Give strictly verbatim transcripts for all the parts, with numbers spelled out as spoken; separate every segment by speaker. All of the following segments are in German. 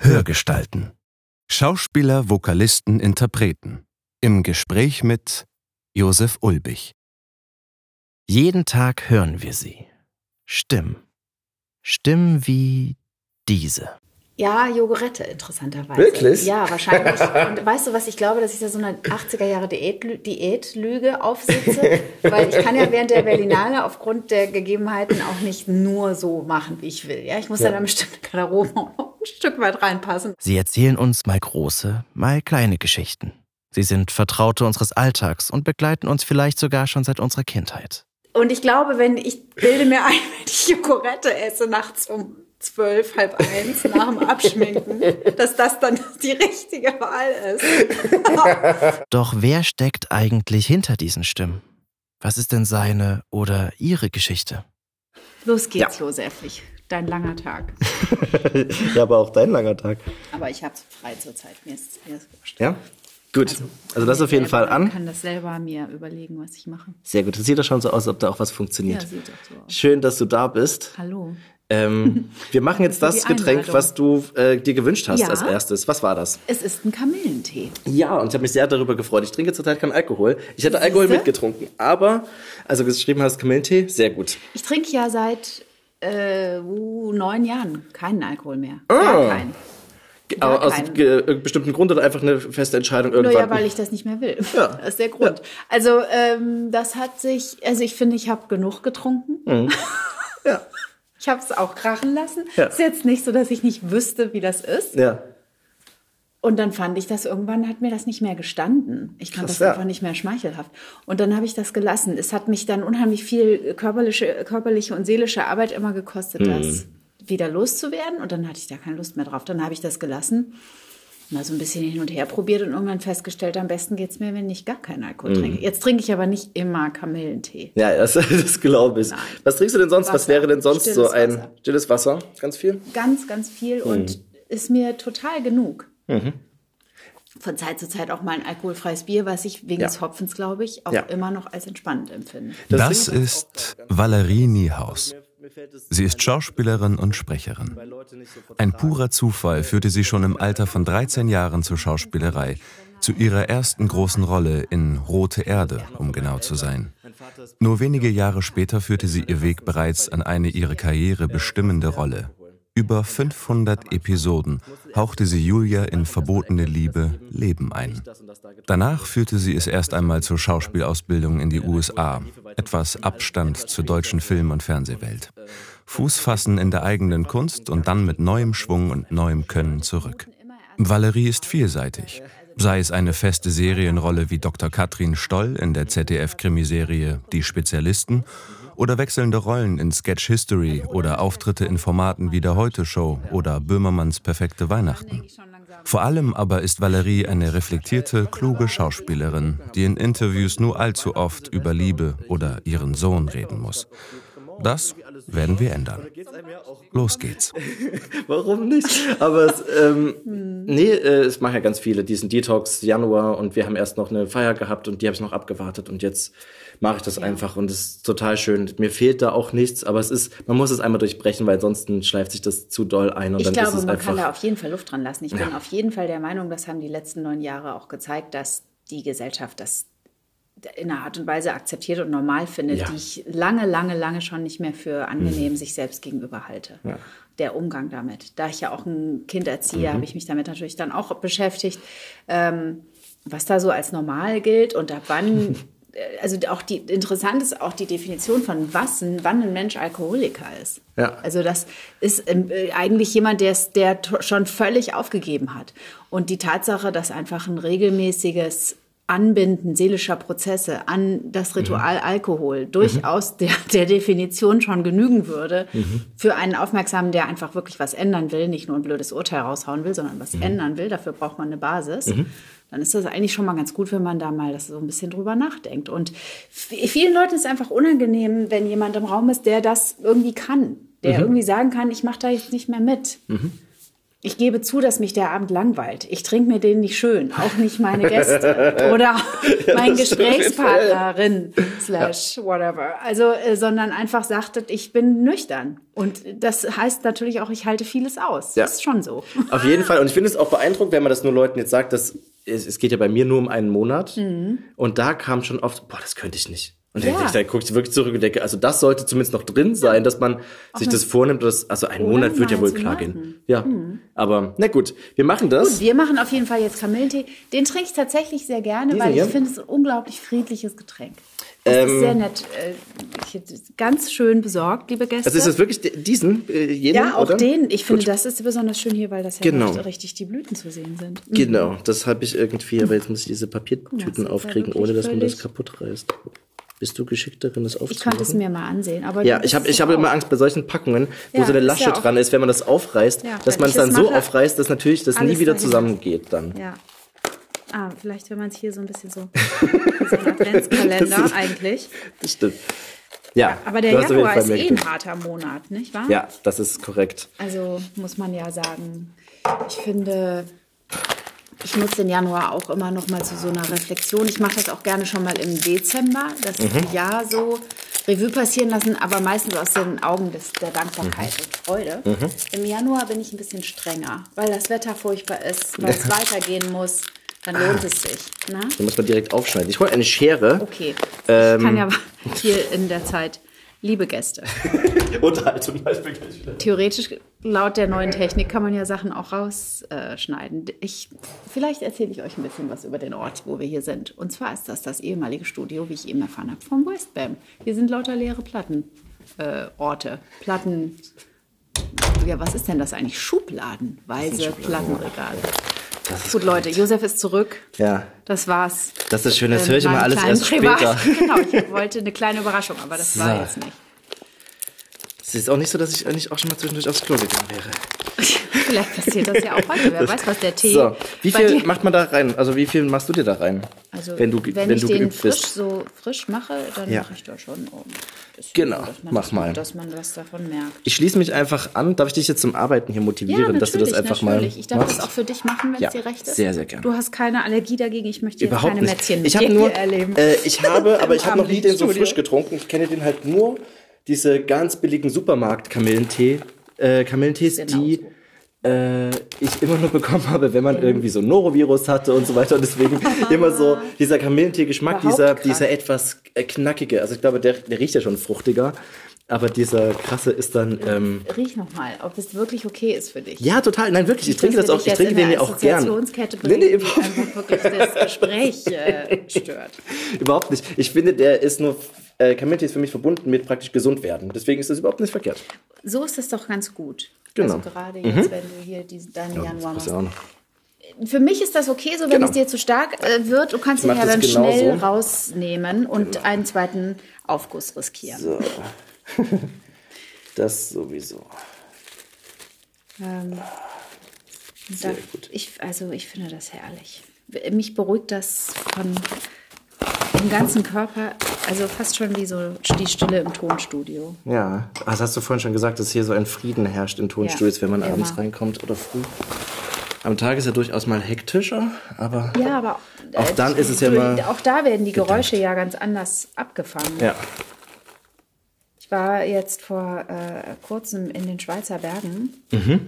Speaker 1: Hörgestalten. Schauspieler, Vokalisten, Interpreten. Im Gespräch mit Josef Ulbich.
Speaker 2: Jeden Tag hören wir sie. Stimmen. Stimmen wie diese.
Speaker 3: Ja, Jogurette, interessanterweise.
Speaker 4: Wirklich?
Speaker 3: Ja, wahrscheinlich. Und weißt du was, ich glaube, dass ich da so eine achtziger-Jahre-Diät- Diätlüge aufsitze, weil ich kann ja während der Berlinale aufgrund der Gegebenheiten auch nicht nur so machen, wie ich will. Ja, ich muss ja, ja dann bestimmt Garderobe auch noch ein Stück weit reinpassen.
Speaker 2: Sie erzählen uns mal große, mal kleine Geschichten. Sie sind Vertraute unseres Alltags und begleiten uns vielleicht sogar schon seit unserer Kindheit.
Speaker 3: Und ich glaube, wenn ich bilde mir ein, wenn ich Jogurette esse nachts um zwölf, halb eins nach dem Abschminken, dass das dann die richtige Wahl ist.
Speaker 2: Doch wer steckt eigentlich hinter diesen Stimmen? Was ist denn seine oder ihre Geschichte?
Speaker 3: Los geht's,
Speaker 4: Ja.
Speaker 3: Josef. Ich, dein langer Tag.
Speaker 4: Ja, aber auch dein langer Tag.
Speaker 3: Aber ich habe frei zur Zeit. Mir ist mir ist wurscht.
Speaker 4: Ja? Gut. Also, also das auf jeden
Speaker 3: selber,
Speaker 4: Fall an.
Speaker 3: Ich kann das selber mir überlegen, was ich mache.
Speaker 4: Sehr gut. Das sieht doch schon so aus, als ob da auch was
Speaker 3: Ja,
Speaker 4: funktioniert.
Speaker 3: sieht doch so aus.
Speaker 4: Schön, dass du da bist.
Speaker 3: Hallo.
Speaker 4: Ähm, wir machen jetzt
Speaker 3: Für
Speaker 4: das
Speaker 3: die
Speaker 4: Getränk,
Speaker 3: Einladung.
Speaker 4: was du äh, dir gewünscht hast
Speaker 3: Ja.
Speaker 4: als erstes. Was war das?
Speaker 3: Es ist ein Kamillentee.
Speaker 4: Ja, und ich habe mich sehr darüber gefreut. Ich trinke zurzeit keinen Alkohol. Ich hätte Alkohol
Speaker 3: Siehste?
Speaker 4: mitgetrunken, aber, also geschrieben hast Kamillentee, sehr gut.
Speaker 3: Ich trinke ja seit äh, uh, neun Jahren keinen Alkohol mehr.
Speaker 4: Ah.
Speaker 3: Gar keinen.
Speaker 4: Aber aus
Speaker 3: keinen.
Speaker 4: ge- äh, bestimmten Grund oder einfach eine feste Entscheidung
Speaker 3: Nur
Speaker 4: irgendwann?
Speaker 3: ja, weil ich das nicht mehr will.
Speaker 4: Ja.
Speaker 3: Das ist der Grund. Also ähm, das hat sich, also ich finde, ich habe genug getrunken.
Speaker 4: Mhm. Ja.
Speaker 3: Ich habe es auch krachen lassen.
Speaker 4: Ja.
Speaker 3: Ist jetzt nicht so, dass ich nicht wüsste, wie das ist.
Speaker 4: Ja.
Speaker 3: Und dann fand ich das, irgendwann hat mir das nicht mehr gestanden. Ich fand
Speaker 4: Krass,
Speaker 3: das
Speaker 4: ja.
Speaker 3: einfach nicht mehr schmeichelhaft. Und dann habe ich das gelassen. Es hat mich dann unheimlich viel körperliche, körperliche und seelische Arbeit immer gekostet,
Speaker 4: Mhm.
Speaker 3: das wieder loszuwerden. Und dann hatte ich da keine Lust mehr drauf. Dann habe ich das gelassen, mal so ein bisschen hin und her probiert und irgendwann festgestellt, am besten geht's mir, wenn ich gar keinen Alkohol
Speaker 4: Mhm.
Speaker 3: trinke. Jetzt trinke ich aber nicht immer Kamillentee.
Speaker 4: Ja, das, das glaube ich.
Speaker 3: Nein.
Speaker 4: Was trinkst du denn sonst? Was
Speaker 3: Wasser.
Speaker 4: wäre denn sonst
Speaker 3: Stilles
Speaker 4: so ein
Speaker 3: Wasser.
Speaker 4: stilles Wasser? Ganz viel?
Speaker 3: Ganz, ganz viel
Speaker 4: Mhm.
Speaker 3: und ist mir total genug. Von Zeit zu Zeit auch mal ein alkoholfreies Bier, was ich wegen
Speaker 4: Ja.
Speaker 3: des Hopfens, glaube ich, auch
Speaker 4: Ja.
Speaker 3: immer noch als entspannend empfinde.
Speaker 1: Das ist Valerie Niehaus. Sie ist Schauspielerin und Sprecherin. Ein purer Zufall führte sie schon im Alter von dreizehn Jahren zur Schauspielerei, zu ihrer ersten großen Rolle in Rote Erde, um genau zu sein. Nur wenige Jahre später führte sie ihr Weg bereits an eine ihre Karriere bestimmende Rolle. Über fünfhundert Episoden hauchte sie Julia in Verbotene Liebe Leben ein. Danach führte sie es erst einmal zur Schauspielausbildung in die U S A, etwas Abstand zur deutschen Film- und Fernsehwelt. Fuß fassen in der eigenen Kunst und dann mit neuem Schwung und neuem Können zurück. Valerie ist vielseitig. Sei es eine feste Serienrolle wie Doktor Katrin Stoll in der Z D F-Krimiserie Die Spezialisten oder wechselnde Rollen in Sketch History oder Auftritte in Formaten wie der Heute-Show oder Böhmermanns Perfekte Weihnachten. Vor allem aber ist Valerie eine reflektierte, kluge Schauspielerin, die in Interviews nur allzu oft über Liebe oder ihren Sohn reden muss. Das werden wir ändern. Los geht's.
Speaker 4: Warum nicht? Aber es, ähm, nee, äh, es machen ja ganz viele diesen Detox Januar und wir haben erst noch eine Feier gehabt und die habe ich noch abgewartet und jetzt mache ich das einfach und es ist total schön. Mir fehlt da auch nichts, aber es ist, man muss es einmal durchbrechen, weil ansonsten schleift sich das zu doll ein und
Speaker 3: Ich
Speaker 4: dann
Speaker 3: glaube,
Speaker 4: ist es
Speaker 3: man
Speaker 4: einfach.
Speaker 3: kann da auf jeden Fall Luft dran lassen. Ich
Speaker 4: Ja.
Speaker 3: bin auf jeden Fall der Meinung, das haben die letzten neun Jahre auch gezeigt, dass die Gesellschaft das in einer Art und Weise akzeptiert und normal findet,
Speaker 4: Ja.
Speaker 3: die ich lange, lange, lange schon nicht mehr für angenehm sich selbst gegenüber halte.
Speaker 4: Ja.
Speaker 3: Der Umgang damit. Da ich ja auch ein Kind erziehe,
Speaker 4: Mhm.
Speaker 3: habe ich mich damit natürlich dann auch beschäftigt, ähm, was da so als normal gilt und ab wann, äh, also auch die, interessant ist auch die Definition von was, ein- wann ein Mensch Alkoholiker ist.
Speaker 4: Ja.
Speaker 3: Also das ist ähm, äh, eigentlich jemand, der es- der t- schon völlig aufgegeben hat. Und die Tatsache, dass einfach ein regelmäßiges Anbinden seelischer Prozesse an das Ritual Alkohol durchaus der, der Definition schon genügen würde für einen Aufmerksamen, der einfach wirklich was ändern will, nicht nur ein blödes Urteil raushauen will, sondern was ändern will. Dafür braucht man eine Basis. Dann ist das eigentlich schon mal ganz gut, wenn man da mal das so ein bisschen drüber nachdenkt. Und v- vielen Leuten ist es einfach unangenehm, wenn jemand im Raum ist, der das irgendwie kann, der irgendwie sagen kann, ich mache da jetzt nicht mehr mit. Ich gebe zu, dass mich der Abend langweilt. Ich trinke mir den nicht schön, auch nicht meine Gäste oder
Speaker 4: ja,
Speaker 3: mein Gesprächspartnerin slash whatever. Also, äh, sondern einfach sagt, ich bin nüchtern. Und das heißt natürlich auch, ich halte vieles aus.
Speaker 4: Ja.
Speaker 3: Das ist schon so.
Speaker 4: Auf jeden Fall. Und ich finde es auch beeindruckend, wenn man das nur Leuten jetzt sagt, dass es, es geht ja bei mir nur um einen Monat. Mhm. Und da kam schon oft, boah, das könnte ich nicht. Und dann, ja. ich, dann gucke ich wirklich zurück und denke, also das sollte zumindest noch drin sein, ja. dass man auch sich das vornimmt. Dass, also ein Monat wird ja wohl klar gehen. Ja, mhm. aber na gut, wir machen das.
Speaker 3: Gut, wir machen auf jeden Fall jetzt Kamillentee. Den trinke ich tatsächlich sehr gerne, Diesen weil ich hier? finde es ein unglaublich friedliches Getränk. Das ähm, ist sehr nett. Ich ganz schön besorgt, liebe Gäste.
Speaker 4: Also ist das wirklich diesen? Äh, jeden,
Speaker 3: ja, auch
Speaker 4: oder?
Speaker 3: den. Ich finde,
Speaker 4: Gut.
Speaker 3: das ist besonders schön hier, weil das ja
Speaker 4: genau.
Speaker 3: richtig die Blüten zu sehen sind.
Speaker 4: Mhm. Genau, das habe ich irgendwie, aber jetzt muss ich diese Papiertüten aufkriegen, ohne dass man das kaputt reißt. Bist du geschickt darin, das aufzumachen?
Speaker 3: Ich könnte es mir mal ansehen. Aber
Speaker 4: ja, ich habe ich hab immer Angst bei solchen Packungen, wo ja, so eine Lasche ja dran ist, wenn man das aufreißt, ja, dass man es dann so aufreißt, dass natürlich das nie wieder zusammengeht dann.
Speaker 3: Ja. Ah, vielleicht, wenn man es hier so ein bisschen so, so ein Adventskalender ist, eigentlich.
Speaker 4: Das stimmt. Ja,
Speaker 3: ja, aber der Januar ist eh ein harter Monat, nicht wahr?
Speaker 4: Ja, das ist korrekt.
Speaker 3: Also muss man ja sagen, ich finde, ich nutze den Januar auch immer noch mal zu so einer Reflexion. Ich mache das auch gerne schon mal im Dezember, das mhm. Jahr so Revue passieren lassen, aber meistens aus den Augen des, der Dankbarkeit mhm. und Freude. Mhm. Im Januar bin ich ein bisschen strenger, weil das Wetter furchtbar ist, weil es weitergehen muss. Dann lohnt es sich. Na?
Speaker 4: Dann muss man direkt aufschneiden. Ich hole eine Schere.
Speaker 3: Okay.
Speaker 4: Ähm,
Speaker 3: ich kann ja hier in der Zeit, liebe Gäste.
Speaker 4: Unterhaltung.
Speaker 3: Theoretisch, laut der neuen Technik, kann man ja Sachen auch rausschneiden. Ich, vielleicht erzähle ich euch ein bisschen was über den Ort, wo wir hier sind. Und zwar ist das das ehemalige Studio, wie ich eben erfahren habe, vom Westbam. Hier sind lauter leere Platten, äh, Orte, Platten. Ja, was ist denn das eigentlich? Schubladen, weise Plattenregale. Gut, Leute, Josef ist zurück.
Speaker 4: Ja.
Speaker 3: Das war's.
Speaker 4: Das ist schön, das höre ich immer alles erst
Speaker 3: Privat.
Speaker 4: später.
Speaker 3: Genau, ich wollte eine kleine Überraschung, aber das so. war jetzt nicht.
Speaker 4: Es ist auch nicht so, dass ich eigentlich auch schon mal zwischendurch aufs Klo gegangen wäre.
Speaker 3: Vielleicht passiert das ja auch heute. Wer weiß, was der Tee...
Speaker 4: So, wie viel macht man da rein? Also wie viel machst du dir da rein?
Speaker 3: Also
Speaker 4: wenn du,
Speaker 3: wenn,
Speaker 4: wenn
Speaker 3: ich
Speaker 4: du
Speaker 3: den
Speaker 4: frisch
Speaker 3: bist. so frisch mache, dann ja. mache ich da schon um.
Speaker 4: Genau,
Speaker 3: so,
Speaker 4: mach mal.
Speaker 3: Gut, dass man was davon merkt.
Speaker 4: Ich schließe mich einfach an. Darf ich dich jetzt zum Arbeiten hier motivieren,
Speaker 3: ja,
Speaker 4: dass du das einfach
Speaker 3: natürlich.
Speaker 4: mal
Speaker 3: Ich darf
Speaker 4: machst?
Speaker 3: das auch für dich machen, wenn
Speaker 4: ja,
Speaker 3: es dir recht ist.
Speaker 4: Sehr, sehr gerne.
Speaker 3: Du hast keine Allergie dagegen. Ich möchte jetzt
Speaker 4: Überhaupt
Speaker 3: keine
Speaker 4: nicht.
Speaker 3: Mätzchen mit
Speaker 4: ich
Speaker 3: dir
Speaker 4: nur,
Speaker 3: erleben.
Speaker 4: Äh, ich habe, aber ich habe noch nie den so
Speaker 3: Studio.
Speaker 4: frisch getrunken. Ich kenne den halt nur, diese ganz billigen Supermarkt-Kamillentee, äh, Kamillentees, die... Äh, ich immer nur bekommen habe, wenn man irgendwie so ein Norovirus hatte und so weiter. Und deswegen immer so dieser Kamillentee-Geschmack, dieser, dieser etwas knackige. Also ich glaube, der, der riecht ja schon fruchtiger. Aber dieser krasse ist dann... Ähm,
Speaker 3: Riech noch mal, ob es wirklich okay ist für dich.
Speaker 4: Ja, total. Nein, wirklich. Ich trinke das auch. Ich trinke den ja auch gern.
Speaker 3: Assoziationskette bringen, nee, nee, die einfach wirklich das Gespräch äh, stört.
Speaker 4: Überhaupt nicht. Ich finde, der ist nur... Äh, Kamillentee ist für mich verbunden mit praktisch gesund werden. Deswegen ist das überhaupt nicht verkehrt.
Speaker 3: So ist das doch ganz gut.
Speaker 4: Genau.
Speaker 3: Also gerade jetzt, mhm. wenn du hier diese, deinen ja, Januar machst.
Speaker 4: Ja auch noch.
Speaker 3: Für mich ist das okay, so wenn genau. es dir zu stark äh, wird. Du kannst ihn ja dann genau schnell so. rausnehmen und genau. einen zweiten Aufguss riskieren.
Speaker 4: So. Das sowieso.
Speaker 3: Ähm,
Speaker 4: Sehr
Speaker 3: da,
Speaker 4: gut.
Speaker 3: Ich, also ich finde das herrlich. Mich beruhigt das von dem ganzen Körper, also fast schon wie so die Stille im Tonstudio.
Speaker 4: Ja, das hast du vorhin schon gesagt, dass hier so ein Frieden herrscht in Tonstudios, ja, wenn man immer. abends reinkommt oder früh. Am Tag ist er durchaus mal hektischer, aber,
Speaker 3: ja, aber
Speaker 4: auch
Speaker 3: äh,
Speaker 4: dann ist es ja mal...
Speaker 3: Auch da werden die Geräusche gedacht. ja ganz anders abgefangen.
Speaker 4: Ja.
Speaker 3: Ich war jetzt vor äh, kurzem in den Schweizer Bergen.
Speaker 4: Mhm.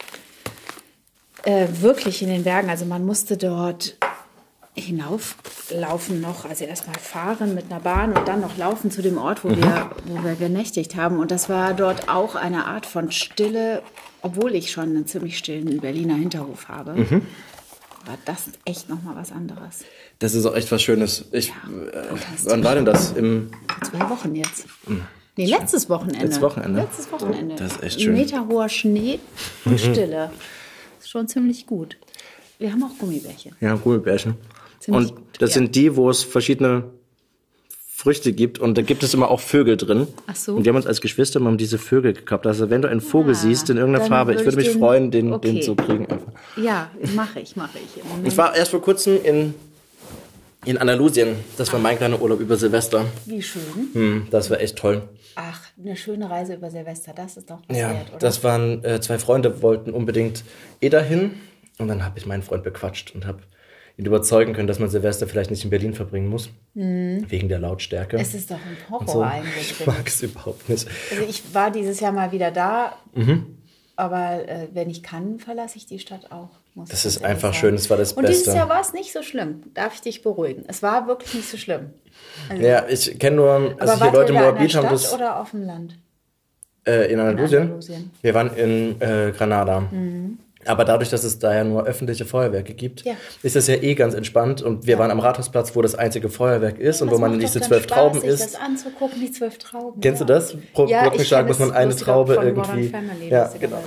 Speaker 3: Äh, wirklich in den Bergen. Also man musste dort hinauflaufen noch. Also erstmal fahren mit einer Bahn und dann noch laufen zu dem Ort, wo, mhm. wir, wo wir genächtigt haben. Und das war dort auch eine Art von Stille, obwohl ich schon einen ziemlich stillen Berliner Hinterhof habe. Mhm. War das echt nochmal was anderes.
Speaker 4: Das ist auch echt was Schönes. Ich,
Speaker 3: ja,
Speaker 4: äh, wann war denn das? Im
Speaker 3: Zwei Wochen jetzt. Mhm. Nee, letztes Wochenende.
Speaker 4: Letztes Wochenende?
Speaker 3: Letztes Wochenende.
Speaker 4: Das ist echt schön.
Speaker 3: Ein Meter hoher Schnee und Stille. Das ist schon ziemlich gut. Wir haben auch Gummibärchen.
Speaker 4: Ja, Gummibärchen.
Speaker 3: Ziemlich
Speaker 4: und
Speaker 3: gut,
Speaker 4: das
Speaker 3: ja.
Speaker 4: sind die, wo es verschiedene Früchte gibt. Und da gibt es immer auch Vögel drin.
Speaker 3: Ach so.
Speaker 4: Und wir haben uns als Geschwister mal um diese Vögel gekappt. Also wenn du einen Vogel ja, siehst in irgendeiner Farbe, ich würde mich den, freuen, den, okay. den zu kriegen. Einfach.
Speaker 3: Ja, mache ich, mache ich.
Speaker 4: Ich war erst vor kurzem in In Andalusien. Das war mein kleiner Urlaub über Silvester.
Speaker 3: Wie schön.
Speaker 4: Hm, das war echt toll.
Speaker 3: Ach, eine schöne Reise über Silvester, das ist doch was
Speaker 4: Ja,
Speaker 3: wert, oder?
Speaker 4: das waren äh, zwei Freunde, wollten unbedingt eh dahin. Und dann habe ich meinen Freund bequatscht und habe ihn überzeugen können, dass man Silvester vielleicht nicht in Berlin verbringen muss. Mhm. Wegen der Lautstärke.
Speaker 3: Es ist doch ein Horror
Speaker 4: so.
Speaker 3: eigentlich.
Speaker 4: Ich mag es überhaupt nicht.
Speaker 3: Also ich war dieses Jahr mal wieder da,
Speaker 4: mhm.
Speaker 3: aber äh, wenn ich kann, verlasse ich die Stadt auch. Muss
Speaker 4: das
Speaker 3: ich
Speaker 4: ist einfach
Speaker 3: sagen.
Speaker 4: schön, das war das
Speaker 3: Und
Speaker 4: Beste.
Speaker 3: Und dieses Jahr war es nicht so schlimm, darf ich dich beruhigen. Es war wirklich nicht so schlimm. Also,
Speaker 4: ja, ich kenne nur, also hier Leute in Moabit haben das...
Speaker 3: oder auf dem Land?
Speaker 4: Äh, in, Andalusien?
Speaker 3: in Andalusien.
Speaker 4: Wir waren in äh, Granada. Mhm. Aber dadurch, dass es da ja nur öffentliche Feuerwerke gibt, ja. ist das ja eh ganz entspannt. Und wir ja. waren am Rathausplatz, wo das einzige Feuerwerk ist ja, und wo man diese zwölf Spaß, Trauben isst.
Speaker 3: Das anzugucken, die zwölf Trauben.
Speaker 4: Kennst
Speaker 3: ja.
Speaker 4: du das? Pro
Speaker 3: ja,
Speaker 4: Glockenschlag muss man eine Traube
Speaker 3: von
Speaker 4: irgendwie.
Speaker 3: Family,
Speaker 4: ja, genau.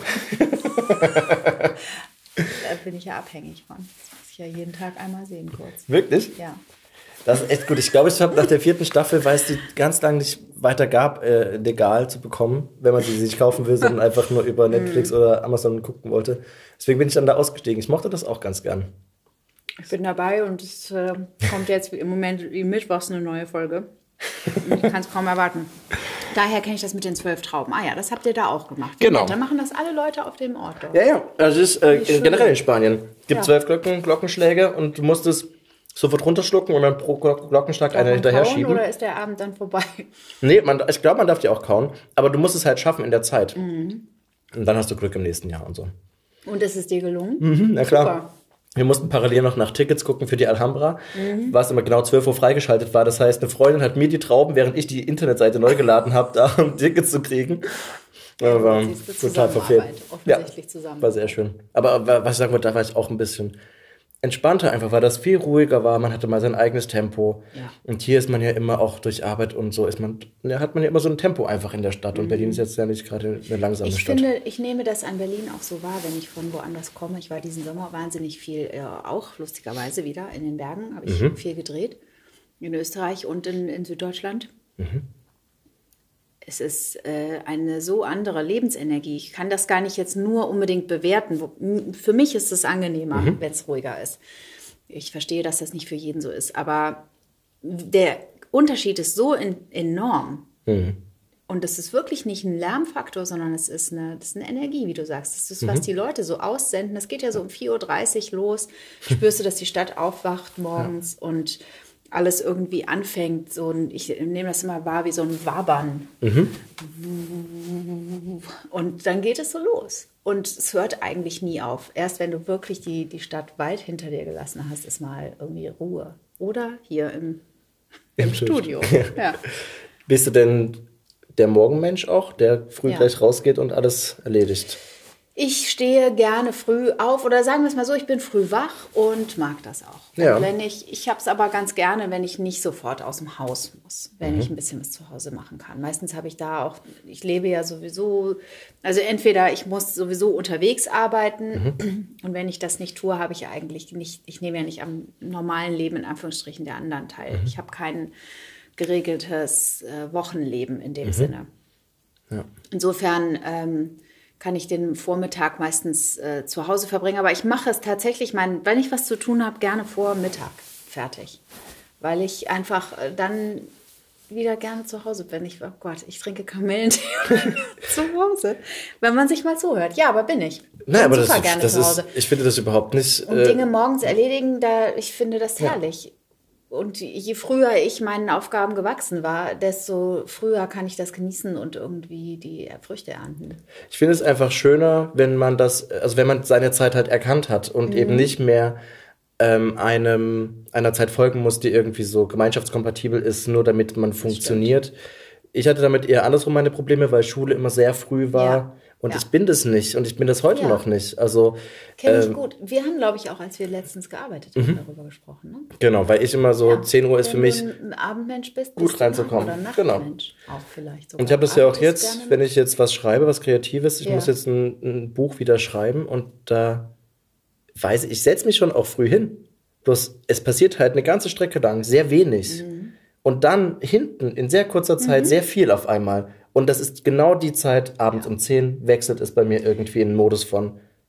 Speaker 3: Da bin ich ja abhängig von. Das muss ich ja jeden Tag einmal sehen kurz.
Speaker 4: Wirklich?
Speaker 3: Ja.
Speaker 4: Das ist echt gut. Ich glaube, ich habe nach der vierten Staffel, weil es die ganz lange nicht weiter gab, äh, legal zu bekommen, wenn man sie sich kaufen will, sondern einfach nur über Netflix mm. oder Amazon gucken wollte. Deswegen bin ich dann da ausgestiegen. Ich mochte das auch ganz gern.
Speaker 3: Ich bin dabei und es äh, kommt jetzt im Moment wie mittwochs eine neue Folge. Ich kann es kaum erwarten. Daher kenne ich das mit den zwölf Trauben. Ah ja, das habt ihr da auch gemacht.
Speaker 4: Genau.
Speaker 3: Nett. Dann machen das alle Leute auf dem Ort dort.
Speaker 4: Ja, ja. Also es ist äh, generell in Spanien. Es gibt
Speaker 3: ja.
Speaker 4: zwölf Glocken, Glockenschläge und du musst es sofort runterschlucken und dann pro Glockenschlag einer hinterher schieben.
Speaker 3: Oder ist der Abend dann vorbei?
Speaker 4: Nee, man, ich glaube, man darf die auch kauen. Aber du musst es halt schaffen in der Zeit. Mhm. Und dann hast du Glück im nächsten Jahr und so.
Speaker 3: Und ist es dir gelungen?
Speaker 4: Mhm, na klar. Super. Wir mussten parallel noch nach Tickets gucken für die Alhambra, mhm. was immer genau zwölf Uhr freigeschaltet war. Das heißt, eine Freundin hat mir die Trauben, während ich die Internetseite neu geladen habe, da um Tickets zu kriegen.
Speaker 3: Ja, war total verfehlt. Offensichtlich
Speaker 4: ja,
Speaker 3: zusammen.
Speaker 4: War sehr schön. Aber was ich sagen wollte, da war ich auch ein bisschen entspannter einfach, weil das viel ruhiger war. Man hatte mal sein eigenes Tempo.
Speaker 3: Ja.
Speaker 4: Und hier ist man ja immer auch durch Arbeit und so, ist man, ja, hat man ja immer so ein Tempo einfach in der Stadt. Und mhm. Berlin ist jetzt ja nicht gerade eine langsame
Speaker 3: ich
Speaker 4: Stadt.
Speaker 3: Ich finde, ich nehme das an Berlin auch so wahr, wenn ich von woanders komme. Ich war diesen Sommer wahnsinnig viel, äh, auch lustigerweise wieder in den Bergen, habe ich mhm. viel gedreht. In Österreich und in, in Süddeutschland. Mhm. Es ist äh, eine so andere Lebensenergie. Ich kann das gar nicht jetzt nur unbedingt bewerten. Für mich ist es angenehmer, mhm. wenn es ruhiger ist. Ich verstehe, dass das nicht für jeden so ist. Aber der Unterschied ist so in, enorm. Mhm. Und das ist wirklich nicht ein Lärmfaktor, sondern es ist eine, das ist eine Energie, wie du sagst. Das ist, was mhm. die Leute so aussenden. Das geht ja so um vier Uhr dreißig los. Spürst du, dass die Stadt aufwacht morgens ja. und alles irgendwie anfängt, so ein, ich nehme das immer wahr wie so ein Wabern. Mhm. Und dann geht es so los. Und es hört eigentlich nie auf. Erst wenn du wirklich die, die Stadt weit hinter dir gelassen hast, ist mal irgendwie Ruhe. Oder hier im, im, Im Studio. Ja.
Speaker 4: Bist du denn der Morgenmensch auch, der früh ja. gleich rausgeht und alles erledigt?
Speaker 3: Ich stehe gerne früh auf oder sagen wir es mal so, ich bin früh wach und mag das auch.
Speaker 4: Ja.
Speaker 3: Wenn ich ich habe es aber ganz gerne, wenn ich nicht sofort aus dem Haus muss, wenn mhm. ich ein bisschen was zu Hause machen kann. Meistens habe ich da auch, ich lebe ja sowieso, also entweder ich muss sowieso unterwegs arbeiten mhm. und wenn ich das nicht tue, habe ich eigentlich nicht, ich nehme ja nicht am normalen Leben in Anführungsstrichen der anderen teil. Mhm. Ich habe kein geregeltes äh, Wochenleben in dem mhm. Sinne. Ja. Insofern ähm, kann ich den Vormittag meistens äh, zu Hause verbringen. Aber ich mache es tatsächlich, mein, wenn ich was zu tun habe, gerne vor Mittag fertig. Weil ich einfach äh, dann wieder gerne zu Hause bin. Ich, oh Gott, ich trinke Kamillentee zu Hause. Wenn man sich mal zuhört. Ja, aber bin ich.
Speaker 4: Nein, aber
Speaker 3: super
Speaker 4: das,
Speaker 3: gerne
Speaker 4: das
Speaker 3: zu Hause.
Speaker 4: Ist, ich finde das überhaupt nicht...
Speaker 3: Und
Speaker 4: äh,
Speaker 3: Dinge morgens erledigen, da, ich finde das herrlich. Ja. Und je früher ich meinen Aufgaben gewachsen war, desto früher kann ich das genießen und irgendwie die Früchte ernten.
Speaker 4: Ich finde es einfach schöner, wenn man das, also wenn man seine Zeit halt erkannt hat und mhm. eben nicht mehr ähm, einem einer Zeit folgen muss, die irgendwie so gemeinschaftskompatibel ist, nur damit man das funktioniert. Stimmt. Ich hatte damit eher andersrum meine Probleme, weil Schule immer sehr früh war. Ja. Und ja. ich bin das nicht und ich bin das heute ja. noch nicht. Also
Speaker 3: kenne ich
Speaker 4: ähm,
Speaker 3: gut. Wir haben, glaube ich, auch, als wir letztens gearbeitet haben, mhm. darüber gesprochen. Ne?
Speaker 4: Genau, weil ich immer so, ja. zehn Uhr ist für mich
Speaker 3: wenn du ein Abendmensch bist,
Speaker 4: gut reinzukommen.
Speaker 3: Oder Nachtmensch
Speaker 4: genau.
Speaker 3: auch vielleicht sogar.
Speaker 4: Und ich habe das ja auch jetzt, gerne. Wenn ich jetzt was schreibe, was Kreatives, ich ja. muss jetzt ein, ein Buch wieder schreiben und da weiß ich, ich setze mich schon auch früh hin. Bloß es passiert halt eine ganze Strecke lang, sehr wenig. Mhm. Und dann hinten in sehr kurzer Zeit mhm. sehr viel auf einmal. Und das ist genau die Zeit, abends ja. um zehn wechselt es bei mir irgendwie in den Modus von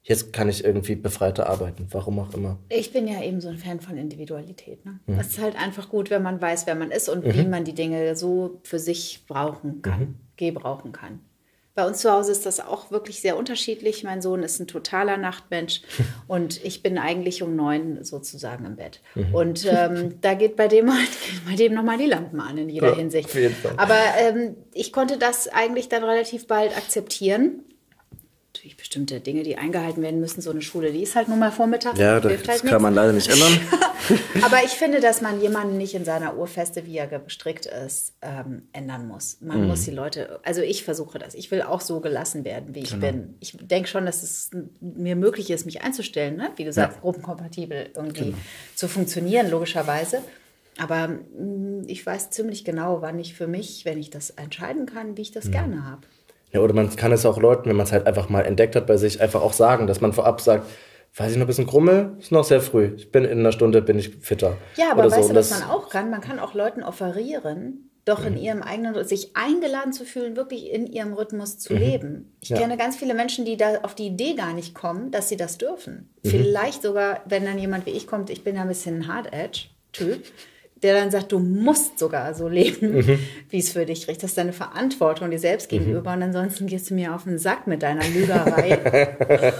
Speaker 4: jetzt kann ich irgendwie befreiter arbeiten, warum auch immer.
Speaker 3: Ich bin ja eben so ein Fan von Individualität. Ne? Mhm. Es ist halt einfach gut, wenn man weiß, wer man ist und mhm. wie man die Dinge so für sich brauchen kann, mhm. gebrauchen kann. Bei uns zu Hause ist das auch wirklich sehr unterschiedlich. Mein Sohn ist ein totaler Nachtmensch und ich bin eigentlich um neun sozusagen im Bett. Mhm. Und ähm, da geht bei dem halt, bei dem nochmal die Lampen an in jeder ja, Hinsicht. Auf jeden Fall. Aber ähm, ich konnte das eigentlich dann relativ bald akzeptieren. Natürlich bestimmte Dinge, die eingehalten werden müssen. So eine Schule, die ist halt nun mal vormittags.
Speaker 4: Ja, das,
Speaker 3: halt
Speaker 4: das kann man leider nicht ändern.
Speaker 3: Aber ich finde, dass man jemanden nicht in seiner Urfeste, wie er gestrickt ist, ähm, ändern muss. Man mhm. muss die Leute, also ich versuche das. Ich will auch so gelassen werden, wie ich genau. bin. Ich denke schon, dass es mir möglich ist, mich einzustellen, ne? Wie du sagst, ja. gruppenkompatibel irgendwie genau. zu funktionieren, logischerweise. Aber mh, ich weiß ziemlich genau, wann ich für mich, wenn ich das entscheiden kann, wie ich das mhm. gerne habe.
Speaker 4: Ja, oder man kann es auch Leuten, wenn man es halt einfach mal entdeckt hat bei sich, einfach auch sagen, dass man vorab sagt, weiß ich noch ein bisschen Krummel, ist noch sehr früh. Ich bin in einer Stunde, bin ich fitter.
Speaker 3: Ja, aber
Speaker 4: oder
Speaker 3: weißt
Speaker 4: so.
Speaker 3: du, was man auch kann? Man kann auch Leuten offerieren, doch mhm. in ihrem eigenen, sich eingeladen zu fühlen, wirklich in ihrem Rhythmus zu mhm. leben. Ich ja. kenne ganz viele Menschen, die da auf die Idee gar nicht kommen, dass sie das dürfen. Mhm. Vielleicht sogar, wenn dann jemand wie ich kommt, ich bin ja ein bisschen ein Hard-Edge-Typ, der dann sagt, du musst sogar so leben, mhm. wie es für dich richtig. Das ist deine Verantwortung dir selbst gegenüber. Mhm. Und ansonsten gehst du mir auf den Sack mit deiner Lügerei.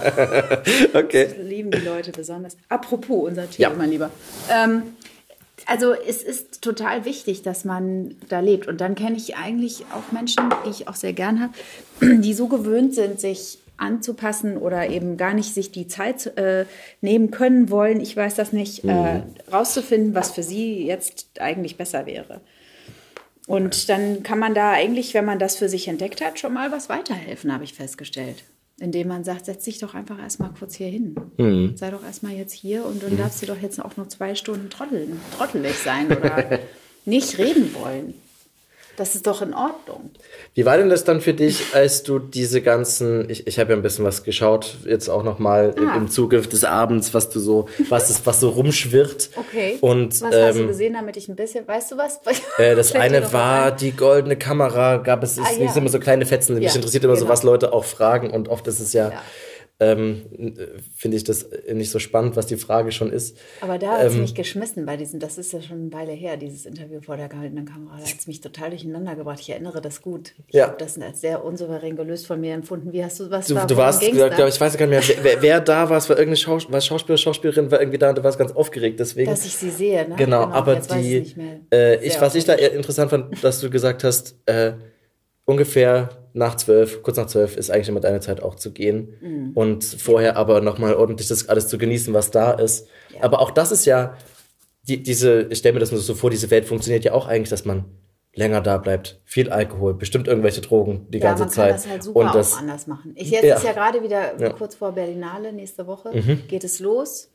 Speaker 4: Okay.
Speaker 3: Das lieben die Leute besonders. Apropos unser Thema, ja. mein Lieber. Ähm, also es ist total wichtig, dass man da lebt. Und dann kenne ich eigentlich auch Menschen, die ich auch sehr gern habe, die so gewöhnt sind, sich anzupassen oder eben gar nicht sich die Zeit äh, nehmen können wollen, ich weiß das nicht, mhm. äh, rauszufinden, was für sie jetzt eigentlich besser wäre. Und dann kann man da eigentlich, wenn man das für sich entdeckt hat, schon mal was weiterhelfen, habe ich festgestellt. Indem man sagt, setz dich doch einfach erstmal kurz hier hin. Mhm. Sei doch erstmal jetzt hier und dann mhm. darfst du doch jetzt auch nur zwei Stunden trotteln, trottelig sein oder nicht reden wollen. Das ist doch in Ordnung.
Speaker 4: Wie war denn das dann für dich, als du diese ganzen, ich, ich habe ja ein bisschen was geschaut, jetzt auch nochmal ah. im Zuge des Abends, was du so, was ist, was so rumschwirrt.
Speaker 3: Okay.
Speaker 4: Und,
Speaker 3: was
Speaker 4: ähm,
Speaker 3: hast du gesehen, damit ich ein bisschen, weißt du was?
Speaker 4: Äh, das eine war die goldene Kamera, gab es, ah, ja. immer so kleine Fetzen, mich ja, interessiert immer genau. so, was Leute auch fragen und oft ist es ja, ja. Ähm, finde ich das nicht so spannend, was die Frage schon ist.
Speaker 3: Aber da hat es ähm, mich geschmissen bei diesem, das ist ja schon eine Weile her, dieses Interview vor der gehaltenen Kamera. Da hat es mich total durcheinander gebracht. Ich erinnere das gut. Ich ja. habe das als sehr unsouverän gelöst von mir empfunden. Wie hast du was?
Speaker 4: Du, war, du warst, glaub, glaub, ich weiß gar nicht mehr, wer, wer da war. Es war irgendeine Schaus- war Schauspieler, Schauspielerin, war irgendwie da und du warst ganz aufgeregt. Deswegen.
Speaker 3: Dass ich sie sehe, ne?
Speaker 4: Genau, genau aber die, ich äh, ich, was ich da eher interessant fand, dass du gesagt hast, äh, ungefähr nach zwölf, kurz nach zwölf ist eigentlich immer deine Zeit auch zu gehen. Mhm. Und vorher aber nochmal ordentlich das alles zu genießen, was da ist. Ja. Aber auch das ist ja, die, diese, ich stelle mir das nur so vor, diese Welt funktioniert ja auch eigentlich, dass man länger da bleibt. Viel Alkohol, bestimmt irgendwelche Drogen die ja, ganze Zeit. Ja, man kann
Speaker 3: das halt super
Speaker 4: und das,
Speaker 3: auch anders machen. Ich, jetzt ja. ist ja gerade wieder ja. kurz vor Berlinale, nächste Woche mhm. geht es los.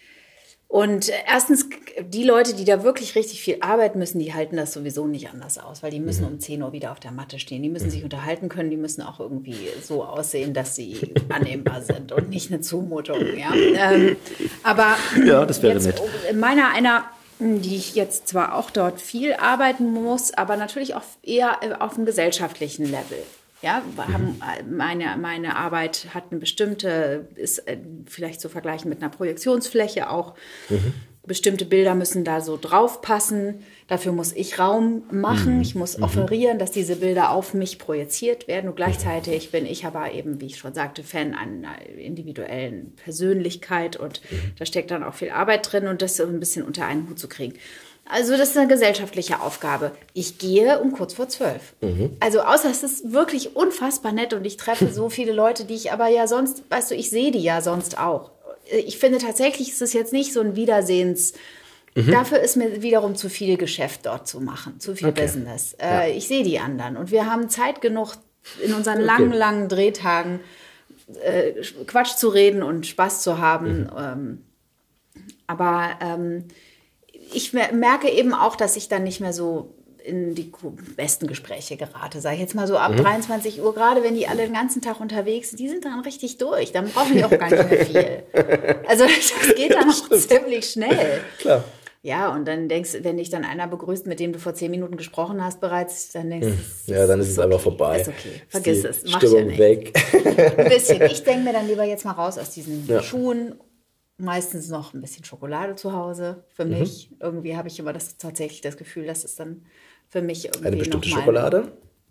Speaker 3: Und erstens, die Leute, die da wirklich richtig viel arbeiten müssen, die halten das sowieso nicht anders aus, weil die müssen mhm. um zehn Uhr wieder auf der Matte stehen. Die müssen mhm. sich unterhalten können, die müssen auch irgendwie so aussehen, dass sie annehmbar sind und nicht eine Zumutung. Ja? Ähm, aber
Speaker 4: ja, das wäre
Speaker 3: jetzt
Speaker 4: nett.
Speaker 3: In meiner einer, die ich jetzt zwar auch dort viel arbeiten muss, aber natürlich auch eher auf einem gesellschaftlichen Level. Ja, haben, meine, meine Arbeit hat eine bestimmte, ist vielleicht zu vergleichen mit einer Projektionsfläche auch. Mhm. Bestimmte Bilder müssen da so drauf passen. Dafür muss ich Raum machen. Mhm. Ich muss mhm. offerieren, dass diese Bilder auf mich projiziert werden. Und gleichzeitig bin ich aber eben, wie ich schon sagte, Fan einer individuellen Persönlichkeit. Und mhm. da steckt dann auch viel Arbeit drin und das so ein bisschen unter einen Hut zu kriegen. Also das ist eine gesellschaftliche Aufgabe. Ich gehe um kurz vor zwölf. Mhm. Also außer es ist wirklich unfassbar nett und ich treffe so viele Leute, die ich aber ja sonst, weißt du, ich sehe die ja sonst auch. Ich finde tatsächlich, ist es jetzt nicht so ein Wiedersehens... Mhm. Dafür ist mir wiederum zu viel Geschäft dort zu machen, zu viel okay. Business. Äh, ja. Ich sehe die anderen und wir haben Zeit genug in unseren okay. langen, langen Drehtagen äh, Quatsch zu reden und Spaß zu haben. Mhm. Ähm, aber... Ähm, ich merke eben auch, dass ich dann nicht mehr so in die besten Gespräche gerate, sage ich jetzt mal so ab mhm. dreiundzwanzig Uhr, gerade wenn die alle den ganzen Tag unterwegs sind, die sind dann richtig durch, dann brauchen die auch gar nicht mehr viel. Also das geht dann auch ziemlich schnell.
Speaker 4: Klar.
Speaker 3: Ja, und dann denkst du, wenn dich dann einer begrüßt, mit dem du vor zehn Minuten gesprochen hast bereits, dann denkst du,
Speaker 4: ja, dann ist es
Speaker 3: okay,
Speaker 4: einfach vorbei.
Speaker 3: Ist okay, vergiss es, mach
Speaker 4: Stimmung
Speaker 3: ja nicht.
Speaker 4: weg.
Speaker 3: Ein bisschen. Ich denke mir dann lieber jetzt mal raus aus diesen
Speaker 4: Ja.
Speaker 3: Schuhen. Meistens noch ein bisschen Schokolade zu Hause für mich. Mhm. Irgendwie habe ich immer das, tatsächlich das Gefühl, dass es dann für mich irgendwie
Speaker 4: Eine bestimmte
Speaker 3: noch mal
Speaker 4: Schokolade?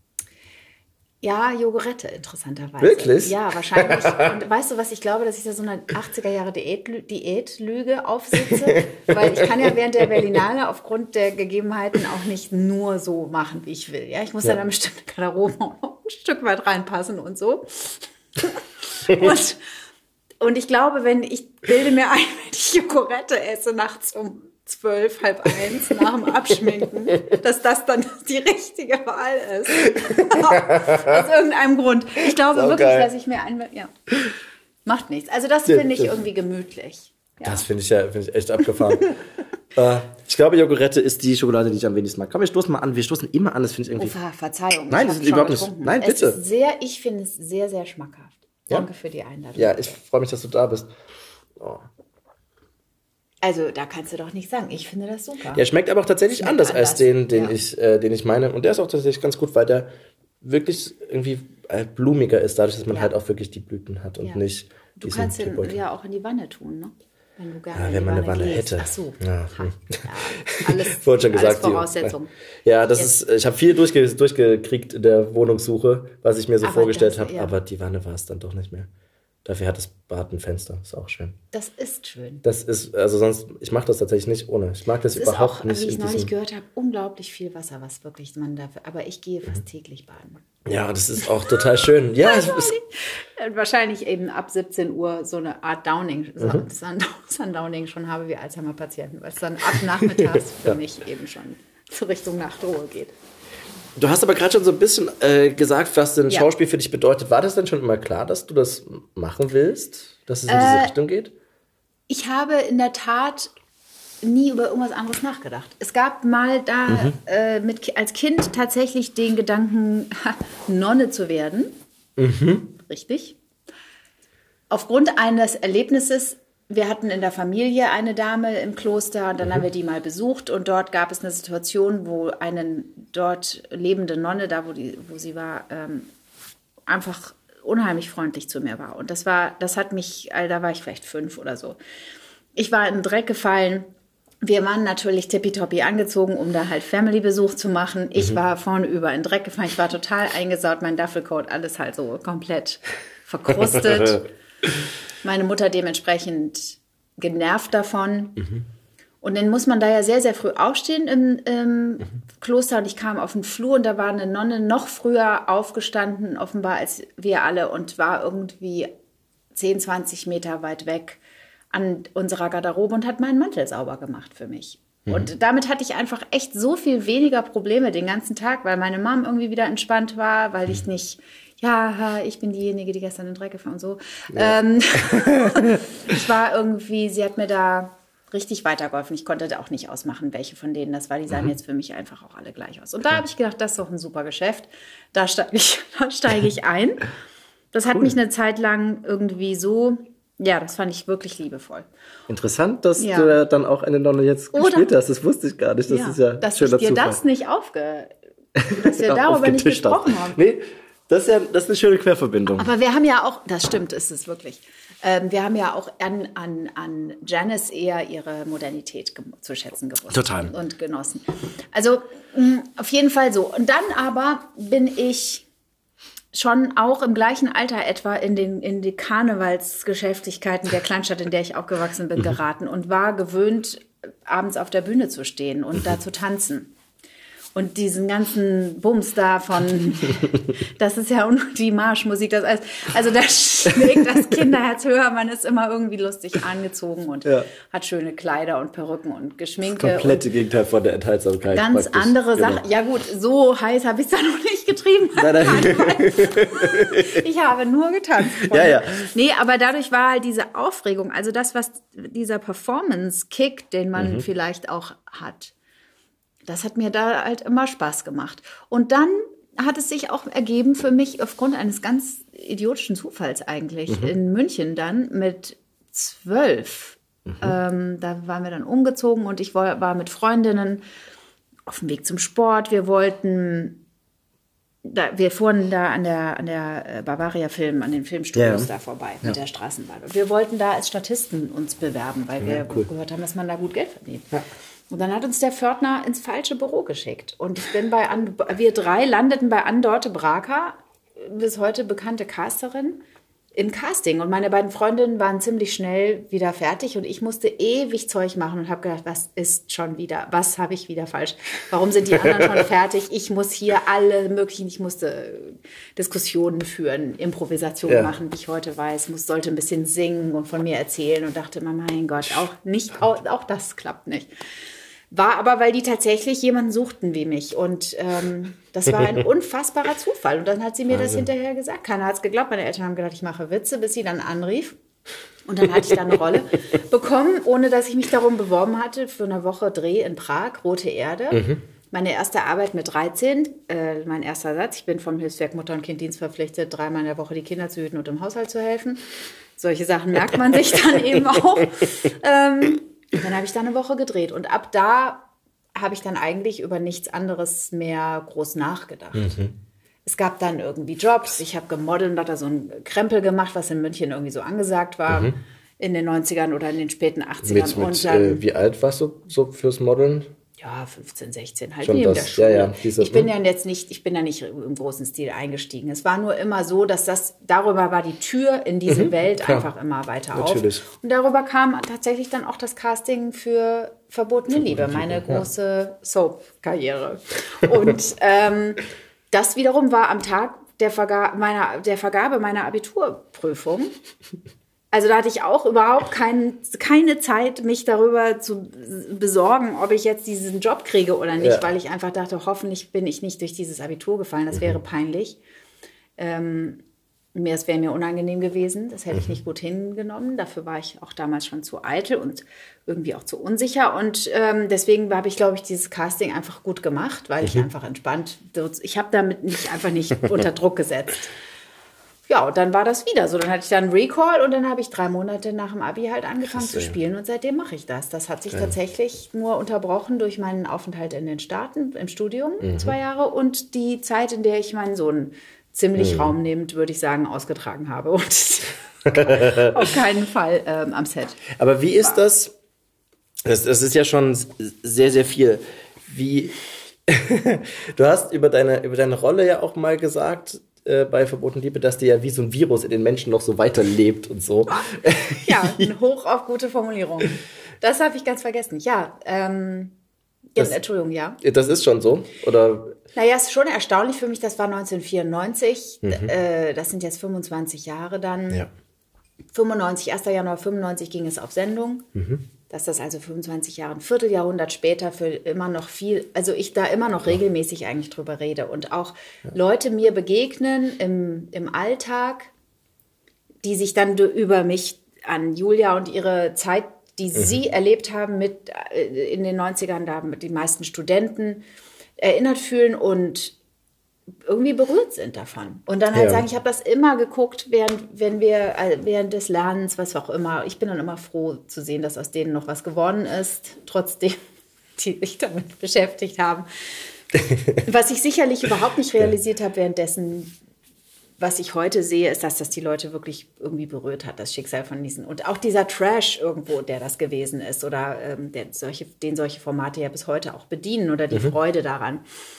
Speaker 3: Ja, Jogurette, interessanterweise.
Speaker 4: Wirklich?
Speaker 3: Ja, wahrscheinlich. Und weißt du was, ich glaube, dass ich da so eine achtziger Jahre Diät, Diätlüge aufsitze, weil ich kann ja während der Berlinale aufgrund der Gegebenheiten auch nicht nur so machen, wie ich will. Ja, ich muss ja, ja dann bestimmte Garderoben auch noch ein Stück weit reinpassen und so. und, und ich glaube, wenn ich bilde mir ein, wenn ich Jogurette esse nachts um zwölf, halb eins nach dem Abschminken, dass das dann die richtige Wahl ist. Aus irgendeinem Grund. Ich glaube
Speaker 4: Sau
Speaker 3: wirklich,
Speaker 4: geil.
Speaker 3: dass ich mir ein... Ja. Macht nichts. Also das
Speaker 4: Ja,
Speaker 3: finde ich
Speaker 4: das-
Speaker 3: irgendwie gemütlich. Ja.
Speaker 4: Das finde ich ja find ich echt abgefahren. äh, ich glaube, Jogurette ist die Schokolade, die ich am wenigsten mag. Komm, wir stoßen mal an. Wir stoßen immer an. Das finde ich
Speaker 3: Oh,
Speaker 4: irgendwie...
Speaker 3: Ver Verzeihung.
Speaker 4: Nein,
Speaker 3: ich
Speaker 4: das
Speaker 3: hab
Speaker 4: ist
Speaker 3: schon
Speaker 4: überhaupt nicht-
Speaker 3: getrunken.
Speaker 4: Nein, bitte.
Speaker 3: Es ist sehr, ich finde es sehr, sehr schmackhaft.
Speaker 4: Ja?
Speaker 3: Danke für die Einladung.
Speaker 4: Ja, ich freue mich, dass du da bist. Oh.
Speaker 3: Also da kannst du doch nicht sagen. Ich finde das super.
Speaker 4: Der schmeckt aber auch tatsächlich
Speaker 3: Schmeckt
Speaker 4: anders,
Speaker 3: anders.
Speaker 4: als den, den,
Speaker 3: Ja.
Speaker 4: ich, äh, den ich meine. Und der ist auch tatsächlich ganz gut, weil der wirklich irgendwie äh, blumiger ist, dadurch, dass man
Speaker 3: Ja.
Speaker 4: halt auch wirklich die Blüten hat und
Speaker 3: Ja.
Speaker 4: nicht
Speaker 3: Du
Speaker 4: diesen
Speaker 3: kannst den
Speaker 4: Teebeutel.
Speaker 3: ja auch in die Wanne tun, ne? Wenn du gerne
Speaker 4: Ja,
Speaker 3: in
Speaker 4: wenn
Speaker 3: die
Speaker 4: man eine Wanne
Speaker 3: gehst.
Speaker 4: hätte.
Speaker 3: Ach so.
Speaker 4: Ja,
Speaker 3: Ha.
Speaker 4: hm.
Speaker 3: Ja, alles,
Speaker 4: Wurde schon
Speaker 3: alles
Speaker 4: gesagt, die-
Speaker 3: Voraussetzung.
Speaker 4: Ja, das
Speaker 3: Jetzt.
Speaker 4: ist, ich habe viel durchge durchgekriegt in der Wohnungssuche, was ich mir so
Speaker 3: Aber
Speaker 4: vorgestellt
Speaker 3: das-
Speaker 4: habe,
Speaker 3: ja.
Speaker 4: aber die Wanne war es dann doch nicht mehr. Dafür hat das Bad ein Fenster, ist auch schön.
Speaker 3: Das ist schön.
Speaker 4: Das ist, also sonst, ich mache das tatsächlich nicht ohne. Ich mag das
Speaker 3: Es ist
Speaker 4: überhaupt
Speaker 3: auch,
Speaker 4: nicht.
Speaker 3: wie ich
Speaker 4: in
Speaker 3: neulich
Speaker 4: diesem,
Speaker 3: gehört habe, unglaublich viel Wasser, was wirklich man dafür. Aber ich gehe fast täglich baden.
Speaker 4: ja, das ist auch total schön. Ja, es ist,
Speaker 3: Äh, Wahrscheinlich eben ab siebzehn Uhr so eine Art Downing,
Speaker 4: Mhm.
Speaker 3: Sun- Sundowning schon habe wie Alzheimer-Patienten, weil es dann ab nachmittags für
Speaker 4: Ja.
Speaker 3: mich eben schon zur Richtung Nachtruhe geht.
Speaker 4: Du hast aber gerade schon so ein bisschen äh, gesagt, was denn
Speaker 3: Ja.
Speaker 4: Schauspiel für dich bedeutet. War das denn schon immer klar, dass du das machen willst? Dass es in diese
Speaker 3: Äh,
Speaker 4: Richtung geht?
Speaker 3: Ich habe in der Tat nie über irgendwas anderes nachgedacht. Es gab mal da
Speaker 4: Mhm.
Speaker 3: äh, mit, Ki- als Kind tatsächlich den Gedanken, ha, Nonne zu werden.
Speaker 4: Mhm.
Speaker 3: Richtig. Aufgrund eines Erlebnisses, wir hatten in der Familie eine Dame im Kloster und dann
Speaker 4: Mhm.
Speaker 3: haben wir die mal besucht und dort gab es eine Situation, wo eine dort lebende Nonne, da wo, die, wo sie war, ähm, einfach unheimlich freundlich zu mir war. Und das war, das hat mich, also da war ich vielleicht fünf oder so. Ich war in den Dreck gefallen. Wir waren natürlich tippitoppi angezogen, um da halt Family-Besuch zu machen. Ich war vorne über in den Dreck gefallen. Ich war total eingesaut, mein Duffelcoat, alles halt so komplett verkrustet. Meine Mutter dementsprechend genervt davon. Und dann muss man da ja sehr, sehr früh aufstehen im, im Kloster. Und ich kam auf den Flur und da war eine Nonne noch früher aufgestanden, offenbar als wir alle, und war irgendwie zehn, zwanzig Meter weit weg an unserer Garderobe und hat meinen Mantel sauber gemacht für mich. Und damit hatte ich einfach echt so viel weniger Probleme den ganzen Tag, weil meine Mom irgendwie wieder entspannt war, weil ich nicht, ja, ich bin diejenige, die gestern in den Dreck gefahren und so. Ja. Ähm, ich war irgendwie, sie hat mir da richtig weitergeholfen. Ich konnte da auch nicht ausmachen, welche von denen das war. Die sahen mhm. jetzt für mich einfach auch alle gleich aus. Und da habe ich gedacht, das ist doch ein super Geschäft. Da steige ich, da steige ich ein. Das hat cool. mich eine Zeit lang irgendwie so... Ja, das fand ich wirklich liebevoll.
Speaker 4: Interessant, dass ja. du dann auch eine Nonne jetzt Oder, gespielt hast. Das wusste ich gar nicht. Das
Speaker 3: ja,
Speaker 4: ist ja
Speaker 3: dass
Speaker 4: schöner
Speaker 3: ich dir
Speaker 4: Zufall.
Speaker 3: das nicht aufge... dass wir darüber nicht gesprochen haben.
Speaker 4: Nee, das ist ja das ist eine schöne Querverbindung.
Speaker 3: Aber wir haben ja auch, das stimmt, ist es wirklich. Ähm, wir haben ja auch an, an, an Janice eher ihre Modernität zu schätzen gewusst.
Speaker 4: Total.
Speaker 3: Und genossen. Also mh, auf jeden Fall so. Und dann aber bin ich... schon auch im gleichen Alter etwa in, den, in die Karnevalsgeschäftigkeiten der Kleinstadt, in der ich aufgewachsen bin, geraten und war gewöhnt, abends auf der Bühne zu stehen und da zu tanzen. Und diesen ganzen Bums da von, das ist ja die Marschmusik, das heißt, also da schlägt das Kinderherz höher, man ist immer irgendwie lustig angezogen und ja. hat schöne Kleider und Perücken und Geschminke.
Speaker 4: Das komplette Gegenteil von der Enthaltsamkeit.
Speaker 3: Ganz andere genau. Sachen. Ja gut, so heiß habe ich es da noch nicht getrieben. Nein, nein. Ich habe nur getanzt.
Speaker 4: Ja, ja.
Speaker 3: Nee, aber dadurch war halt diese Aufregung, also das, was dieser Performance-Kick, den man mhm. vielleicht auch hat, das hat mir da halt immer Spaß gemacht. Und dann hat es sich auch ergeben für mich aufgrund eines ganz idiotischen Zufalls eigentlich mhm. in München dann mit zwölf Mhm. Ähm, da waren wir dann umgezogen und ich war, war mit Freundinnen auf dem Weg zum Sport. Wir wollten, da, wir fuhren da an der, an der Bavaria Film, an den Filmstudios ja. da vorbei mit ja. der Straßenbahn. Und wir wollten da als Statisten uns bewerben, weil wir ja, cool. gehört haben, dass man da gut Geld verdient. Ja. Und dann hat uns der Pförtner ins falsche Büro geschickt. Und ich bin bei, An- wir drei landeten bei Andorte Braca, bis heute bekannte Casterin, im Casting. Und meine beiden Freundinnen waren ziemlich schnell wieder fertig und ich musste ewig Zeug machen und habe gedacht, was ist schon wieder, was habe ich wieder falsch? Warum sind die anderen schon fertig? Ich muss hier alle möglichen, ich musste Diskussionen führen, Improvisation ja. machen, wie ich heute weiß, muss, sollte ein bisschen singen und von mir erzählen und dachte immer, mein Gott, auch nicht, auch, auch das klappt nicht. War aber, weil die tatsächlich jemanden suchten wie mich. Und ähm, das war ein unfassbarer Zufall. Und dann hat sie mir Wahnsinn. das hinterher gesagt. Keiner hat es geglaubt. Meine Eltern haben gedacht, ich mache Witze, bis sie dann anrief. Und dann hatte ich dann eine Rolle bekommen, ohne dass ich mich darum beworben hatte, für eine Woche Dreh in Prag, Rote Erde. Mhm. Meine erste Arbeit mit dreizehn, äh, mein erster Satz. Ich bin vom Hilfswerk Mutter- und Kinddienst verpflichtet, dreimal in der Woche die Kinder zu hüten und im Haushalt zu helfen. Solche Sachen merkt man sich dann eben auch. Ähm, Und dann habe ich da eine Woche gedreht. Und ab da habe ich dann eigentlich über nichts anderes mehr groß nachgedacht. Mhm. Es gab dann irgendwie Jobs. Ich habe gemodelt und hatte so einen Krempel gemacht, was in München irgendwie so angesagt war. Mhm. In den neunzigern oder in den späten achtzigern.
Speaker 4: Mit, mit,
Speaker 3: und dann,
Speaker 4: äh, wie alt warst du so fürs Modeln?
Speaker 3: Ja, fünfzehn, sechzehn, halt
Speaker 4: Schon
Speaker 3: neben
Speaker 4: das,
Speaker 3: der Schule.
Speaker 4: Ja, ja, diese,
Speaker 3: ich bin ja jetzt nicht, ich bin ja nicht im großen Stil eingestiegen. Es war nur immer so, dass das, darüber war die Tür in diese mhm, Welt klar. einfach immer weiter Natürlich. auf. Und darüber kam tatsächlich dann auch das Casting für Verbotene Liebe, meine große ja. Soap-Karriere. Und ähm, das wiederum war am Tag der, Verga- meiner, der Vergabe meiner Abiturprüfung. Also da hatte ich auch überhaupt kein, keine Zeit, mich darüber zu besorgen, ob ich jetzt diesen Job kriege oder nicht, ja. weil ich einfach dachte, hoffentlich bin ich nicht durch dieses Abitur gefallen. Das wäre peinlich. Ähm, mir, es wäre mir unangenehm gewesen. Das hätte ich nicht gut hingenommen. Dafür war ich auch damals schon zu eitel und irgendwie auch zu unsicher. Und ähm, deswegen habe ich, glaube ich, dieses Casting einfach gut gemacht, weil ich einfach entspannt, ich habe damit nicht, einfach nicht unter Druck gesetzt. Ja, und dann war das wieder so. Dann hatte ich dann einen Recall und dann habe ich drei Monate nach dem Abi halt angefangen Krass, zu spielen und seitdem mache ich das. Das hat sich ja. tatsächlich nur unterbrochen durch meinen Aufenthalt in den Staaten im Studium, mhm. zwei Jahre, und die Zeit, in der ich meinen Sohn ziemlich mhm. raumnehmend, würde ich sagen, ausgetragen habe und auf keinen Fall ähm, am Set.
Speaker 4: Aber wie ist das? Das, das ist ja schon sehr, sehr viel. Wie du hast über deine, über deine Rolle ja auch mal gesagt, Äh, bei Verbotene Liebe, dass die ja wie so ein Virus in den Menschen noch so weiterlebt und so.
Speaker 3: Ja, ein Hoch auf gute Formulierung. Das habe ich ganz vergessen. Ja, ähm, das, ja, Entschuldigung, ja.
Speaker 4: Das ist schon so, oder?
Speaker 3: Naja, es ist schon erstaunlich für mich, das war neunzehnhundertvierundneunzig, mhm. äh, das sind jetzt fünfundzwanzig Jahre dann. Ja. fünfundneunzig, erster Januar fünfundneunzig ging es auf Sendung. Mhm. Dass das also fünfundzwanzig Jahre, ein Vierteljahrhundert später für immer noch viel, also ich da immer noch regelmäßig eigentlich drüber rede und auch ja. Leute mir begegnen im, im Alltag, die sich dann über mich an Julia und ihre Zeit, die mhm. sie erlebt haben mit in den neunzigern, da mit den meisten Studenten erinnert fühlen und irgendwie berührt sind davon. Und dann halt ja. sagen, ich habe das immer geguckt, während, wenn wir, während des Lernens, was auch immer. Ich bin dann immer froh zu sehen, dass aus denen noch was geworden ist, trotzdem die sich damit beschäftigt haben. Was ich sicherlich überhaupt nicht realisiert habe währenddessen, was ich heute sehe, ist, dass das die Leute wirklich irgendwie berührt hat, das Schicksal von diesen. Und auch dieser Trash irgendwo, der das gewesen ist, oder ähm, der solche, den solche Formate ja bis heute auch bedienen, oder die mhm. Freude daran.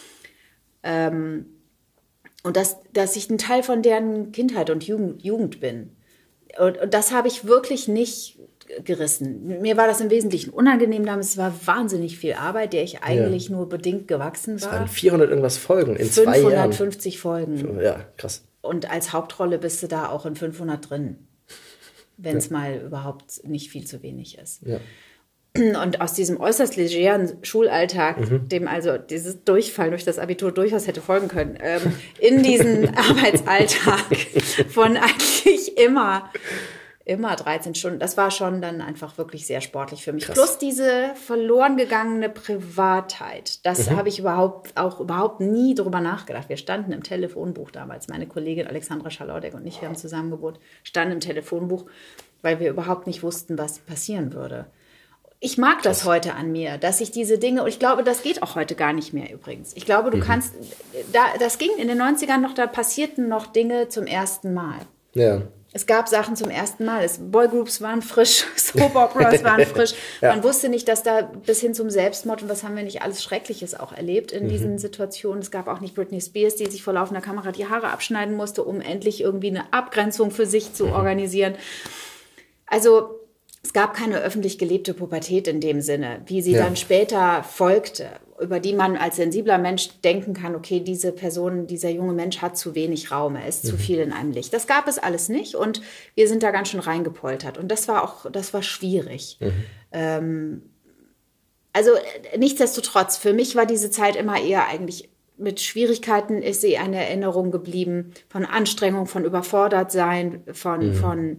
Speaker 3: Ähm, und dass, dass ich ein Teil von deren Kindheit und Jugend, Jugend bin. Und, und das habe ich wirklich nicht gerissen. Mir war das im Wesentlichen unangenehm damals. Es war wahnsinnig viel Arbeit, der ich eigentlich ja. nur bedingt gewachsen war.
Speaker 4: Es waren vierhundert irgendwas Folgen in zwei Jahren.
Speaker 3: fünfhundertfünfzig Folgen.
Speaker 4: Ja, krass.
Speaker 3: Und als Hauptrolle bist du da auch in fünfhundert drin. Wenn es ja. mal überhaupt nicht viel zu wenig ist. Ja. Und aus diesem äußerst legeren Schulalltag, mhm. dem also dieses Durchfallen durch das Abitur durchaus hätte folgen können, ähm, in diesen Arbeitsalltag von eigentlich immer, immer dreizehn Stunden, das war schon dann einfach wirklich sehr sportlich für mich. Krass. Plus diese verloren gegangene Privatheit, das mhm. habe ich überhaupt auch überhaupt nie drüber nachgedacht. Wir standen im Telefonbuch damals, meine Kollegin Alexandra Schalaudek und ich, wir haben zusammen gewohnt, standen im Telefonbuch. weil wir überhaupt nicht wussten, was passieren würde. Ich mag das heute an mir, dass ich diese Dinge, und ich glaube, das geht auch heute gar nicht mehr übrigens. Ich glaube, du mhm. kannst, da, das ging in den neunzigern noch, da passierten noch Dinge zum ersten Mal.
Speaker 4: Ja.
Speaker 3: Es gab Sachen zum ersten Mal. Es, Boygroups waren frisch, Soap Operas waren frisch. Ja. Man wusste nicht, dass da bis hin zum Selbstmord und was haben wir nicht alles Schreckliches auch erlebt in mhm. diesen Situationen. Es gab auch nicht Britney Spears, die sich vor laufender Kamera die Haare abschneiden musste, um endlich irgendwie eine Abgrenzung für sich zu mhm. organisieren. Also es gab keine öffentlich gelebte Pubertät in dem Sinne, wie sie ja. dann später folgte, über die man als sensibler Mensch denken kann, okay, diese Person, dieser junge Mensch hat zu wenig Raum, er ist mhm. zu viel in einem Licht. Das gab es alles nicht und wir sind da ganz schön reingepoltert und das war auch, das war schwierig. Mhm. Ähm, also nichtsdestotrotz, für mich war diese Zeit immer eher eigentlich mit Schwierigkeiten, ist sie eine Erinnerung geblieben von Anstrengung, von Überfordertsein, von, mhm. von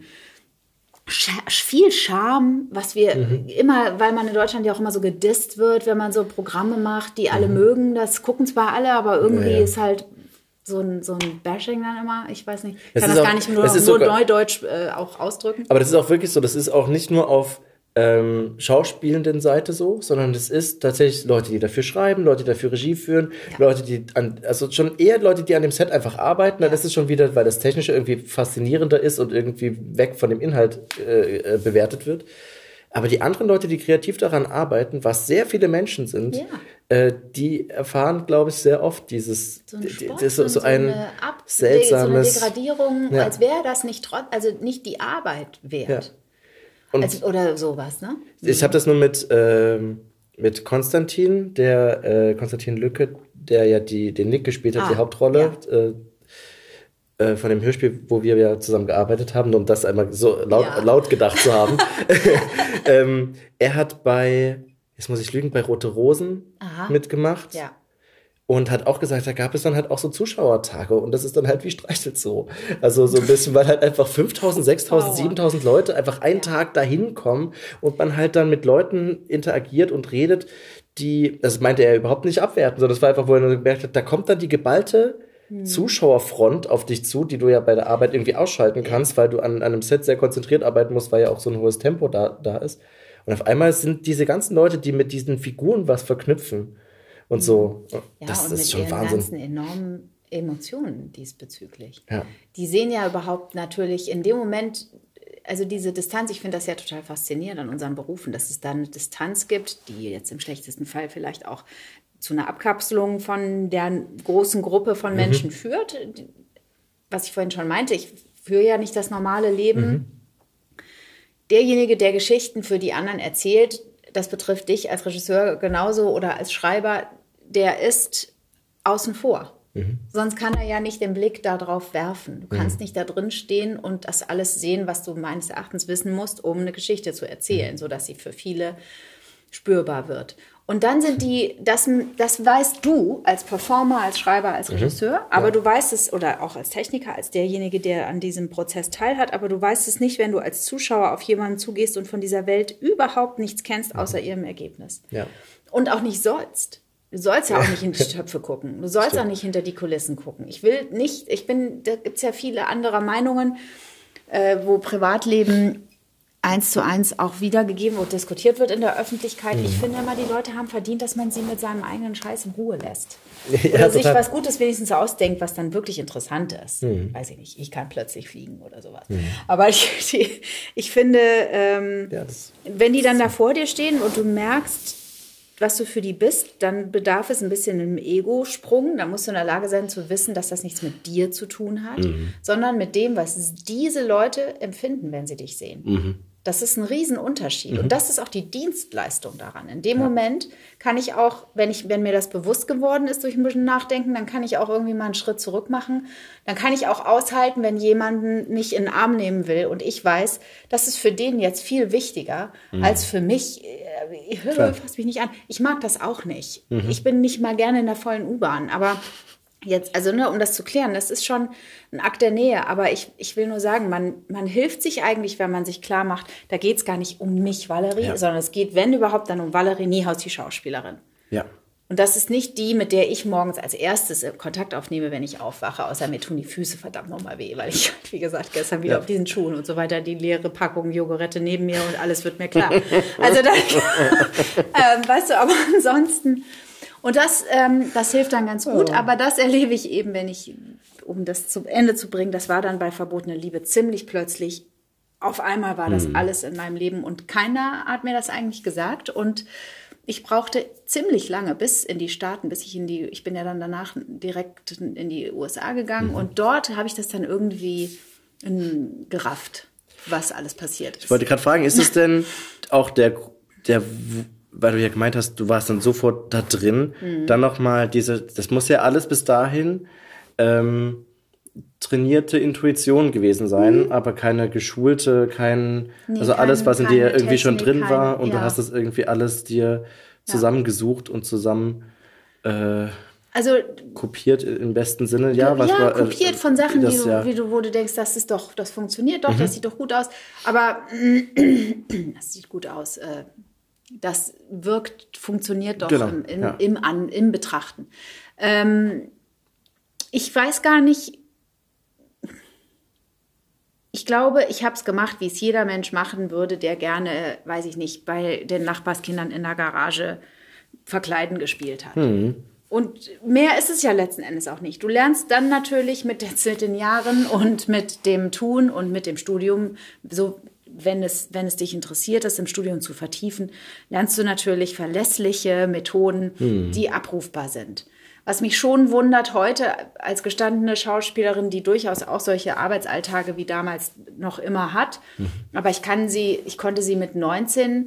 Speaker 3: viel Scham, was wir mhm. immer, weil man in Deutschland ja auch immer so gedisst wird, wenn man so Programme macht, die alle mhm. mögen, das gucken zwar alle, aber irgendwie ja, ja. ist halt so ein, so ein Bashing dann immer, ich weiß nicht, ich kann das, das auch, gar nicht nur, nur sogar, Neudeutsch äh, auch ausdrücken.
Speaker 4: Aber das ist auch wirklich so, das ist auch nicht nur auf ähm, schauspielenden Seite so, sondern das ist tatsächlich Leute, die dafür schreiben, Leute, die dafür Regie führen, ja. Leute, die an, also schon eher Leute, die an dem Set einfach arbeiten, ja. Das ist schon wieder, weil das Technische irgendwie faszinierender ist und irgendwie weg von dem Inhalt äh, bewertet wird. Aber die anderen Leute, die kreativ daran arbeiten, was sehr viele Menschen sind, ja. äh, die erfahren, glaube ich, sehr oft dieses,
Speaker 3: so ein Sport,
Speaker 4: die, so, so ein
Speaker 3: eine Ab-
Speaker 4: seltsames,
Speaker 3: so eine Degradierung, ja. als wäre das nicht trotz, also nicht die Arbeit wert. Ja. Also, oder sowas, ne?
Speaker 4: Ich habe das nur mit, ähm, mit Konstantin, der äh, Konstantin Lücke, der ja die, den Nick gespielt hat, ah, die Hauptrolle ja. äh, äh, von dem Hörspiel, wo wir ja zusammen gearbeitet haben, um das einmal so laut, ja. laut gedacht zu haben. ähm, er hat bei, jetzt muss ich lügen, bei Rote Rosen Aha. mitgemacht.
Speaker 3: Ja.
Speaker 4: Und hat auch gesagt, da gab es dann halt auch so Zuschauertage und das ist dann halt wie Streichelt so. Also so ein bisschen, weil halt einfach fünftausend, sechstausend, siebentausend Leute einfach einen ja. Tag dahin kommen und man halt dann mit Leuten interagiert und redet, die, das meinte er überhaupt nicht abwerten, sondern das war einfach, wo er nur gemerkt hat, da kommt dann die geballte hm. Zuschauerfront auf dich zu, die du ja bei der Arbeit irgendwie ausschalten kannst, weil du an, an einem Set sehr konzentriert arbeiten musst, weil ja auch so ein hohes Tempo da, da ist. Und auf einmal sind diese ganzen Leute, die mit diesen Figuren was verknüpfen, und so,
Speaker 3: ja,
Speaker 4: das
Speaker 3: und
Speaker 4: ist
Speaker 3: mit
Speaker 4: schon
Speaker 3: ihren
Speaker 4: Wahnsinn.
Speaker 3: Ganzen enormen Emotionen diesbezüglich.
Speaker 4: Ja.
Speaker 3: Die sehen ja überhaupt natürlich in dem Moment, also diese Distanz, ich finde das ja total faszinierend an unseren Berufen, dass es da eine Distanz gibt, die jetzt im schlechtesten Fall vielleicht auch zu einer Abkapselung von der großen Gruppe von Menschen mhm. führt. Was ich vorhin schon meinte, ich führe ja nicht das normale Leben. Mhm. Derjenige, der Geschichten für die anderen erzählt, das betrifft dich als Regisseur genauso oder als Schreiber, der ist außen vor. Mhm. Sonst kann er ja nicht den Blick darauf werfen. Du kannst mhm. nicht da drin stehen und das alles sehen, was du meines Erachtens wissen musst, um eine Geschichte zu erzählen, mhm. sodass sie für viele spürbar wird. Und dann sind die, das, das weißt du als Performer, als Schreiber, als Regisseur, mhm. aber ja. du weißt es, oder auch als Techniker, als derjenige, der an diesem Prozess teilhat, aber du weißt es nicht, wenn du als Zuschauer auf jemanden zugehst und von dieser Welt überhaupt nichts kennst, außer mhm. ihrem Ergebnis. Ja. Und auch nicht sollst. Du sollst ja auch nicht in die Töpfe gucken. Du sollst Stimmt. auch nicht hinter die Kulissen gucken. Ich will nicht, ich bin, da gibt es ja viele andere Meinungen, äh, wo Privatleben eins zu eins auch wiedergegeben und diskutiert wird in der Öffentlichkeit. Mhm. Ich finde immer, die Leute haben verdient, dass man sie mit seinem eigenen Scheiß in Ruhe lässt. Ja, oder sich was Gutes wenigstens ausdenkt, was dann wirklich interessant ist. Mhm. Weiß ich nicht, ich kann plötzlich fliegen oder sowas. Mhm. Aber ich, die, ich finde, ähm, ja, wenn die dann da vor dir stehen und du merkst, was du für die bist, dann bedarf es ein bisschen einem Ego-Sprung. Da musst du in der Lage sein zu wissen, dass das nichts mit dir zu tun hat, mhm. sondern mit dem, was diese Leute empfinden, wenn sie dich sehen. Mhm. Das ist ein Riesenunterschied. Mhm. Und das ist auch die Dienstleistung daran. In dem ja. Moment kann ich auch, wenn ich, wenn mir das bewusst geworden ist durch ein bisschen Nachdenken, dann kann ich auch irgendwie mal einen Schritt zurück machen. Dann kann ich auch aushalten, wenn jemanden mich in den Arm nehmen will und ich weiß, das ist für den jetzt viel wichtiger mhm. als für mich. Ich höre, fass mich nicht an. Ich mag das auch nicht. Mhm. Ich bin nicht mal gerne in der vollen U-Bahn, aber jetzt, also ne, um das zu klären, das ist schon ein Akt der Nähe, aber ich, ich will nur sagen, man, man hilft sich eigentlich, wenn man sich klar macht, da geht es gar nicht um mich, Valerie, ja. sondern es geht, wenn überhaupt, dann um Valerie Niehaus, die Schauspielerin.
Speaker 4: Ja.
Speaker 3: Und das ist nicht die, mit der ich morgens als erstes Kontakt aufnehme, wenn ich aufwache, außer mir tun die Füße verdammt nochmal weh, weil ich, wie gesagt, gestern wieder ja. auf diesen Schuhen und so weiter, die leere Packung Jogurette neben mir und alles wird mir klar. Also da, ähm, weißt du, aber ansonsten, und das, ähm, das hilft dann ganz gut, oh. aber das erlebe ich eben, wenn ich, um das zum Ende zu bringen, das war dann bei Verbotene Liebe ziemlich plötzlich, auf einmal war das hm. alles in meinem Leben und keiner hat mir das eigentlich gesagt und ich brauchte ziemlich lange bis in die Staaten, bis ich in die, ich bin ja dann danach direkt in die U S A gegangen mhm. und dort habe ich das dann irgendwie in, gerafft, was alles passiert ist.
Speaker 4: Ich wollte gerade fragen, ist es denn auch der, der, weil du ja gemeint hast, du warst dann sofort da drin, mhm. dann nochmal diese, das muss ja alles bis dahin ähm, trainierte Intuition gewesen sein, mhm. aber keine geschulte, kein, nee, also alles, was in dir irgendwie Technik, schon drin war und ja. du hast das irgendwie alles dir zusammengesucht ja. und zusammen äh,
Speaker 3: also,
Speaker 4: kopiert im besten Sinne. Ja, was
Speaker 3: ja
Speaker 4: war, äh,
Speaker 3: kopiert von Sachen, das, die du,
Speaker 4: ja.
Speaker 3: wie du, wo du denkst, das ist doch, das funktioniert doch, mhm. das sieht doch gut aus, aber das sieht gut aus, äh, das wirkt, funktioniert doch genau. im, im, ja. im, An, im Betrachten. Ähm, ich weiß gar nicht, ich glaube, ich habe es gemacht, wie es jeder Mensch machen würde, der gerne, weiß ich nicht, bei den Nachbarskindern in der Garage Verkleiden gespielt hat. Mhm. Und mehr ist es ja letzten Endes auch nicht. Du lernst dann natürlich mit, der, mit den Jahren und mit dem Tun und mit dem Studium, so wenn es, wenn es dich interessiert, das im Studium zu vertiefen, lernst du natürlich verlässliche Methoden, mhm. die abrufbar sind. Was mich schon wundert heute als gestandene Schauspielerin, die durchaus auch solche Arbeitsalltage wie damals noch immer hat. Mhm. Aber ich kann sie, ich konnte sie mit neunzehn,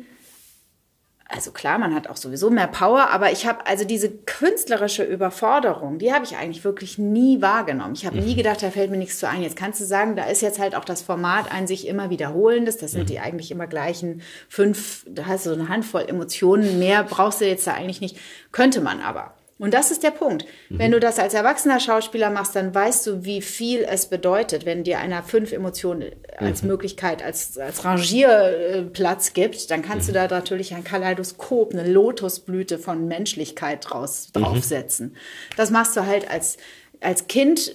Speaker 3: also klar, man hat auch sowieso mehr Power, aber ich habe also diese künstlerische Überforderung, die habe ich eigentlich wirklich nie wahrgenommen. Ich habe mhm. nie gedacht, da fällt mir nichts zu ein. Jetzt kannst du sagen, da ist jetzt halt auch das Format ein sich immer wiederholendes. Das sind mhm. die eigentlich immer gleichen fünf, da hast du so eine Handvoll Emotionen. Mehr brauchst du jetzt da eigentlich nicht. Könnte man aber. Und das ist der Punkt. Mhm. Wenn du das als erwachsener Schauspieler machst, dann weißt du, wie viel es bedeutet, wenn dir einer fünf Emotionen als mhm. Möglichkeit, als, als Rangierplatz gibt, dann kannst mhm. du da natürlich ein Kaleidoskop, eine Lotusblüte von Menschlichkeit draus, mhm. draufsetzen. Das machst du halt als, als Kind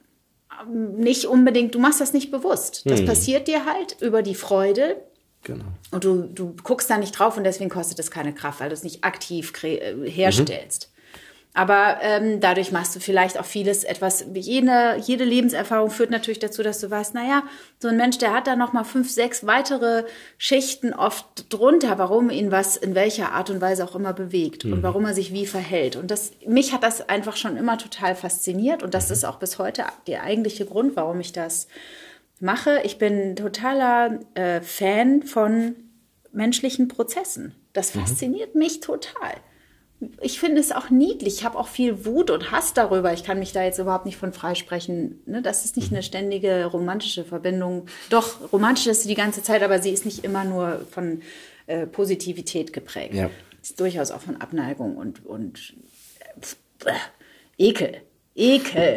Speaker 3: nicht unbedingt, du machst das nicht bewusst. Das mhm. passiert dir halt über die Freude. Genau. Und du, du guckst da nicht drauf und deswegen kostet es keine Kraft, weil du es nicht aktiv kre- herstellst. Mhm. Aber ähm, dadurch machst du vielleicht auch vieles etwas, jede, jede Lebenserfahrung führt natürlich dazu, dass du weißt, naja, so ein Mensch, der hat da noch mal fünf, sechs weitere Schichten oft drunter, warum ihn was in welcher Art und Weise auch immer bewegt mhm. und warum er sich wie verhält. Und das, mich hat das einfach schon immer total fasziniert und das mhm. ist auch bis heute der eigentliche Grund, warum ich das mache. Ich bin totaler äh, Fan von menschlichen Prozessen. Das fasziniert mhm. mich total. Ich finde es auch niedlich. Ich habe auch viel Wut und Hass darüber. Ich kann mich da jetzt überhaupt nicht von freisprechen. Ne? Das ist nicht eine ständige romantische Verbindung. Doch, romantisch ist sie die ganze Zeit, aber sie ist nicht immer nur von äh, Positivität geprägt. Ja. Ist durchaus auch von Abneigung und, und äh, Ekel. Ekel.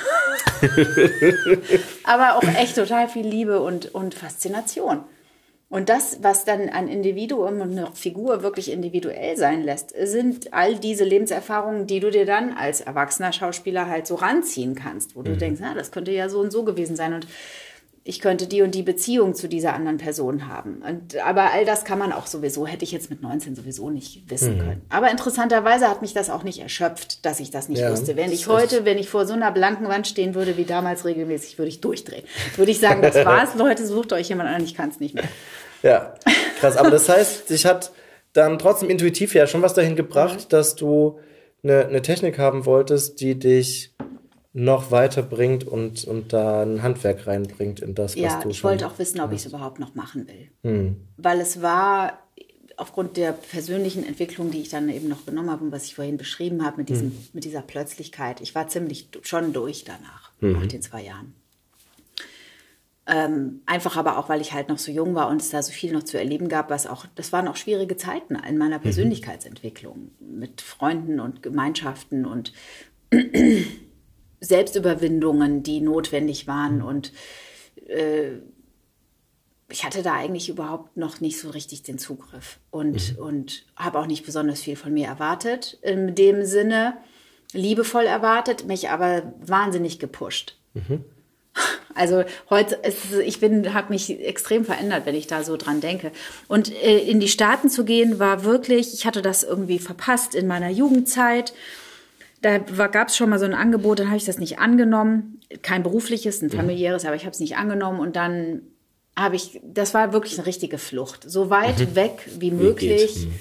Speaker 3: Aber auch echt total viel Liebe und, und Faszination. Und das, was dann ein Individuum und eine Figur wirklich individuell sein lässt, sind all diese Lebenserfahrungen, die du dir dann als erwachsener Schauspieler halt so ranziehen kannst, wo du mhm. denkst, na, das könnte ja so und so gewesen sein und ich könnte die und die Beziehung zu dieser anderen Person haben. Und, aber all das kann man auch sowieso, hätte ich jetzt mit neunzehn sowieso nicht wissen mhm. können. Aber interessanterweise hat mich das auch nicht erschöpft, dass ich das nicht ja, wusste. Wenn ich heute, wenn ich vor so einer blanken Wand stehen würde wie damals regelmäßig, würde ich durchdrehen. Würde ich sagen, das war's, Leute, sucht euch jemand an, ich kann es nicht mehr.
Speaker 4: Ja, krass. Aber das heißt, dich hat dann trotzdem intuitiv ja schon was dahin gebracht, mhm. dass du eine, eine Technik haben wolltest, die dich noch weiterbringt und, und da ein Handwerk reinbringt in das, was
Speaker 3: ja,
Speaker 4: du
Speaker 3: ich
Speaker 4: schon
Speaker 3: wollte auch wissen, ob ich es überhaupt noch machen will.
Speaker 4: Hm.
Speaker 3: Weil es war aufgrund der persönlichen Entwicklung, die ich dann eben noch genommen habe und was ich vorhin beschrieben habe mit, diesem, hm. mit dieser Plötzlichkeit, ich war ziemlich schon durch danach, hm. nach den zwei Jahren. Ähm, einfach aber auch, weil ich halt noch so jung war und es da so viel noch zu erleben gab, was auch, das waren auch schwierige Zeiten in meiner Persönlichkeitsentwicklung mit Freunden und Gemeinschaften und Selbstüberwindungen, die notwendig waren und äh, ich hatte da eigentlich überhaupt noch nicht so richtig den Zugriff und, mhm. und habe auch nicht besonders viel von mir erwartet. In dem Sinne liebevoll erwartet, mich aber wahnsinnig gepusht. Mhm. Also heute, ist, ich bin, habe mich extrem verändert, wenn ich da so dran denke. Und äh, in die Staaten zu gehen, war wirklich, ich hatte das irgendwie verpasst in meiner Jugendzeit. Da gab es schon mal so ein Angebot, dann habe ich das nicht angenommen. Kein berufliches, ein familiäres, mhm. aber ich habe es nicht angenommen. Und dann habe ich, das war wirklich eine richtige Flucht. So weit mhm. weg wie möglich. Wie mhm.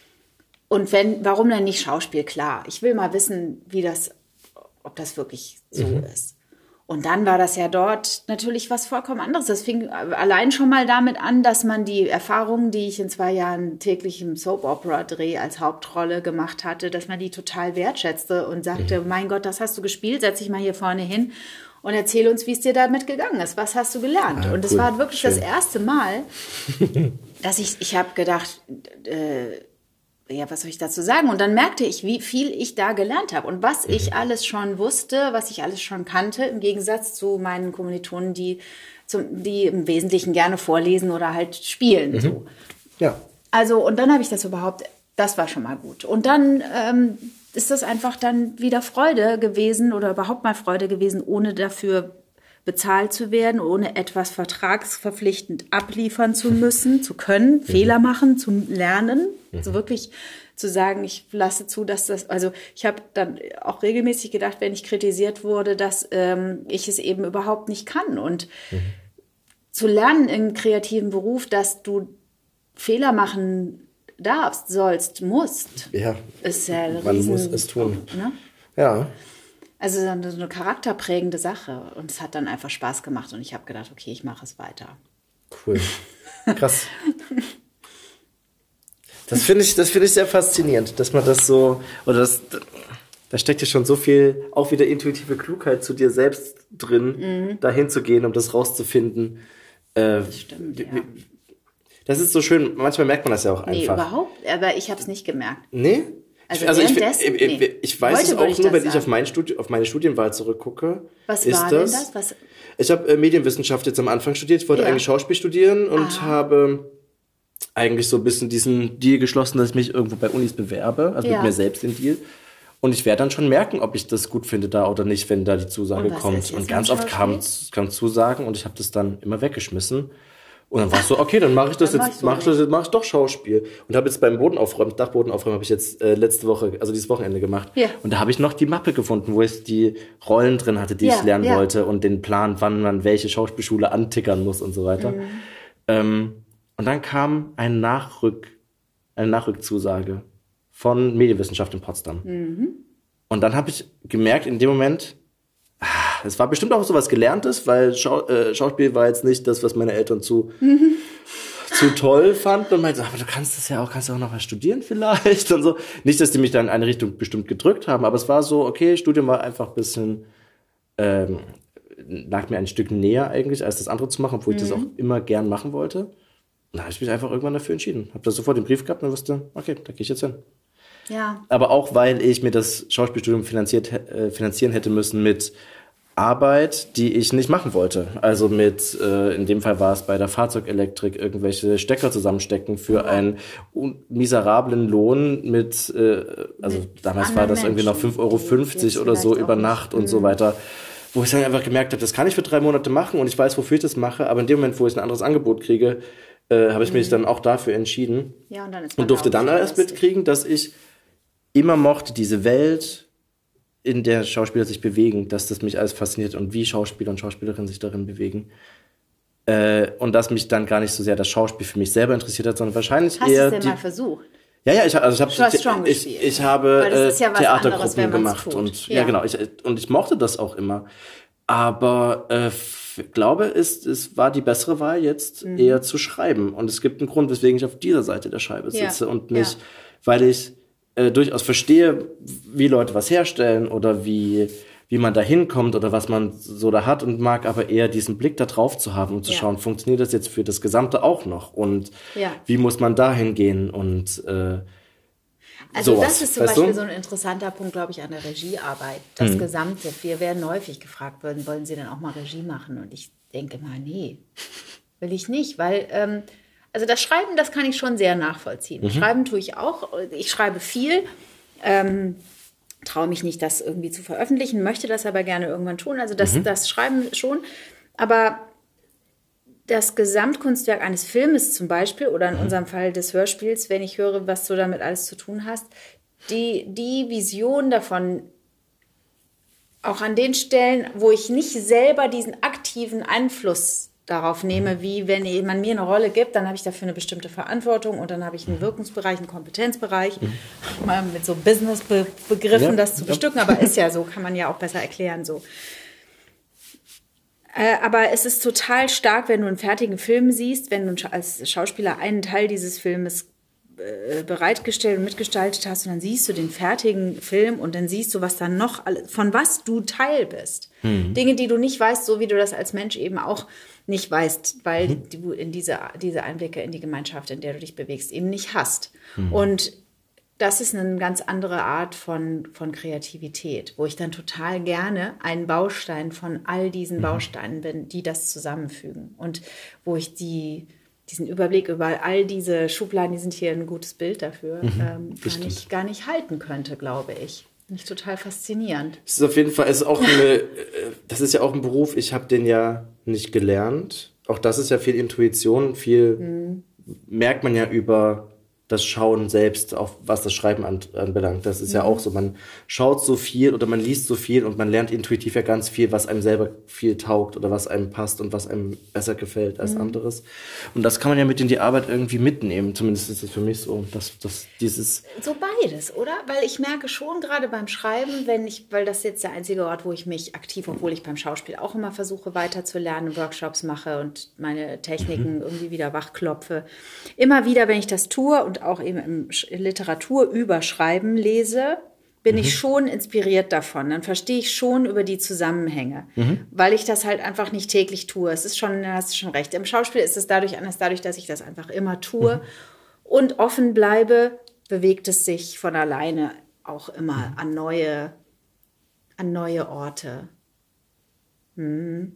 Speaker 3: Und wenn, warum denn nicht Schauspiel? Klar, ich will mal wissen, wie das, ob das wirklich so mhm. ist. Und dann war das ja dort natürlich was vollkommen anderes. Das fing allein schon mal damit an, dass man die Erfahrungen, die ich in zwei Jahren täglich im Soap-Opera-Dreh als Hauptrolle gemacht hatte, dass man die total wertschätzte und sagte, mhm. mein Gott, das hast du gespielt, setz dich mal hier vorne hin und erzähl uns, wie es dir damit gegangen ist. Was hast du gelernt? Ah, und es cool. war wirklich Schön. Das erste Mal, dass ich, ich habe gedacht, äh, ja, was soll ich dazu sagen? Und dann merkte ich, wie viel ich da gelernt habe und was ich alles schon wusste, was ich alles schon kannte, im Gegensatz zu meinen Kommilitonen, die, zum, die im Wesentlichen gerne vorlesen oder halt spielen. Mhm. So.
Speaker 4: Ja.
Speaker 3: Also, und dann habe ich das überhaupt, das war schon mal gut. Und dann ähm, ist das einfach dann wieder Freude gewesen oder überhaupt mal Freude gewesen, ohne dafür bezahlt zu werden, ohne etwas vertragsverpflichtend abliefern zu müssen, zu können, mhm. Fehler machen, zu lernen. Mhm. Also wirklich zu sagen, ich lasse zu, dass das, also ich habe dann auch regelmäßig gedacht, wenn ich kritisiert wurde, dass ähm, ich es eben überhaupt nicht kann. Und mhm. zu lernen im kreativen Beruf, dass du Fehler machen darfst, sollst, musst,
Speaker 4: ja,
Speaker 3: ist ja ein
Speaker 4: man
Speaker 3: riesen,
Speaker 4: muss es tun.
Speaker 3: Ne?
Speaker 4: Ja.
Speaker 3: Also so eine charakterprägende Sache. Und es hat dann einfach Spaß gemacht. Und ich habe gedacht, okay, ich mache es weiter.
Speaker 4: Cool. Krass. Das finde ich, das finde ich sehr faszinierend, dass man das so, oder das, da steckt ja schon so viel, auch wieder intuitive Klugheit zu dir selbst drin, mhm. dahin zu gehen, um das rauszufinden. Äh,
Speaker 3: das stimmt, ja.
Speaker 4: Das ist so schön, manchmal merkt man das ja auch einfach.
Speaker 3: Nee, überhaupt, aber ich habe es nicht gemerkt.
Speaker 4: Nee?
Speaker 3: Also,
Speaker 4: also ich,
Speaker 3: ich,
Speaker 4: nee. ich weiß Heute es auch nur, wenn ich auf, mein Studi- auf meine Studienwahl zurückgucke.
Speaker 3: Was
Speaker 4: ist
Speaker 3: war
Speaker 4: das,
Speaker 3: denn das? Was?
Speaker 4: Ich habe äh, Medienwissenschaft jetzt am Anfang studiert. Ich wollte ja. eigentlich Schauspiel studieren und Aha. habe eigentlich so ein bisschen diesen Deal geschlossen, dass ich mich irgendwo bei Unis bewerbe, also ja. mit mir selbst den Deal. Und ich werde dann schon merken, ob ich das gut finde da oder nicht, wenn da die Zusage und kommt. Und ganz oft kamen kam Zusagen und ich habe das dann immer weggeschmissen. Und dann war es so, okay, dann mache ich das dann jetzt, mache ich das jetzt, mache ich doch Schauspiel. Und habe jetzt beim Bodenaufräumen, Dachbodenaufräumen habe ich jetzt äh, letzte Woche, also dieses Wochenende gemacht. Ja. Und da habe ich noch die Mappe gefunden, wo ich die Rollen drin hatte, die ja, ich lernen ja. wollte und den Plan, wann man welche Schauspielschule antickern muss und so weiter. Mhm. Ähm, und dann kam ein Nachrück, eine Nachrückzusage von Medienwissenschaft in Potsdam. Mhm. Und dann habe ich gemerkt, in dem Moment, es war bestimmt auch so was Gelerntes, weil Schau- äh, Schauspiel war jetzt nicht das, was meine Eltern zu, mhm. zu toll fanden. Und meinte, aber du kannst das ja auch, kannst du auch noch was studieren vielleicht und so. Nicht, dass die mich da in eine Richtung bestimmt gedrückt haben, aber es war so, okay, Studium war einfach ein bisschen, ähm, lag mir ein Stück näher eigentlich, als das andere zu machen, obwohl mhm. ich das auch immer gern machen wollte. Und da habe ich mich einfach irgendwann dafür entschieden. Habe da sofort den Brief gehabt und wusste, okay, da gehe ich jetzt hin.
Speaker 3: Ja.
Speaker 4: Aber auch, weil ich mir das Schauspielstudium finanziert, äh, finanzieren hätte müssen mit Arbeit, die ich nicht machen wollte. Also mit, äh, in dem Fall war es bei der Fahrzeugelektrik, irgendwelche Stecker zusammenstecken für einen un- miserablen Lohn mit, äh, also mit damals war das irgendwie noch fünf Euro fünfzig oder so über Nacht und so weiter. Wo ich dann einfach gemerkt habe, das kann ich für drei Monate machen und ich weiß, wofür ich das mache, aber in dem Moment, wo ich ein anderes Angebot kriege, äh, habe ich mich mhm. dann auch dafür entschieden.
Speaker 3: Ja, und, dann ist man
Speaker 4: und durfte dann erst mitkriegen, dass ich immer mochte, diese Welt, in der Schauspieler sich bewegen, dass das mich alles fasziniert und wie Schauspieler und Schauspielerinnen sich darin bewegen. Äh, und dass mich dann gar nicht so sehr das Schauspiel für mich selber interessiert hat, sondern wahrscheinlich
Speaker 3: Hast
Speaker 4: eher...
Speaker 3: Hast du es denn
Speaker 4: die,
Speaker 3: mal versucht?
Speaker 4: Ja, ja, ich, also ich habe
Speaker 3: Strong
Speaker 4: ich, ich, ich habe äh, ja Theatergruppen anderes, gemacht und ja. ja genau, ich, und ich mochte das auch immer. Aber äh, f- glaube, es, es war die bessere Wahl, jetzt mhm. eher zu schreiben. Und es gibt einen Grund, weswegen ich auf dieser Seite der Scheibe sitze ja. und nicht, ja. weil ich äh, durchaus verstehe, wie Leute was herstellen oder wie wie man da hinkommt oder was man so da hat und mag aber eher diesen Blick da drauf zu haben und zu ja. schauen, funktioniert das jetzt für das Gesamte auch noch und ja. wie muss man da hingehen und äh,
Speaker 3: also
Speaker 4: sowas,
Speaker 3: das ist zum
Speaker 4: weißt
Speaker 3: Beispiel
Speaker 4: du?
Speaker 3: so ein interessanter Punkt, glaube ich, an der Regiearbeit. Das hm. Gesamte. Wir werden häufig gefragt, wollen, wollen Sie denn auch mal Regie machen? Und ich denke mal, nee. will ich nicht, weil, ähm, also das Schreiben, das kann ich schon sehr nachvollziehen. Mhm. Schreiben tue ich auch, ich schreibe viel, ähm, traue mich nicht, das irgendwie zu veröffentlichen, möchte das aber gerne irgendwann tun, also das, mhm. das Schreiben schon, aber das Gesamtkunstwerk eines Filmes zum Beispiel oder in mhm. unserem Fall des Hörspiels, wenn ich höre, was du damit alles zu tun hast, die, die Vision davon, auch an den Stellen, wo ich nicht selber diesen aktiven Einfluss darauf nehme, wie wenn man mir eine Rolle gibt, dann habe ich dafür eine bestimmte Verantwortung und dann habe ich einen Wirkungsbereich, einen Kompetenzbereich, mhm. mal mit so Business-Begriffen ja, das zu bestücken, ja. aber ist ja so, kann man ja auch besser erklären so. Äh, aber es ist total stark, wenn du einen fertigen Film siehst, wenn du als Schauspieler einen Teil dieses Filmes äh, bereitgestellt und mitgestaltet hast und dann siehst du den fertigen Film und dann siehst du, was dann noch, von was du Teil bist. Mhm. Dinge, die du nicht weißt, so wie du das als Mensch eben auch nicht weißt, weil mhm. du in diese, diese Einblicke in die Gemeinschaft, in der du dich bewegst, eben nicht hast. Mhm. Und das ist eine ganz andere Art von, von Kreativität, wo ich dann total gerne ein Baustein von all diesen mhm. Bausteinen bin, die das zusammenfügen. Und wo ich die, diesen Überblick über all diese Schubladen, die sind hier ein gutes Bild dafür, mhm, ähm, gar, nicht, gar nicht halten könnte, glaube ich. Finde ich total faszinierend.
Speaker 4: Es ist auf jeden Fall, es ist auch eine, das ist ja auch ein Beruf, ich habe den ja nicht gelernt. Auch das ist ja viel Intuition, viel mhm. merkt man ja über das Schauen selbst, auch was das Schreiben an, anbelangt. Das ist mhm. ja auch so, man schaut so viel oder man liest so viel und man lernt intuitiv ja ganz viel, was einem selber viel taugt oder was einem passt und was einem besser gefällt als mhm. anderes. Und das kann man ja mit in die Arbeit irgendwie mitnehmen. Zumindest ist es für mich so, dass, dass dieses...
Speaker 3: So beides, oder? Weil ich merke schon gerade beim Schreiben, wenn ich, weil das jetzt der einzige Ort, wo ich mich aktiv, obwohl ich beim Schauspiel auch immer versuche weiterzulernen, Workshops mache und meine Techniken mhm. irgendwie wieder wachklopfe. Immer wieder, wenn ich das tue und auch eben im Literaturüberschreiben lese, bin mhm. ich schon inspiriert davon. Dann verstehe ich schon über die Zusammenhänge, mhm. weil ich das halt einfach nicht täglich tue. Es ist schon, da hast du schon recht. Im Schauspiel ist es dadurch anders, dadurch, dass ich das einfach immer tue mhm. und offen bleibe, bewegt es sich von alleine auch immer mhm. an neue, an neue Orte. Mhm.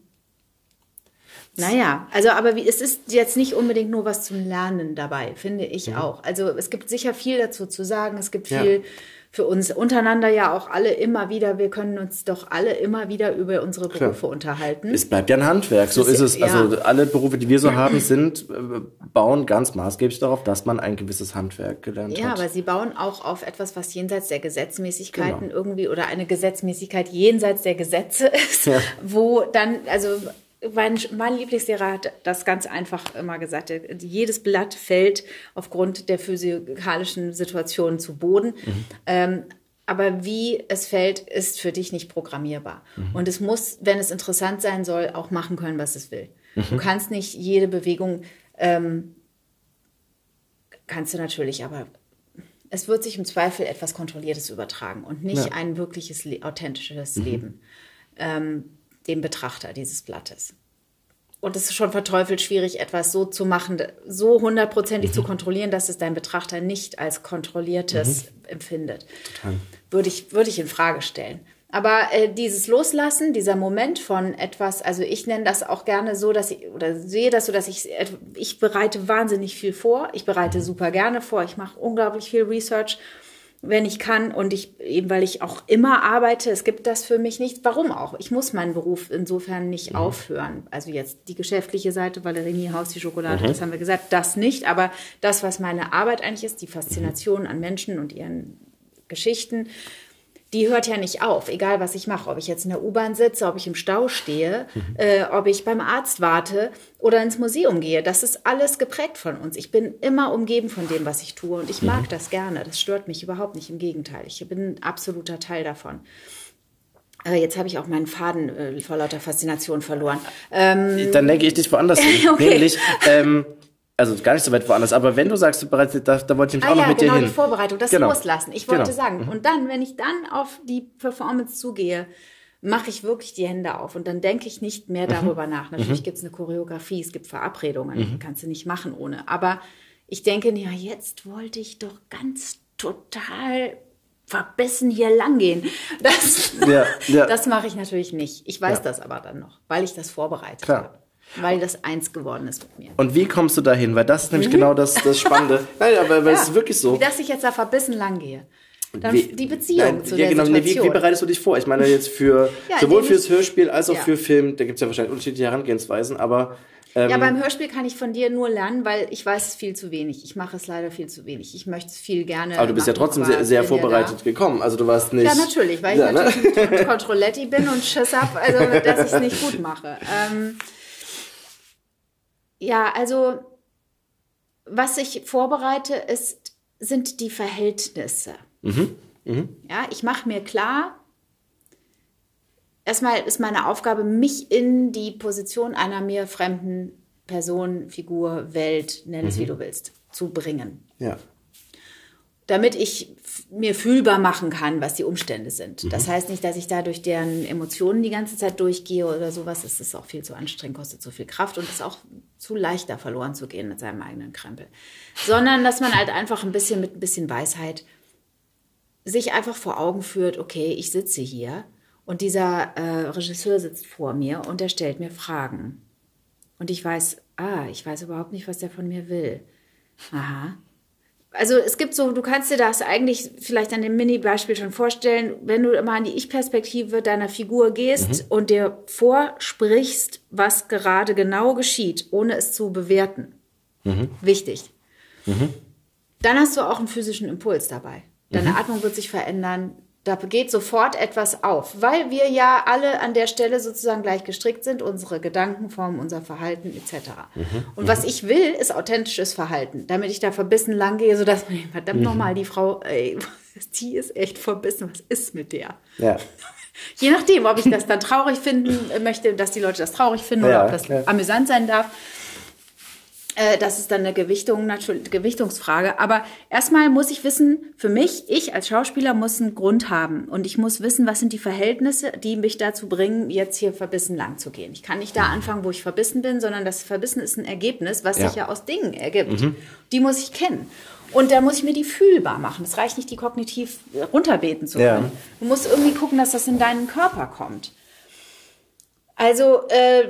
Speaker 3: Naja, also aber wie, es ist jetzt nicht unbedingt nur was zum Lernen dabei, finde ich mhm. auch. Also es gibt sicher viel dazu zu sagen, es gibt viel ja. für uns untereinander ja auch alle immer wieder, wir können uns doch alle immer wieder über unsere Berufe Klar. unterhalten.
Speaker 4: Es bleibt ja ein Handwerk, so ist, ist es. Ja. Also alle Berufe, die wir so haben, sind, bauen ganz maßgeblich darauf, dass man ein gewisses Handwerk gelernt
Speaker 3: ja,
Speaker 4: hat.
Speaker 3: Ja, aber sie bauen auch auf etwas, was jenseits der Gesetzmäßigkeiten genau. irgendwie oder eine Gesetzmäßigkeit jenseits der Gesetze ist, ja. wo dann, also... Mein, mein Lieblingslehrer hat das ganz einfach immer gesagt. Jedes Blatt fällt aufgrund der physikalischen Situation zu Boden. Mhm. Ähm, aber wie es fällt, ist für dich nicht programmierbar. Mhm. Und es muss, wenn es interessant sein soll, auch machen können, was es will. Mhm. Du kannst nicht jede Bewegung, ähm, kannst du natürlich, aber es wird sich im Zweifel etwas Kontrolliertes übertragen und nicht ja. ein wirkliches, authentisches mhm. Leben. Ähm, dem Betrachter dieses Blattes. Und es ist schon verteufelt schwierig, etwas so zu machen, so hundertprozentig mhm. zu kontrollieren, dass es dein Betrachter nicht als kontrolliertes mhm. empfindet. Total. Würde ich, würde ich in Frage stellen. Aber äh, dieses Loslassen, dieser Moment von etwas, also ich nenne das auch gerne so, dass ich, oder sehe das so, dass ich, ich bereite wahnsinnig viel vor. Ich bereite super gerne vor. Ich mache unglaublich viel Research, wenn ich kann und ich eben, weil ich auch immer arbeite, es gibt das für mich nicht. Warum auch? Ich muss meinen Beruf insofern nicht mhm. aufhören. Also jetzt die geschäftliche Seite, Valerie Niehaus, die Schokolade, mhm. das haben wir gesagt, das nicht. Aber das, was meine Arbeit eigentlich ist, die Faszination mhm. an Menschen und ihren Geschichten, die hört ja nicht auf, egal was ich mache. Ob ich jetzt in der U-Bahn sitze, ob ich im Stau stehe, mhm. äh, ob ich beim Arzt warte oder ins Museum gehe. Das ist alles geprägt von uns. Ich bin immer umgeben von dem, was ich tue. Und ich mhm. mag das gerne. Das stört mich überhaupt nicht. Im Gegenteil. Ich bin ein absoluter Teil davon. Äh, jetzt habe ich auch meinen Faden äh, vor lauter Faszination verloren. Ähm,
Speaker 4: Dann lenke ich dich woanders hin. Okay. Nämlich... Ähm, Also gar nicht so weit woanders, aber wenn du sagst, du bereits, da, da wollte ich mich ah, auch ja, noch mit
Speaker 3: genau,
Speaker 4: dir hin.
Speaker 3: Die Vorbereitung, das genau. Loslassen. Ich wollte genau. sagen, und dann, wenn ich dann auf die Performance zugehe, mache ich wirklich die Hände auf und dann denke ich nicht mehr darüber mhm. nach. Natürlich mhm. gibt es eine Choreografie, es gibt Verabredungen, mhm. kannst du nicht machen ohne. Aber ich denke, ja, jetzt wollte ich doch ganz total verbissen hier lang gehen. Das, ja, ja. das mache ich natürlich nicht. Ich weiß ja. das aber dann noch, weil ich das vorbereitet
Speaker 4: Klar.
Speaker 3: habe. weil das eins geworden ist mit mir.
Speaker 4: Und wie kommst du dahin? Weil das ist nämlich mhm. genau das, das Spannende. Nein, aber weil ja, es ist wirklich so.
Speaker 3: Wie dass ich jetzt da verbissen lang gehe. Dann wie, die Beziehung nein, zu
Speaker 4: ja,
Speaker 3: der
Speaker 4: genau,
Speaker 3: Situation.
Speaker 4: Wie, wie bereitest du dich vor? Ich meine jetzt für ja, sowohl fürs Hörspiel als auch ja. für Film, da gibt es ja wahrscheinlich unterschiedliche Herangehensweisen, aber ähm,
Speaker 3: ja, beim Hörspiel kann ich von dir nur lernen, weil ich weiß es viel zu wenig. Ich mache es leider viel zu wenig. Ich möchte es viel gerne
Speaker 4: Aber du bist
Speaker 3: machen,
Speaker 4: ja trotzdem sehr, sehr vorbereitet gekommen. Also du warst nicht...
Speaker 3: Ja, natürlich, weil ja, ich natürlich ne? ein Kontrolletti bin und Schiss habe, also, dass ich es nicht gut mache. Ähm, ja, also was ich vorbereite, ist, sind die Verhältnisse.
Speaker 4: Mhm. Mhm.
Speaker 3: Ja, ich mache mir klar, erstmal ist meine Aufgabe, mich in die Position einer mir fremden Person, Figur, Welt, nenn es mhm. wie du willst, zu bringen.
Speaker 4: Ja.
Speaker 3: Damit ich f- mir fühlbar machen kann, was die Umstände sind. Mhm. Das heißt nicht, dass ich da durch deren Emotionen die ganze Zeit durchgehe oder sowas. Es ist auch viel zu anstrengend, kostet zu viel Kraft und ist auch zu leicht, da verloren zu gehen mit seinem eigenen Krempel. Sondern, dass man halt einfach ein bisschen mit ein bisschen Weisheit sich einfach vor Augen führt, okay, ich sitze hier und dieser äh, Regisseur sitzt vor mir und er stellt mir Fragen. Und ich weiß, ah, ich weiß überhaupt nicht, was der von mir will. Aha. Also es gibt so, du kannst dir das eigentlich vielleicht an dem Mini-Beispiel schon vorstellen, wenn du immer an die Ich-Perspektive deiner Figur gehst mhm. und dir vorsprichst, was gerade genau geschieht, ohne es zu bewerten. Mhm. Wichtig. Mhm. Dann hast du auch einen physischen Impuls dabei. Deine mhm. Atmung wird sich verändern. Da geht sofort etwas auf, weil wir ja alle an der Stelle sozusagen gleich gestrickt sind, unsere Gedankenformen, unser Verhalten et cetera. Mhm. Und was ich will, ist authentisches Verhalten, damit ich da verbissen lang gehe, sodass man, verdammt mhm. nochmal, die Frau, ey, die ist echt verbissen, was ist mit der?
Speaker 4: Ja.
Speaker 3: Je nachdem, ob ich das dann traurig finden möchte, dass die Leute das traurig finden ja, oder ob das ja. amüsant sein darf. Das ist dann eine Gewichtung, natürlich, Gewichtungsfrage. Aber erstmal muss ich wissen, für mich, ich als Schauspieler muss einen Grund haben. Und ich muss wissen, was sind die Verhältnisse, die mich dazu bringen, jetzt hier verbissen lang zu gehen. Ich kann nicht da anfangen, wo ich verbissen bin, sondern das Verbissen ist ein Ergebnis, was ja. sich ja aus Dingen ergibt. Mhm. Die muss ich kennen. Und da muss ich mir die fühlbar machen. Es reicht nicht, die kognitiv runterbeten zu können. Ja. Du musst irgendwie gucken, dass das in deinen Körper kommt. Also, äh,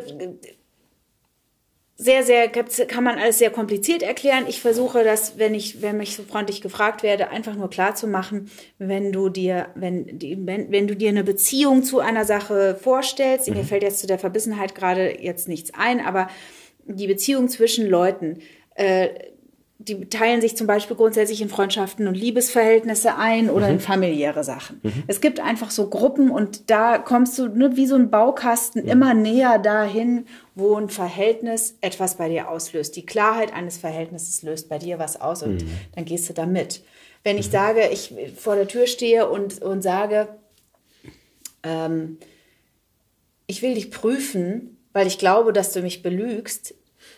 Speaker 3: Sehr, sehr, kann man alles sehr kompliziert erklären. Ich versuche das, wenn ich, wenn mich so freundlich gefragt werde, einfach nur klar zu machen, wenn du dir, wenn, die, wenn, wenn du dir eine Beziehung zu einer Sache vorstellst, mhm. mir fällt jetzt zu der Verbissenheit gerade jetzt nichts ein, aber die Beziehung zwischen Leuten, äh, die teilen sich zum Beispiel grundsätzlich in Freundschaften und Liebesverhältnisse ein oder mhm. in familiäre Sachen. Mhm. Es gibt einfach so Gruppen und da kommst du ne, wie so ein Baukasten mhm. immer näher dahin, wo ein Verhältnis etwas bei dir auslöst. Die Klarheit eines Verhältnisses löst bei dir was aus und mhm. dann gehst du da mit. Wenn ich mhm. sage, ich vor der Tür stehe und, und sage, ähm, ich will dich prüfen, weil ich glaube, dass du mich belügst,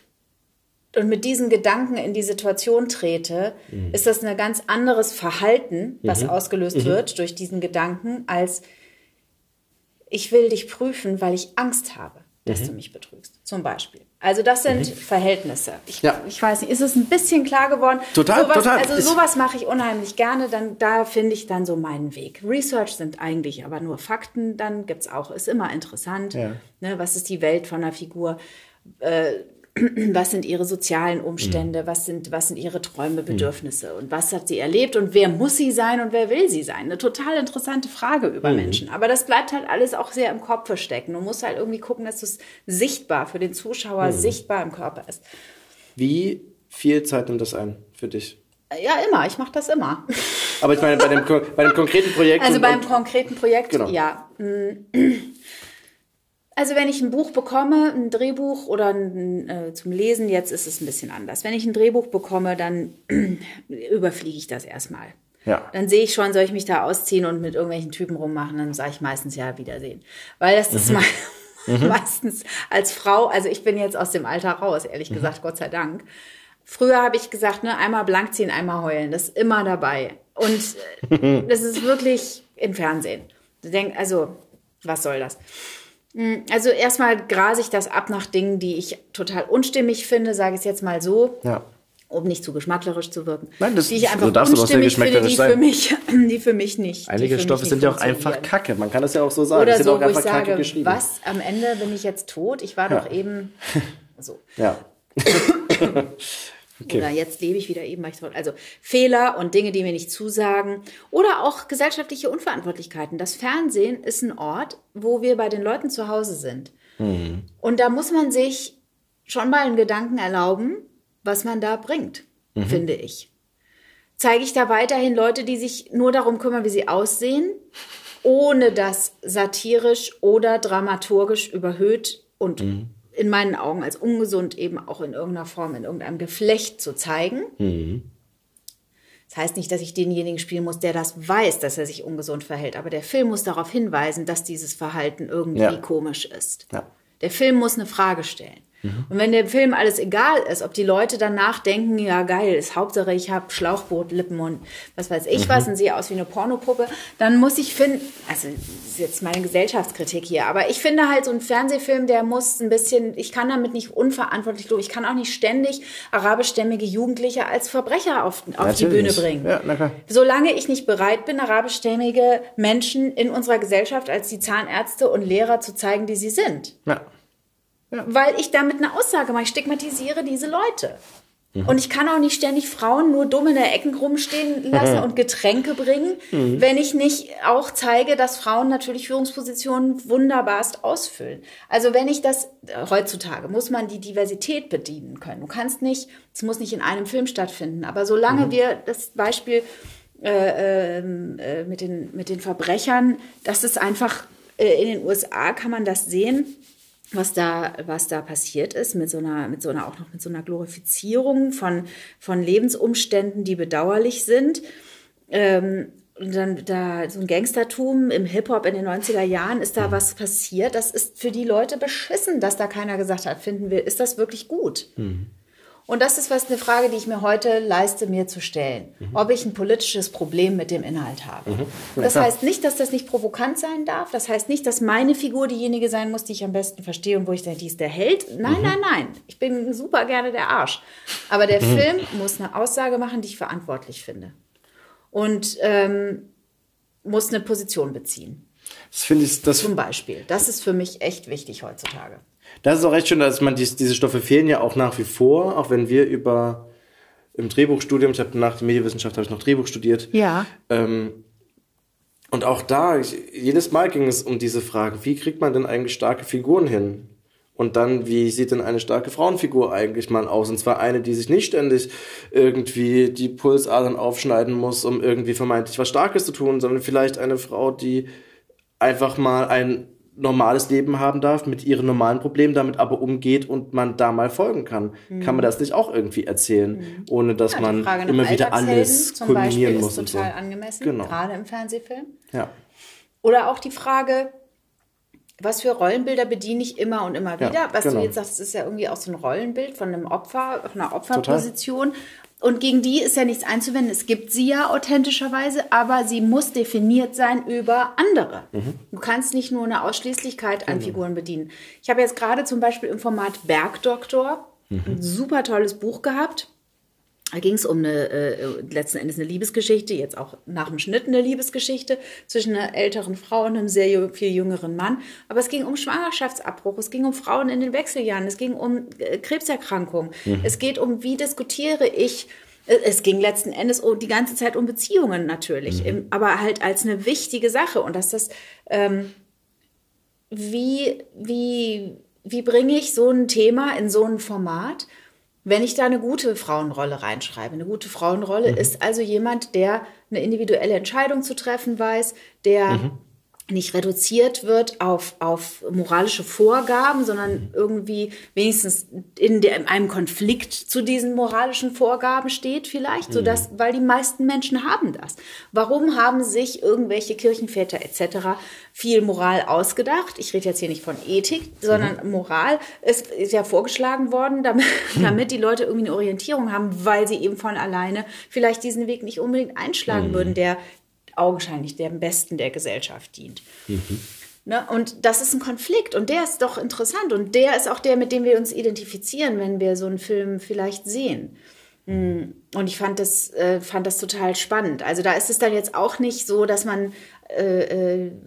Speaker 3: und mit diesen Gedanken in die Situation trete, mhm. ist das ein ganz anderes Verhalten, was mhm. ausgelöst mhm. wird durch diesen Gedanken, als ich will dich prüfen, weil ich Angst habe, dass mhm. du mich betrügst, zum Beispiel. Also das sind mhm. Verhältnisse. Ich, ja. ich weiß nicht, ist es ein bisschen klar geworden?
Speaker 4: Total,
Speaker 3: sowas,
Speaker 4: total.
Speaker 3: Also sowas mache ich unheimlich gerne, dann, da finde ich dann so meinen Weg. Research sind eigentlich aber nur Fakten, dann gibt's auch, ist immer interessant, ja. ne, was ist die Welt von einer Figur, äh, was sind ihre sozialen Umstände, mhm. was sind, was sind ihre Träume, Bedürfnisse mhm. und was hat sie erlebt und wer muss sie sein und wer will sie sein? Eine total interessante Frage über mhm. Menschen. Aber das bleibt halt alles auch sehr im Kopf stecken. Du musst halt irgendwie gucken, dass es sichtbar für den Zuschauer, mhm. sichtbar im Körper ist.
Speaker 4: Wie viel Zeit nimmt das ein für dich?
Speaker 3: Ja, immer. Ich mache das immer.
Speaker 4: Aber ich meine, bei dem, bei dem konkreten Projekt...
Speaker 3: Also
Speaker 4: und,
Speaker 3: beim
Speaker 4: und,
Speaker 3: konkreten Projekt, genau. ja. Also wenn ich ein Buch bekomme, ein Drehbuch oder ein, äh, zum Lesen, jetzt ist es ein bisschen anders. Wenn ich ein Drehbuch bekomme, dann überfliege ich das erstmal.
Speaker 4: Ja.
Speaker 3: Dann sehe ich schon, soll ich mich da ausziehen und mit irgendwelchen Typen rummachen, dann sage ich meistens ja, Wiedersehen. Weil das ist mhm. me- meistens als Frau, also ich bin jetzt aus dem Alter raus, ehrlich mhm. gesagt, Gott sei Dank. Früher habe ich gesagt, ne, einmal blank ziehen, einmal heulen, das ist immer dabei. Und äh, das ist wirklich im Fernsehen. Du denkst, also, was soll das? Also erstmal grase ich das ab nach Dingen, die ich total unstimmig finde, sage ich es jetzt mal so.
Speaker 4: Ja.
Speaker 3: um nicht zu geschmacklerisch zu wirken.
Speaker 4: Nein, das,
Speaker 3: die ich einfach
Speaker 4: so darfst du auch sehr geschmäcklerisch
Speaker 3: finde, die
Speaker 4: sein.
Speaker 3: Für mich, die für mich nicht.
Speaker 4: Einige
Speaker 3: für
Speaker 4: Stoffe
Speaker 3: mich
Speaker 4: sind ja auch einfach Kacke. Man kann das ja auch so sagen.
Speaker 3: Oder
Speaker 4: die sind
Speaker 3: so,
Speaker 4: auch
Speaker 3: wo ich
Speaker 4: einfach Kacke
Speaker 3: sage,
Speaker 4: geschrieben.
Speaker 3: was, am Ende bin ich jetzt tot? Ich war
Speaker 4: ja.
Speaker 3: doch eben so.
Speaker 4: Ja.
Speaker 3: Okay. Oder jetzt lebe ich wieder eben. Also Fehler und Dinge, die mir nicht zusagen. Oder auch gesellschaftliche Unverantwortlichkeiten. Das Fernsehen ist ein Ort, wo wir bei den Leuten zu Hause sind. Mhm. Und da muss man sich schon mal einen Gedanken erlauben, was man da bringt, mhm. finde ich. Zeige ich da weiterhin Leute, die sich nur darum kümmern, wie sie aussehen, ohne das satirisch oder dramaturgisch überhöht und mhm. in meinen Augen als ungesund eben auch in irgendeiner Form, in irgendeinem Geflecht zu zeigen. Mhm. Das heißt nicht, dass ich denjenigen spielen muss, der das weiß, dass er sich ungesund verhält. Aber der Film muss darauf hinweisen, dass dieses Verhalten irgendwie ja. komisch ist. Ja. Der Film muss eine Frage stellen. Mhm. Und wenn dem Film alles egal ist, ob die Leute danach denken, ja geil, ist Hauptsache ich habe Schlauchbootlippen und was weiß ich mhm. was und sehe aus wie eine Pornopuppe, dann muss ich finden, also das ist jetzt meine Gesellschaftskritik hier, aber ich finde halt so ein Fernsehfilm, der muss ein bisschen, ich kann damit nicht unverantwortlich, ich kann auch nicht ständig arabischstämmige Jugendliche als Verbrecher auf, auf die Bühne bringen. Ja, na klar. Solange ich nicht bereit bin, arabischstämmige Menschen in unserer Gesellschaft als die Zahnärzte und Lehrer zu zeigen, die sie sind. Ja. Ja. Weil ich damit eine Aussage mache. Ich stigmatisiere diese Leute. Mhm. Und ich kann auch nicht ständig Frauen nur dumm in der Ecken rumstehen lassen mhm. und Getränke bringen, mhm. wenn ich nicht auch zeige, dass Frauen natürlich Führungspositionen wunderbarst ausfüllen. Also wenn ich das, heutzutage muss man die Diversität bedienen können. Du kannst nicht, es muss nicht in einem Film stattfinden, aber solange mhm. wir das Beispiel äh, äh, mit den, mit den Verbrechern, das ist einfach, äh, in den U S A kann man das sehen, was da, was da passiert ist, mit so einer, mit so einer, auch noch mit so einer Glorifizierung von, von Lebensumständen, die bedauerlich sind. Ähm, und dann da so ein Gangstertum im Hip-Hop in den neunziger Jahren, ist da was passiert. Das ist für die Leute beschissen, dass da keiner gesagt hat, finden wir, ist das wirklich gut? Mhm. Und das ist was eine Frage, die ich mir heute leiste, mir zu stellen. Mhm. Ob ich ein politisches Problem mit dem Inhalt habe. Mhm. Und das heißt nicht, dass das nicht provokant sein darf. Das heißt nicht, dass meine Figur diejenige sein muss, die ich am besten verstehe und wo ich denke, die ist der Held. Nein, mhm. nein, nein. Ich bin super gerne der Arsch. Aber der mhm. Film muss eine Aussage machen, die ich verantwortlich finde. Und ähm, muss eine Position beziehen.
Speaker 4: Das finde ich, das
Speaker 3: Zum Beispiel. Das ist für mich echt wichtig heutzutage.
Speaker 4: Das ist auch recht schön, dass man dies, diese Stoffe fehlen ja auch nach wie vor, auch wenn wir über im Drehbuchstudium, ich habe nach der Medienwissenschaft habe ich noch Drehbuch studiert.
Speaker 3: Ja.
Speaker 4: Ähm, und auch da, ich, jedes Mal ging es um diese Frage, wie kriegt man denn eigentlich starke Figuren hin? Und dann, wie sieht denn eine starke Frauenfigur eigentlich mal aus? Und zwar eine, die sich nicht ständig irgendwie die Pulsadern aufschneiden muss, um irgendwie vermeintlich was Starkes zu tun, sondern vielleicht eine Frau, die einfach mal ein normales Leben haben darf, mit ihren normalen Problemen damit aber umgeht und man da mal folgen kann. Mhm. Kann man das nicht auch irgendwie erzählen, mhm. ohne dass ja, man immer wieder alles kulminieren muss?
Speaker 3: Zum Beispiel ist total so angemessen, genau. gerade im Fernsehfilm.
Speaker 4: Ja.
Speaker 3: Oder auch die Frage, was für Rollenbilder bediene ich immer und immer wieder? Ja, was genau. du jetzt sagst, ist ja irgendwie auch so ein Rollenbild von einem Opfer, von einer Opferposition. Total. Und gegen die ist ja nichts einzuwenden. Es gibt sie ja authentischerweise, aber sie muss definiert sein über andere. Mhm. Du kannst nicht nur eine Ausschließlichkeit an mhm. Figuren bedienen. Ich habe jetzt gerade zum Beispiel im Format Bergdoktor mhm. ein super tolles Buch gehabt. Da ging es um eine, äh, letzten Endes eine Liebesgeschichte, jetzt auch nach dem Schnitt eine Liebesgeschichte zwischen einer älteren Frau und einem sehr viel jüngeren Mann. Aber es ging um Schwangerschaftsabbruch, es ging um Frauen in den Wechseljahren, es ging um äh, Krebserkrankungen, mhm. es geht um, wie diskutiere ich, es ging letzten Endes um, die ganze Zeit um Beziehungen natürlich, mhm. aber halt als eine wichtige Sache. Und dass das, ähm, wie, wie, wie bringe ich so ein Thema in so ein Format, wenn ich da eine gute Frauenrolle reinschreibe? Eine gute Frauenrolle mhm. ist also jemand, der eine individuelle Entscheidung zu treffen weiß, der mhm. nicht reduziert wird auf, auf moralische Vorgaben, sondern irgendwie wenigstens in, der, in einem Konflikt zu diesen moralischen Vorgaben steht vielleicht, sodass, weil die meisten Menschen haben das. Warum haben sich irgendwelche Kirchenväter et cetera viel Moral ausgedacht? Ich rede jetzt hier nicht von Ethik, sondern mhm. Moral. Es ist ja vorgeschlagen worden, damit, damit die Leute irgendwie eine Orientierung haben, weil sie eben von alleine vielleicht diesen Weg nicht unbedingt einschlagen mhm. würden, der augenscheinlich dem Besten der Gesellschaft dient. Mhm. Ne? Und das ist ein Konflikt und der ist doch interessant und der ist auch der, mit dem wir uns identifizieren, wenn wir so einen Film vielleicht sehen. Und ich fand das, äh, fand das total spannend. Also da ist es dann jetzt auch nicht so, dass man äh, äh,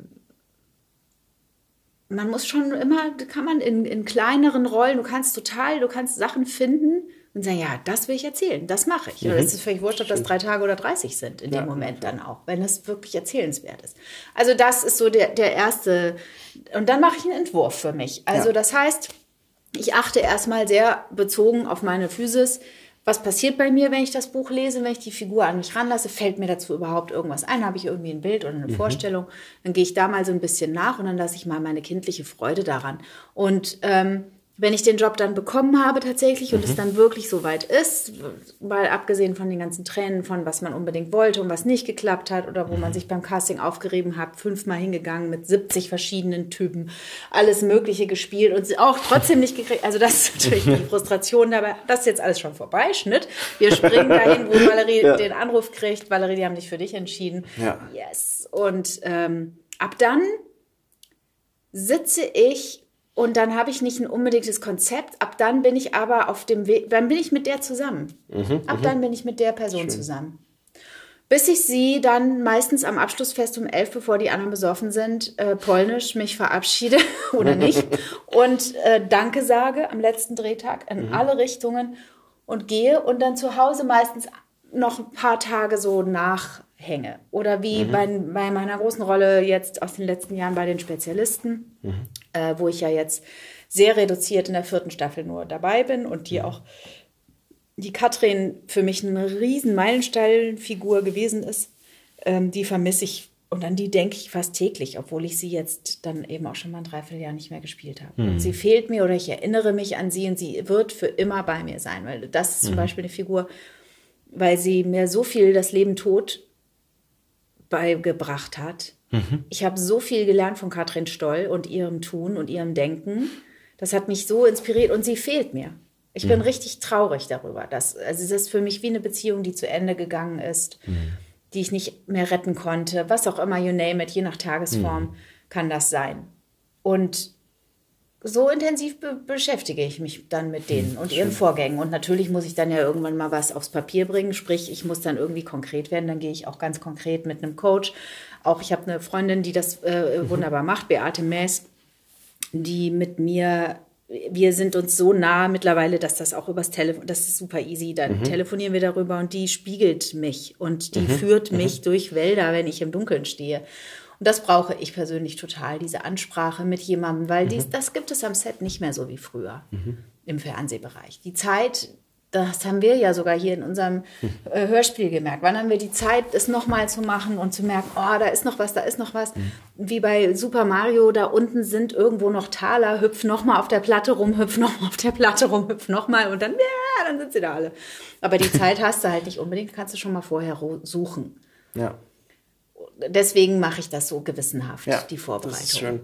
Speaker 3: man muss schon immer, kann man in, in kleineren Rollen, du kannst total, du kannst Sachen finden und sagen, ja, das will ich erzählen, das mache ich. Mhm. Oder es ist völlig wurscht, ob das drei Tage oder dreißig sind in ja, dem Moment ja. dann auch, wenn das wirklich erzählenswert ist. Also das ist so der, der erste, und dann mache ich einen Entwurf für mich. Also ja. das heißt, ich achte erstmal sehr bezogen auf meine Physis. Was passiert bei mir, wenn ich das Buch lese, wenn ich die Figur an mich ranlasse? Fällt mir dazu überhaupt irgendwas ein? Habe ich irgendwie ein Bild oder eine mhm. Vorstellung? Dann gehe ich da mal so ein bisschen nach und dann lasse ich mal meine kindliche Freude daran. Und ähm, wenn ich den Job dann bekommen habe tatsächlich und mhm. es dann wirklich so weit ist, mal abgesehen von den ganzen Tränen, von was man unbedingt wollte und was nicht geklappt hat oder wo mhm. man sich beim Casting aufgerieben hat, fünfmal hingegangen mit siebzig verschiedenen Typen, alles Mögliche gespielt und auch trotzdem nicht gekriegt. Also das ist natürlich die Frustration dabei. Das ist jetzt alles schon vorbei, Schnitt. Wir springen dahin, wo Valerie ja. den Anruf kriegt. Valerie, die haben dich für dich entschieden. Ja. Yes. Und ähm, ab dann sitze ich und dann habe ich nicht ein unbedingtes Konzept. Ab dann bin ich aber auf dem Weg, dann bin ich mit der zusammen. Mhm, Ab dann bin ich mit der Person schön. zusammen. Bis ich sie dann meistens am Abschlussfest um elf, bevor die anderen besoffen sind, äh, polnisch mich verabschiede oder nicht. Und äh, Danke sage am letzten Drehtag in mhm. alle Richtungen und gehe und dann zu Hause meistens noch ein paar Tage so nachhänge. Oder wie mhm. bei, bei meiner großen Rolle jetzt aus den letzten Jahren bei den Spezialisten, mhm. äh, wo ich ja jetzt sehr reduziert in der vierten Staffel nur dabei bin und die mhm. auch die Katrin für mich eine riesen Meilensteinfigur gewesen ist. Ähm, die vermisse ich und an die denke ich fast täglich, obwohl ich sie jetzt dann eben auch schon mal ein Dreivierteljahr nicht mehr gespielt habe. Mhm. Und sie fehlt mir oder ich erinnere mich an sie und sie wird für immer bei mir sein, weil das ist zum mhm. Beispiel eine Figur, weil sie mir so viel das Leben Tod beigebracht hat. Mhm. Ich habe so viel gelernt von Katrin Stoll und ihrem Tun und ihrem Denken. Das hat mich so inspiriert und sie fehlt mir. Ich mhm. bin richtig traurig darüber. Dass, also es ist für mich wie eine Beziehung, die zu Ende gegangen ist, mhm. die ich nicht mehr retten konnte. Was auch immer, you name it, je nach Tagesform mhm. kann das sein. Und so intensiv be- beschäftige ich mich dann mit denen und ihren Vorgängen. Und natürlich muss ich dann ja irgendwann mal was aufs Papier bringen. Sprich, ich muss dann irgendwie konkret werden. Dann gehe ich auch ganz konkret mit einem Coach. Auch ich habe eine Freundin, die das äh, wunderbar macht, Beate Mäß, die mit mir, wir sind uns so nah mittlerweile, dass das auch übers Telefon, das ist super easy. Dann mhm. telefonieren wir darüber und die spiegelt mich und die mhm. führt mich mhm. durch Wälder, wenn ich im Dunkeln stehe. Und das brauche ich persönlich total, diese Ansprache mit jemandem, weil mhm. dies, das gibt es am Set nicht mehr so wie früher mhm. im Fernsehbereich. Die Zeit, das haben wir ja sogar hier in unserem äh, Hörspiel gemerkt. Wann haben wir die Zeit, es nochmal zu machen und zu merken, oh, da ist noch was, da ist noch was. Mhm. Wie bei Super Mario, da unten sind irgendwo noch Taler, hüpf nochmal auf der Platte rum, hüpf nochmal auf der Platte rum, hüpf nochmal und dann, ja, dann sind sie da alle. Aber die Zeit hast du halt nicht unbedingt, kannst du schon mal vorher suchen.
Speaker 4: Ja.
Speaker 3: Deswegen mache ich das so gewissenhaft, ja, die Vorbereitung. Das ist schön.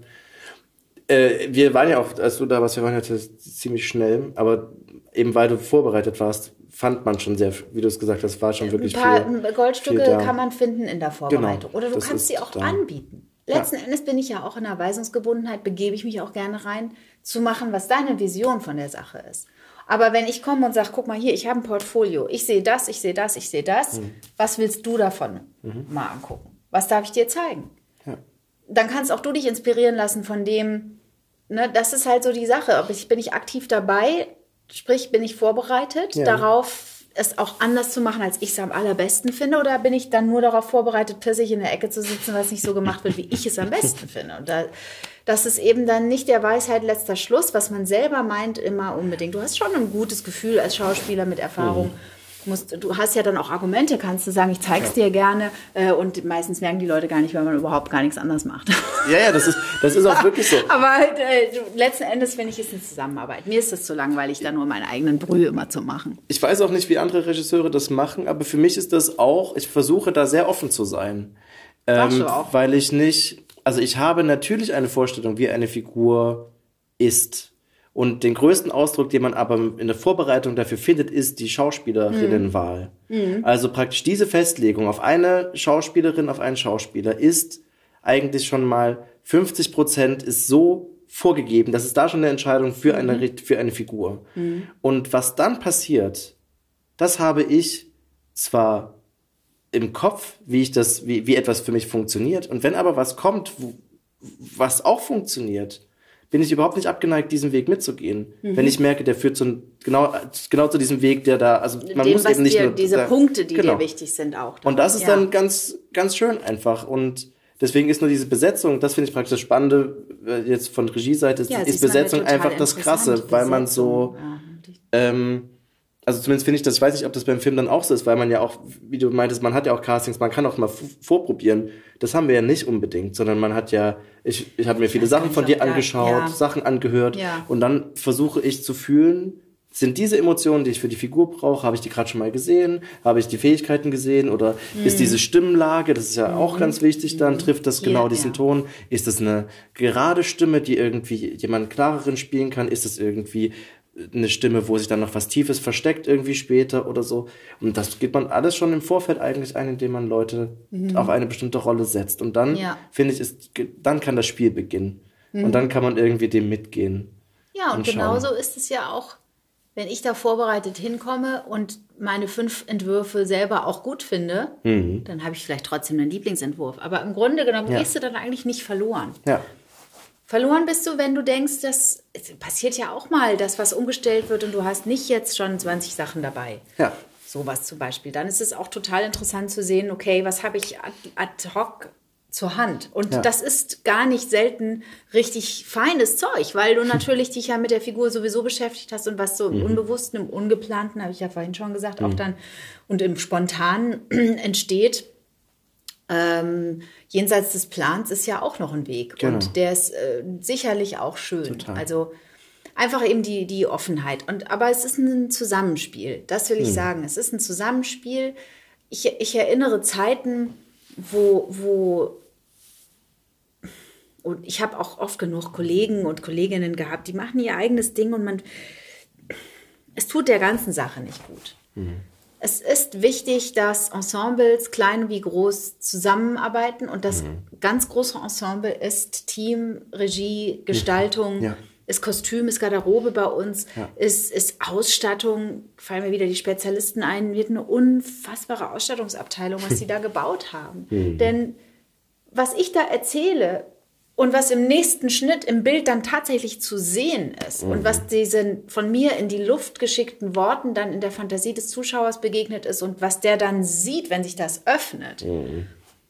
Speaker 4: Äh, wir waren ja auch, als du da warst, wir waren ja ziemlich schnell, aber eben weil du vorbereitet warst, fand man schon sehr, wie du es gesagt hast, war schon wirklich
Speaker 3: viel. Ein
Speaker 4: viel,
Speaker 3: paar Goldstücke viel kann man finden in der Vorbereitung. Genau, oder du kannst sie auch da anbieten. Letzten ja. Endes bin ich ja auch in der Weisungsgebundenheit, begebe ich mich auch gerne rein, zu machen, was deine Vision von der Sache ist. Aber wenn ich komme und sage, guck mal hier, ich habe ein Portfolio, ich sehe das, ich sehe das, ich sehe das, mhm. was willst du davon mhm. mal angucken? Was darf ich dir zeigen? Ja. Dann kannst auch du dich inspirieren lassen von dem, ne, das ist halt so die Sache. Ob ich, bin ich aktiv dabei, sprich, bin ich vorbereitet ja. darauf, es auch anders zu machen, als ich es am allerbesten finde, oder bin ich dann nur darauf vorbereitet, pissig in der Ecke zu sitzen, weil es nicht so gemacht wird, wie ich es am besten finde? Und da, das ist eben dann nicht der Weisheit letzter Schluss, was man selber meint immer unbedingt. Du hast schon ein gutes Gefühl als Schauspieler mit Erfahrung. Mhm. Musst, du hast ja dann auch Argumente, kannst du sagen, ich zeig's ja. dir gerne, äh, und meistens merken die Leute gar nicht, weil man überhaupt gar nichts anderes macht.
Speaker 4: Ja, ja, das ist, das ist auch wirklich so.
Speaker 3: Aber halt, äh, letzten Endes finde ich, ist eine Zusammenarbeit. Mir ist es zu langweilig, da nur meinen eigenen Brühe immer zu machen.
Speaker 4: Ich weiß auch nicht, wie andere Regisseure das machen, aber für mich ist das auch, ich versuche da sehr offen zu sein. Ähm, du auch? Weil ich nicht, also ich habe natürlich eine Vorstellung, wie eine Figur ist. Und den größten Ausdruck, den man aber in der Vorbereitung dafür findet, ist die Schauspielerinnenwahl. Mhm. Also praktisch diese Festlegung auf eine Schauspielerin, auf einen Schauspieler ist eigentlich schon mal fünfzig Prozent ist so vorgegeben, dass es da schon eine Entscheidung für eine, für eine Figur. Mhm. Und was dann passiert, das habe ich zwar im Kopf, wie ich das, wie, wie etwas für mich funktioniert. Und wenn aber was kommt, wo, was auch funktioniert, bin ich überhaupt nicht abgeneigt, diesen Weg mitzugehen. Mhm. Wenn ich merke, der führt zu, genau, genau zu diesem Weg, der da, also man
Speaker 3: Dem,
Speaker 4: muss eben nicht
Speaker 3: dir,
Speaker 4: nur...
Speaker 3: Diese
Speaker 4: da,
Speaker 3: Punkte, die
Speaker 4: genau.
Speaker 3: dir wichtig sind auch.
Speaker 4: Und das ist ja. dann ganz, ganz schön einfach. Und deswegen ist nur diese Besetzung, das finde ich praktisch das Spannende, jetzt von Regieseite, ist, ja, ist Besetzung einfach das Krasse, weil man so... Ja. Ähm, also zumindest finde ich das, ich weiß nicht, ob das beim Film dann auch so ist, weil man ja auch, wie du meintest, man hat ja auch Castings, man kann auch mal f- vorprobieren. Das haben wir ja nicht unbedingt, sondern man hat ja, ich, ich habe mir viele Sachen von dir angeschaut, ja. Sachen angehört ja. und dann versuche ich zu fühlen, sind diese Emotionen, die ich für die Figur brauche, habe ich die gerade schon mal gesehen, habe ich die Fähigkeiten gesehen oder mhm. ist diese Stimmlage, das ist ja mhm. auch ganz wichtig, dann trifft das genau yeah, diesen ja. Ton, ist das eine gerade Stimme, die irgendwie jemand klareren spielen kann, ist es irgendwie eine Stimme, wo sich dann noch was Tiefes versteckt irgendwie später oder so. Und das geht man alles schon im Vorfeld eigentlich ein, indem man Leute mhm. auf eine bestimmte Rolle setzt. Und dann, ja. finde ich, ist, dann kann das Spiel beginnen. Mhm. Und dann kann man irgendwie dem mitgehen.
Speaker 3: Ja, und, und genauso ist es ja auch, wenn ich da vorbereitet hinkomme und meine fünf Entwürfe selber auch gut finde, mhm. dann habe ich vielleicht trotzdem einen Lieblingsentwurf. Aber im Grunde genommen ja. gehst du dann eigentlich nicht verloren.
Speaker 4: Ja.
Speaker 3: Verloren bist du, wenn du denkst, das passiert ja auch mal, dass was umgestellt wird und du hast nicht jetzt schon zwanzig Sachen dabei.
Speaker 4: Ja.
Speaker 3: Sowas zum Beispiel. Dann ist es auch total interessant zu sehen, okay, was habe ich ad, ad hoc zur Hand? Und ja. das ist gar nicht selten richtig feines Zeug, weil du natürlich dich ja mit der Figur sowieso beschäftigt hast und was so im mhm. Unbewussten, im Ungeplanten, habe ich ja vorhin schon gesagt, mhm. auch dann und im Spontanen entsteht. Ähm, jenseits des Plans ist ja auch noch ein Weg genau. und der ist äh, sicherlich auch schön. Total. Also einfach eben die, die Offenheit. Und, aber es ist ein Zusammenspiel, das will ich hm. sagen. Es ist ein Zusammenspiel. Ich, ich erinnere Zeiten, wo, wo und ich habe auch oft genug Kollegen und Kolleginnen gehabt, die machen ihr eigenes Ding und man es tut der ganzen Sache nicht gut. Hm. Es ist wichtig, dass Ensembles, klein wie groß, zusammenarbeiten. Und das mhm. ganz große Ensemble ist Team, Regie, Gestaltung, ja. ist Kostüm, ist Garderobe bei uns, ja. ist, ist Ausstattung. Fallen mir wieder die Spezialisten ein. Wird eine unfassbare Ausstattungsabteilung, was sie da gebaut haben. Mhm. Denn was ich da erzähle und was im nächsten Schnitt im Bild dann tatsächlich zu sehen ist mhm. und was diesen von mir in die Luft geschickten Worten dann in der Fantasie des Zuschauers begegnet ist und was der dann sieht, wenn sich das öffnet. Mhm.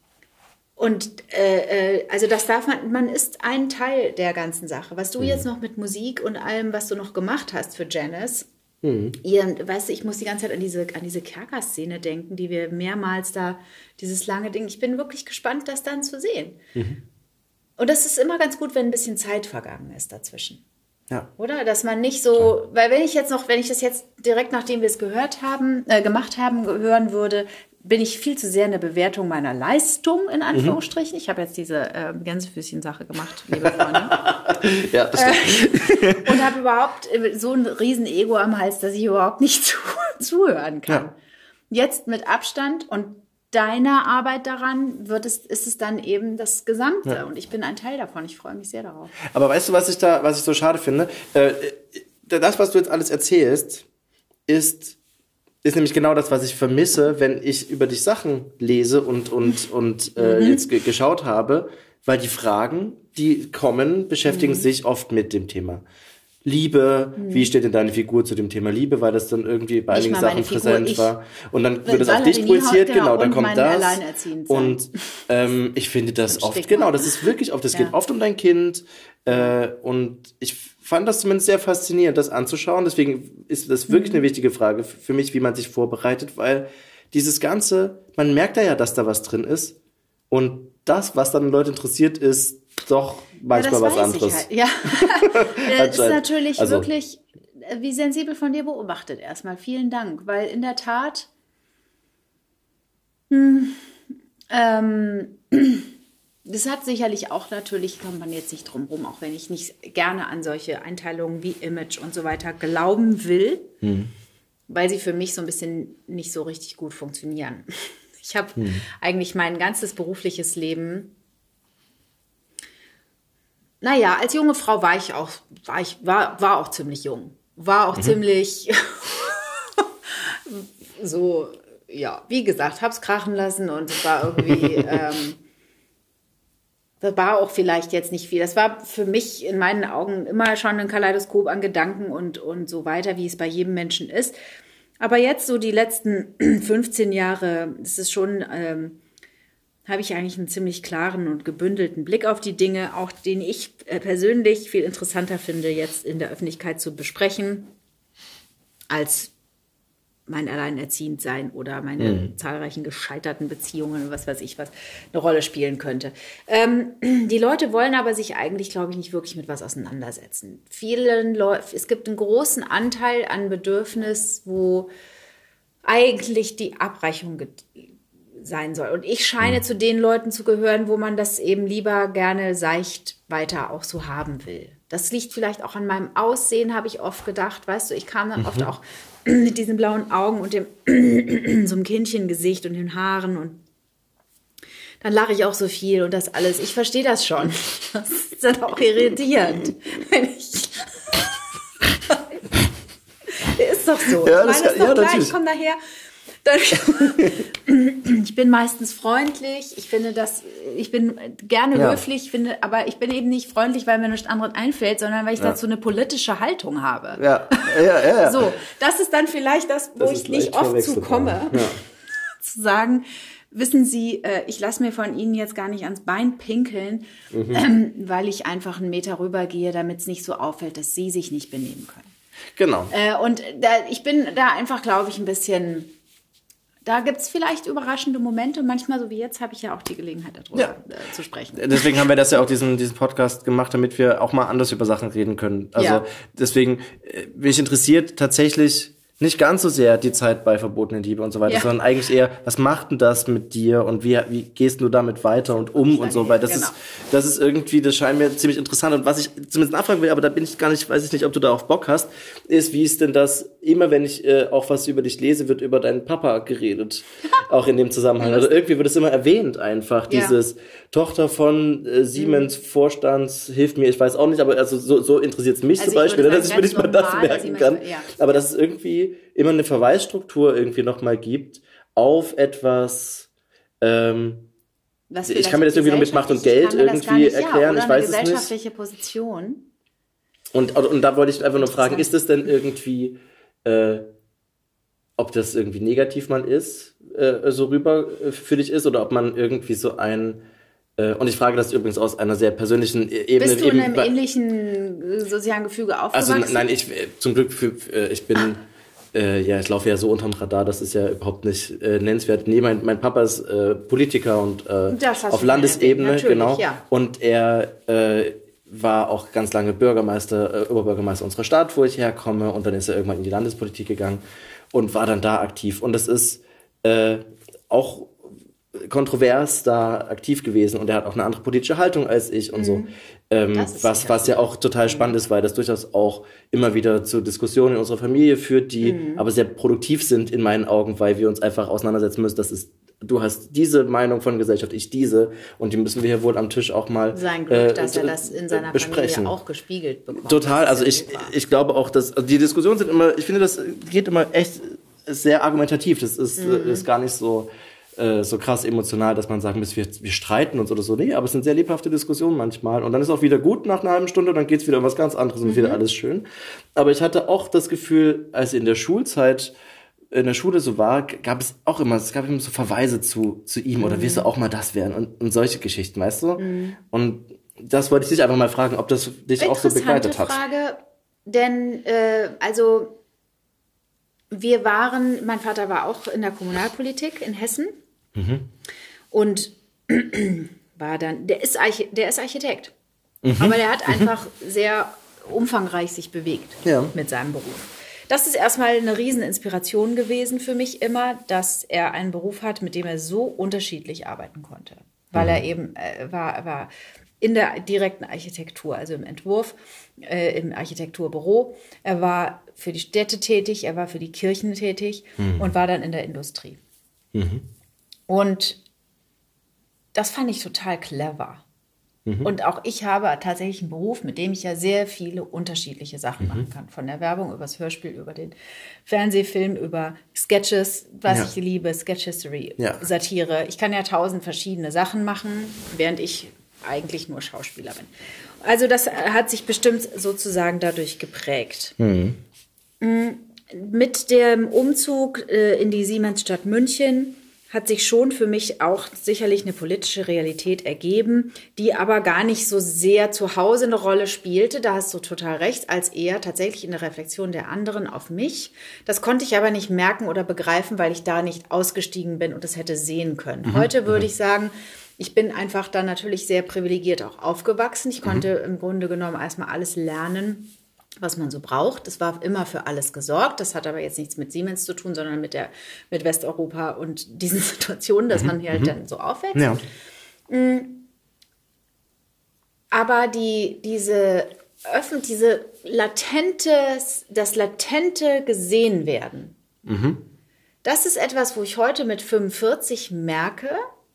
Speaker 3: Und äh, also das darf man, man ist ein Teil der ganzen Sache. Was du mhm. jetzt noch mit Musik und allem, was du noch gemacht hast für Janice, mhm. ihr, weißt du, ich muss die ganze Zeit an diese, an diese Kerker-Szene denken, die wir mehrmals da, dieses lange Ding, ich bin wirklich gespannt, das dann zu sehen. Mhm. Und das ist immer ganz gut, wenn ein bisschen Zeit vergangen ist dazwischen. Ja. Oder? Dass man nicht so, ja. weil wenn ich jetzt noch, wenn ich das jetzt direkt nachdem wir es gehört haben, äh, gemacht haben, hören würde, bin ich viel zu sehr in der Bewertung meiner Leistung, in Anführungsstrichen. Mhm. Ich habe jetzt diese äh, Gänsefüßchen-Sache gemacht, liebe Freunde.
Speaker 4: Ja, das stimmt.
Speaker 3: Äh, und habe überhaupt so ein riesen Ego am Hals, dass ich überhaupt nicht zu, zuhören kann. Ja. Jetzt mit Abstand und deiner Arbeit daran wird es, ist es dann eben das Gesamte. Ja. Und ich bin ein Teil davon. Ich freue mich sehr darauf.
Speaker 4: Aber weißt du, was ich da, was ich so schade finde? Äh, das, was du jetzt alles erzählst, ist, ist nämlich genau das, was ich vermisse, wenn ich über dich Sachen lese und, und, und äh, mhm. jetzt ge- geschaut habe. Weil die Fragen, die kommen, beschäftigen mhm. sich oft mit dem Thema Liebe, hm. wie steht denn deine Figur zu dem Thema Liebe, weil das dann irgendwie bei einigen Sachen präsent ich, war. Und dann wird das auf dich projiziert, genau, genau, dann kommt das. Und ähm, ich finde das oft, Stigma. Genau, das ist wirklich oft, es ja. geht oft um dein Kind. Äh, und ich fand das zumindest sehr faszinierend, das anzuschauen. Deswegen ist das wirklich mhm. eine wichtige Frage für mich, wie man sich vorbereitet, weil dieses Ganze, man merkt da ja, dass da was drin ist. Und das, was dann Leute interessiert, ist doch manchmal ja, was anderes.
Speaker 3: Halt. Ja, das ist natürlich also, wirklich, wie sensibel von dir beobachtet erstmal. Vielen Dank, weil in der Tat, hm, ähm, das hat sicherlich auch natürlich, kommt man jetzt nicht drum rum, auch wenn ich nicht gerne an solche Einteilungen wie Image und so weiter glauben will, hm. weil sie für mich so ein bisschen nicht so richtig gut funktionieren. Ich habe hm. eigentlich mein ganzes berufliches Leben, naja, als junge Frau war ich auch, war ich, war, war auch ziemlich jung. War auch mhm. ziemlich, so, ja, wie gesagt, hab's krachen lassen und es war irgendwie, ähm, das war auch vielleicht jetzt nicht viel. Das war für mich in meinen Augen immer schon ein Kaleidoskop an Gedanken und, und so weiter, wie es bei jedem Menschen ist. Aber jetzt so die letzten fünfzehn Jahre, das ist schon, ähm, habe ich eigentlich einen ziemlich klaren und gebündelten Blick auf die Dinge, auch den ich äh, persönlich viel interessanter finde, jetzt in der Öffentlichkeit zu besprechen, als mein Alleinerziehendsein oder meine mhm. zahlreichen gescheiterten Beziehungen, was weiß ich was, eine Rolle spielen könnte. Ähm, die Leute wollen aber sich eigentlich, glaube ich, nicht wirklich mit was auseinandersetzen. Vielen Leuten, es gibt einen großen Anteil an Bedürfnis, wo eigentlich die Abreichung get- sein soll. Und ich scheine mhm. zu den Leuten zu gehören, wo man das eben lieber gerne seicht weiter auch so haben will. Das liegt vielleicht auch an meinem Aussehen, habe ich oft gedacht. Weißt du, ich kam dann mhm. oft auch mit diesen blauen Augen und dem so einem Kindchengesicht und den Haaren und dann lache ich auch so viel und das alles. Ich verstehe das schon. Das ist dann auch irritierend. Wenn ich ist doch so.
Speaker 4: Ja,
Speaker 3: ich meine,
Speaker 4: das
Speaker 3: ist doch
Speaker 4: ja,
Speaker 3: klar, ich komme daher. Ich bin meistens freundlich. Ich finde das, ich bin gerne
Speaker 4: ja.
Speaker 3: höflich, finde, aber ich bin eben nicht freundlich, weil mir nichts anderes einfällt, sondern weil ich ja. dazu eine politische Haltung habe.
Speaker 4: Ja, ja, ja. ja.
Speaker 3: So, das ist dann vielleicht das, wo das ich nicht oft zu komme, ja. zu sagen, wissen Sie, ich lasse mir von Ihnen jetzt gar nicht ans Bein pinkeln, mhm. ähm, weil ich einfach einen Meter rübergehe, damit es nicht so auffällt, dass Sie sich nicht benehmen können.
Speaker 4: Genau.
Speaker 3: Äh, und da, ich bin da einfach, glaube ich, ein bisschen... Da gibt es vielleicht überraschende Momente. Manchmal, so wie jetzt, habe ich ja auch die Gelegenheit, darüber ja. äh, zu sprechen.
Speaker 4: Deswegen haben wir das ja auch, diesen, diesen Podcast gemacht, damit wir auch mal anders über Sachen reden können. Also ja. deswegen äh, mich interessiert tatsächlich nicht ganz so sehr die Zeit bei verbotenen Liebe und so weiter, ja. sondern eigentlich eher, was macht denn das mit dir und wie, wie gehst du damit weiter und um und so, weil das genau. ist, das ist irgendwie, das scheint mir ziemlich interessant und was ich zumindest nachfragen will, aber da bin ich gar nicht, weiß ich nicht, ob du da auch Bock hast, ist, wie ist denn das, immer wenn ich äh, auch was über dich lese, wird über deinen Papa geredet, auch in dem Zusammenhang, also irgendwie wird es immer erwähnt einfach, ja. dieses Tochter von äh, Siemens mhm. Vorstands, hilft mir, ich weiß auch nicht, aber also so, so interessiert es mich also zum Beispiel, dass ich mir nicht mal das merken kann, möchte, ja. aber dass es irgendwie immer eine Verweisstruktur irgendwie nochmal gibt auf etwas, ähm, ich kann mir das irgendwie nur mit Macht und Geld irgendwie nicht, erklären, ja, ich weiß es nicht. Eine
Speaker 3: gesellschaftliche Position.
Speaker 4: Und, und, und da wollte ich einfach nur fragen, ist das denn irgendwie, äh, ob das irgendwie negativ man ist, äh, so rüber für dich ist, oder ob man irgendwie so ein, äh, und ich frage das übrigens aus einer sehr persönlichen Ebene.
Speaker 3: Bist du in einem ähnlichen sozialen Gefüge aufgewachsen?
Speaker 4: Also nein, ich zum Glück, für, ich bin... Ah. Äh, ja, ich laufe ja so unterm Radar, das ist ja überhaupt nicht äh, nennenswert. Nee, mein, mein Papa ist äh, Politiker und äh, auf Landesebene, genau. Ja. Und er äh, war auch ganz lange Bürgermeister, äh, Oberbürgermeister unserer Stadt, wo ich herkomme. Und dann ist er irgendwann in die Landespolitik gegangen und war dann da aktiv. Und das ist äh, auch kontrovers da aktiv gewesen. Und er hat auch eine andere politische Haltung als ich und mhm. so. Ähm, was, was ja auch total spannend ist, weil das durchaus auch immer wieder zu Diskussionen in unserer Familie führt, die mhm. aber sehr produktiv sind in meinen Augen, weil wir uns einfach auseinandersetzen müssen, dass es, du hast diese Meinung von Gesellschaft, ich diese, und die müssen wir hier wohl am Tisch auch mal
Speaker 3: sein Glück, äh, dass er das in seiner besprechen. Familie auch gespiegelt bekommt.
Speaker 4: Total, also ich, ich glaube auch, dass, also die Diskussionen sind immer, ich finde, das geht immer echt sehr argumentativ, das ist, mhm. ist gar nicht so, so krass emotional, dass man sagen muss, wir, wir streiten uns oder so. Nee, aber es sind sehr lebhafte Diskussionen manchmal. Und dann ist auch wieder gut nach einer halben Stunde, dann geht's wieder um was ganz anderes und mhm. wieder alles schön. Aber ich hatte auch das Gefühl, als in der Schulzeit in der Schule so war, gab es auch immer, es gab immer so Verweise zu, zu ihm, mhm. oder wirst du auch mal das werden und, und solche Geschichten, weißt du? Mhm. Und das wollte ich dich einfach mal fragen, ob das dich auch so begleitet hat.
Speaker 3: Frage, denn, äh, also, wir waren, mein Vater war auch in der Kommunalpolitik in Hessen. Mhm. Und war dann, der ist, Archi- der ist Architekt, mhm. aber der hat einfach mhm. sehr umfangreich sich bewegt ja. mit seinem Beruf. Das ist erstmal eine riesen Inspiration gewesen für mich immer, dass er einen Beruf hat, mit dem er so unterschiedlich arbeiten konnte. Weil mhm. er eben äh, war, war in der direkten Architektur, also im Entwurf, äh, im Architekturbüro. Er war für die Städte tätig, er war für die Kirchen tätig mhm. und war dann in der Industrie. Mhm. Und das fand ich total clever. Mhm. Und auch ich habe tatsächlich einen Beruf, mit dem ich ja sehr viele unterschiedliche Sachen mhm. machen kann. Von der Werbung über das Hörspiel, über den Fernsehfilm, über Sketches, was ja. ich liebe, Sketch History, ja. Satire. Ich kann ja tausend verschiedene Sachen machen, während ich eigentlich nur Schauspieler bin. Also das hat sich bestimmt sozusagen dadurch geprägt. Mhm. Mit dem Umzug äh, in die Siemensstadt München hat sich schon für mich auch sicherlich eine politische Realität ergeben, die aber gar nicht so sehr zu Hause eine Rolle spielte. Da hast du total recht, als eher tatsächlich in der Reflexion der anderen auf mich. Das konnte ich aber nicht merken oder begreifen, weil ich da nicht ausgestiegen bin und es hätte sehen können. Mhm. Heute würde ich sagen, ich bin einfach dann natürlich sehr privilegiert auch aufgewachsen. Ich konnte mhm. im Grunde genommen erstmal alles lernen, was man so braucht. Es war immer für alles gesorgt. Das hat aber jetzt nichts mit Siemens zu tun, sondern mit der mit Westeuropa und diesen Situationen, dass man hier halt mhm. dann so aufwächst. Ja. Aber die, diese öffn, diese latente, das latente gesehen werden, mhm. das ist etwas, wo ich heute mit fünfundvierzig merke,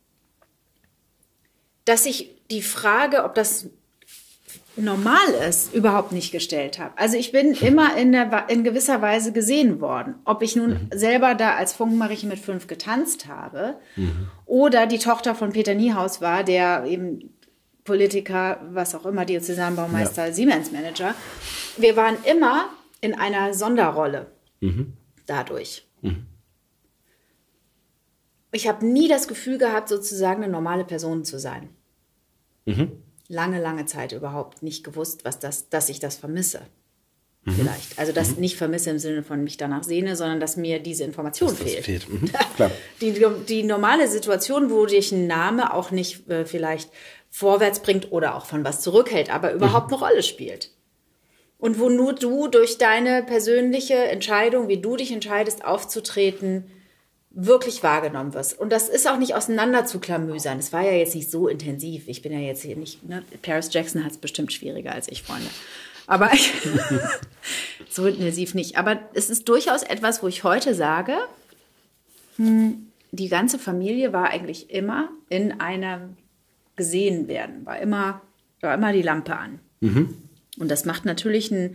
Speaker 3: dass ich die Frage, ob das normal ist, überhaupt nicht gestellt habe. Also ich bin immer in, der, in gewisser Weise gesehen worden. Ob ich nun mhm. selber da als Funkenmariechen mit fünf getanzt habe mhm. oder die Tochter von Peter Niehaus war, der eben Politiker, was auch immer, Diözesanbaumeister, ja. Siemens-Manager. Wir waren immer in einer Sonderrolle mhm. dadurch. Mhm. Ich habe nie das Gefühl gehabt, sozusagen eine normale Person zu sein. Mhm. Lange, lange Zeit überhaupt nicht gewusst, was das, dass ich das vermisse. Mhm. Vielleicht. Also das mhm. nicht vermisse im Sinne von mich danach sehne, sondern dass mir diese Information dass fehlt. Das fehlt. Mhm. Klar. Die, die normale Situation, wo dich ein Name auch nicht äh, vielleicht vorwärts bringt oder auch von was zurückhält, aber überhaupt mhm. eine Rolle spielt. Und wo nur du durch deine persönliche Entscheidung, wie du dich entscheidest, aufzutreten, wirklich wahrgenommen wirst. Und das ist auch nicht auseinander zu klamüsern. Es war ja jetzt nicht so intensiv. Ich bin ja jetzt hier nicht, ne? Paris Jackson hat es bestimmt schwieriger als ich, Freunde. Aber so intensiv nicht. Aber es ist durchaus etwas, wo ich heute sage, hm, die ganze Familie war eigentlich immer in einem gesehen werden, war immer, war immer die Lampe an. Mhm. Und das macht natürlich ein,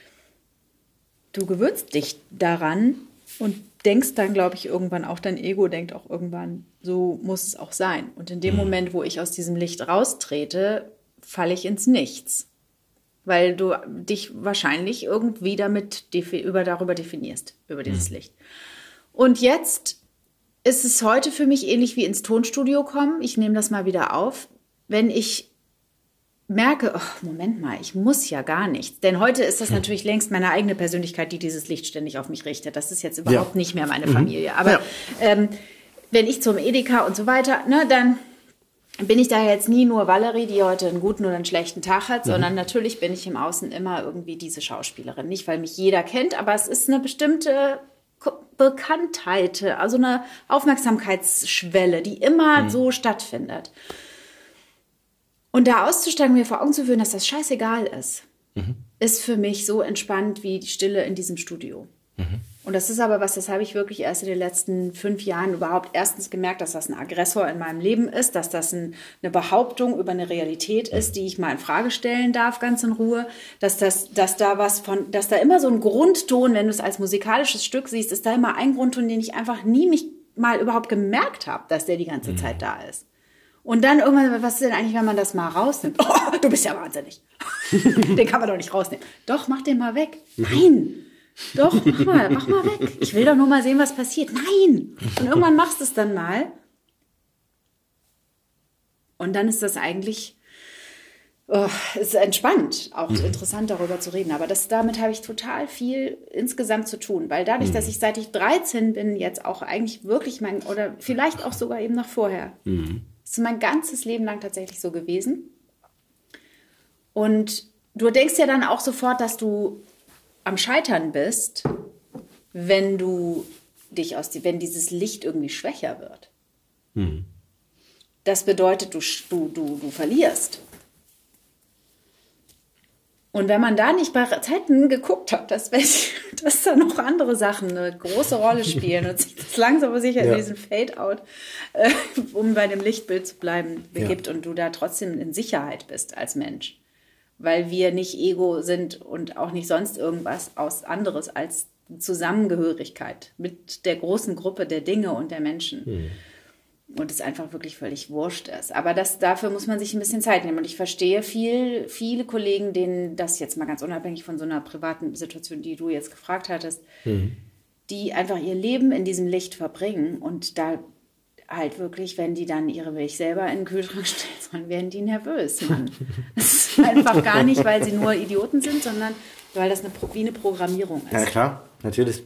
Speaker 3: du gewöhnst dich daran und denkst dann, glaube ich, irgendwann auch, dein Ego denkt auch irgendwann, so muss es auch sein. Und in dem mhm. Moment, wo ich aus diesem Licht raustrete, falle ich ins Nichts. Weil du dich wahrscheinlich irgendwie damit defi- über, darüber definierst, über dieses mhm. Licht. Und jetzt ist es heute für mich ähnlich wie ins Tonstudio kommen. Ich nehme das mal wieder auf. Wenn ich merke, oh, Moment mal, ich muss ja gar nichts. Denn heute ist das natürlich längst meine eigene Persönlichkeit, die dieses Licht ständig auf mich richtet. Das ist jetzt überhaupt ja. nicht mehr meine Familie. Aber ja. ähm, wenn ich zum Edeka und so weiter, ne, dann bin ich da jetzt nie nur Valerie, die heute einen guten oder einen schlechten Tag hat, mhm. sondern natürlich bin ich im Außen immer irgendwie diese Schauspielerin. Nicht, weil mich jeder kennt, aber es ist eine bestimmte Bekanntheit, also eine Aufmerksamkeitsschwelle, die immer mhm. so stattfindet. Und da auszusteigen, mir vor Augen zu führen, dass das scheißegal ist, mhm. ist für mich so entspannt wie die Stille in diesem Studio. Mhm. Und das ist aber was, das habe ich wirklich erst in den letzten fünf Jahren überhaupt erstens gemerkt, dass das ein Aggressor in meinem Leben ist, dass das ein, eine Behauptung über eine Realität ist, die ich mal in Frage stellen darf, ganz in Ruhe, dass das, dass da was von, dass da immer so ein Grundton, wenn du es als musikalisches Stück siehst, ist da immer ein Grundton, den ich einfach nie mich mal überhaupt gemerkt habe, dass der die ganze mhm. Zeit da ist. Und dann irgendwann, was ist denn eigentlich, wenn man das mal rausnimmt? Oh, du bist ja wahnsinnig. Den kann man doch nicht rausnehmen. Doch, mach den mal weg. Nein. Doch, mach mal, mach mal weg. Ich will doch nur mal sehen, was passiert. Nein. Und irgendwann machst du es dann mal. Und dann ist das eigentlich, oh, ist entspannt, auch mhm. interessant darüber zu reden. Aber das, damit habe ich total viel insgesamt zu tun. Weil dadurch, mhm. dass ich seit ich dreizehn bin, jetzt auch eigentlich wirklich mein, oder vielleicht auch sogar eben noch vorher, mhm. das ist mein ganzes Leben lang tatsächlich so gewesen. Und du denkst ja dann auch sofort, dass du am Scheitern bist, wenn du dich aus die, wenn dieses Licht irgendwie schwächer wird. Mhm. Das bedeutet, du, du, du, du verlierst. Und wenn man da nicht bei Zeiten geguckt hat, dass, dass da noch andere Sachen eine große Rolle spielen und sich das langsam aber sicher ja. in diesen Fade-out, äh, um bei dem Lichtbild zu bleiben, begibt ja. und du da trotzdem in Sicherheit bist als Mensch. Weil wir nicht Ego sind und auch nicht sonst irgendwas aus anderes als Zusammengehörigkeit mit der großen Gruppe der Dinge und der Menschen. Hm. Und es einfach wirklich völlig wurscht ist. Aber das, dafür muss man sich ein bisschen Zeit nehmen. Und ich verstehe viel, viele Kollegen, denen das jetzt mal ganz unabhängig von so einer privaten Situation, die du jetzt gefragt hattest, mhm. die einfach ihr Leben in diesem Licht verbringen und da halt wirklich, wenn die dann ihre Milch selber in den Kühlschrank stellen, dann werden die nervös, Mann. Das ist einfach gar nicht, weil sie nur Idioten sind, sondern weil das eine, wie eine Programmierung ist.
Speaker 4: Ja, klar, natürlich.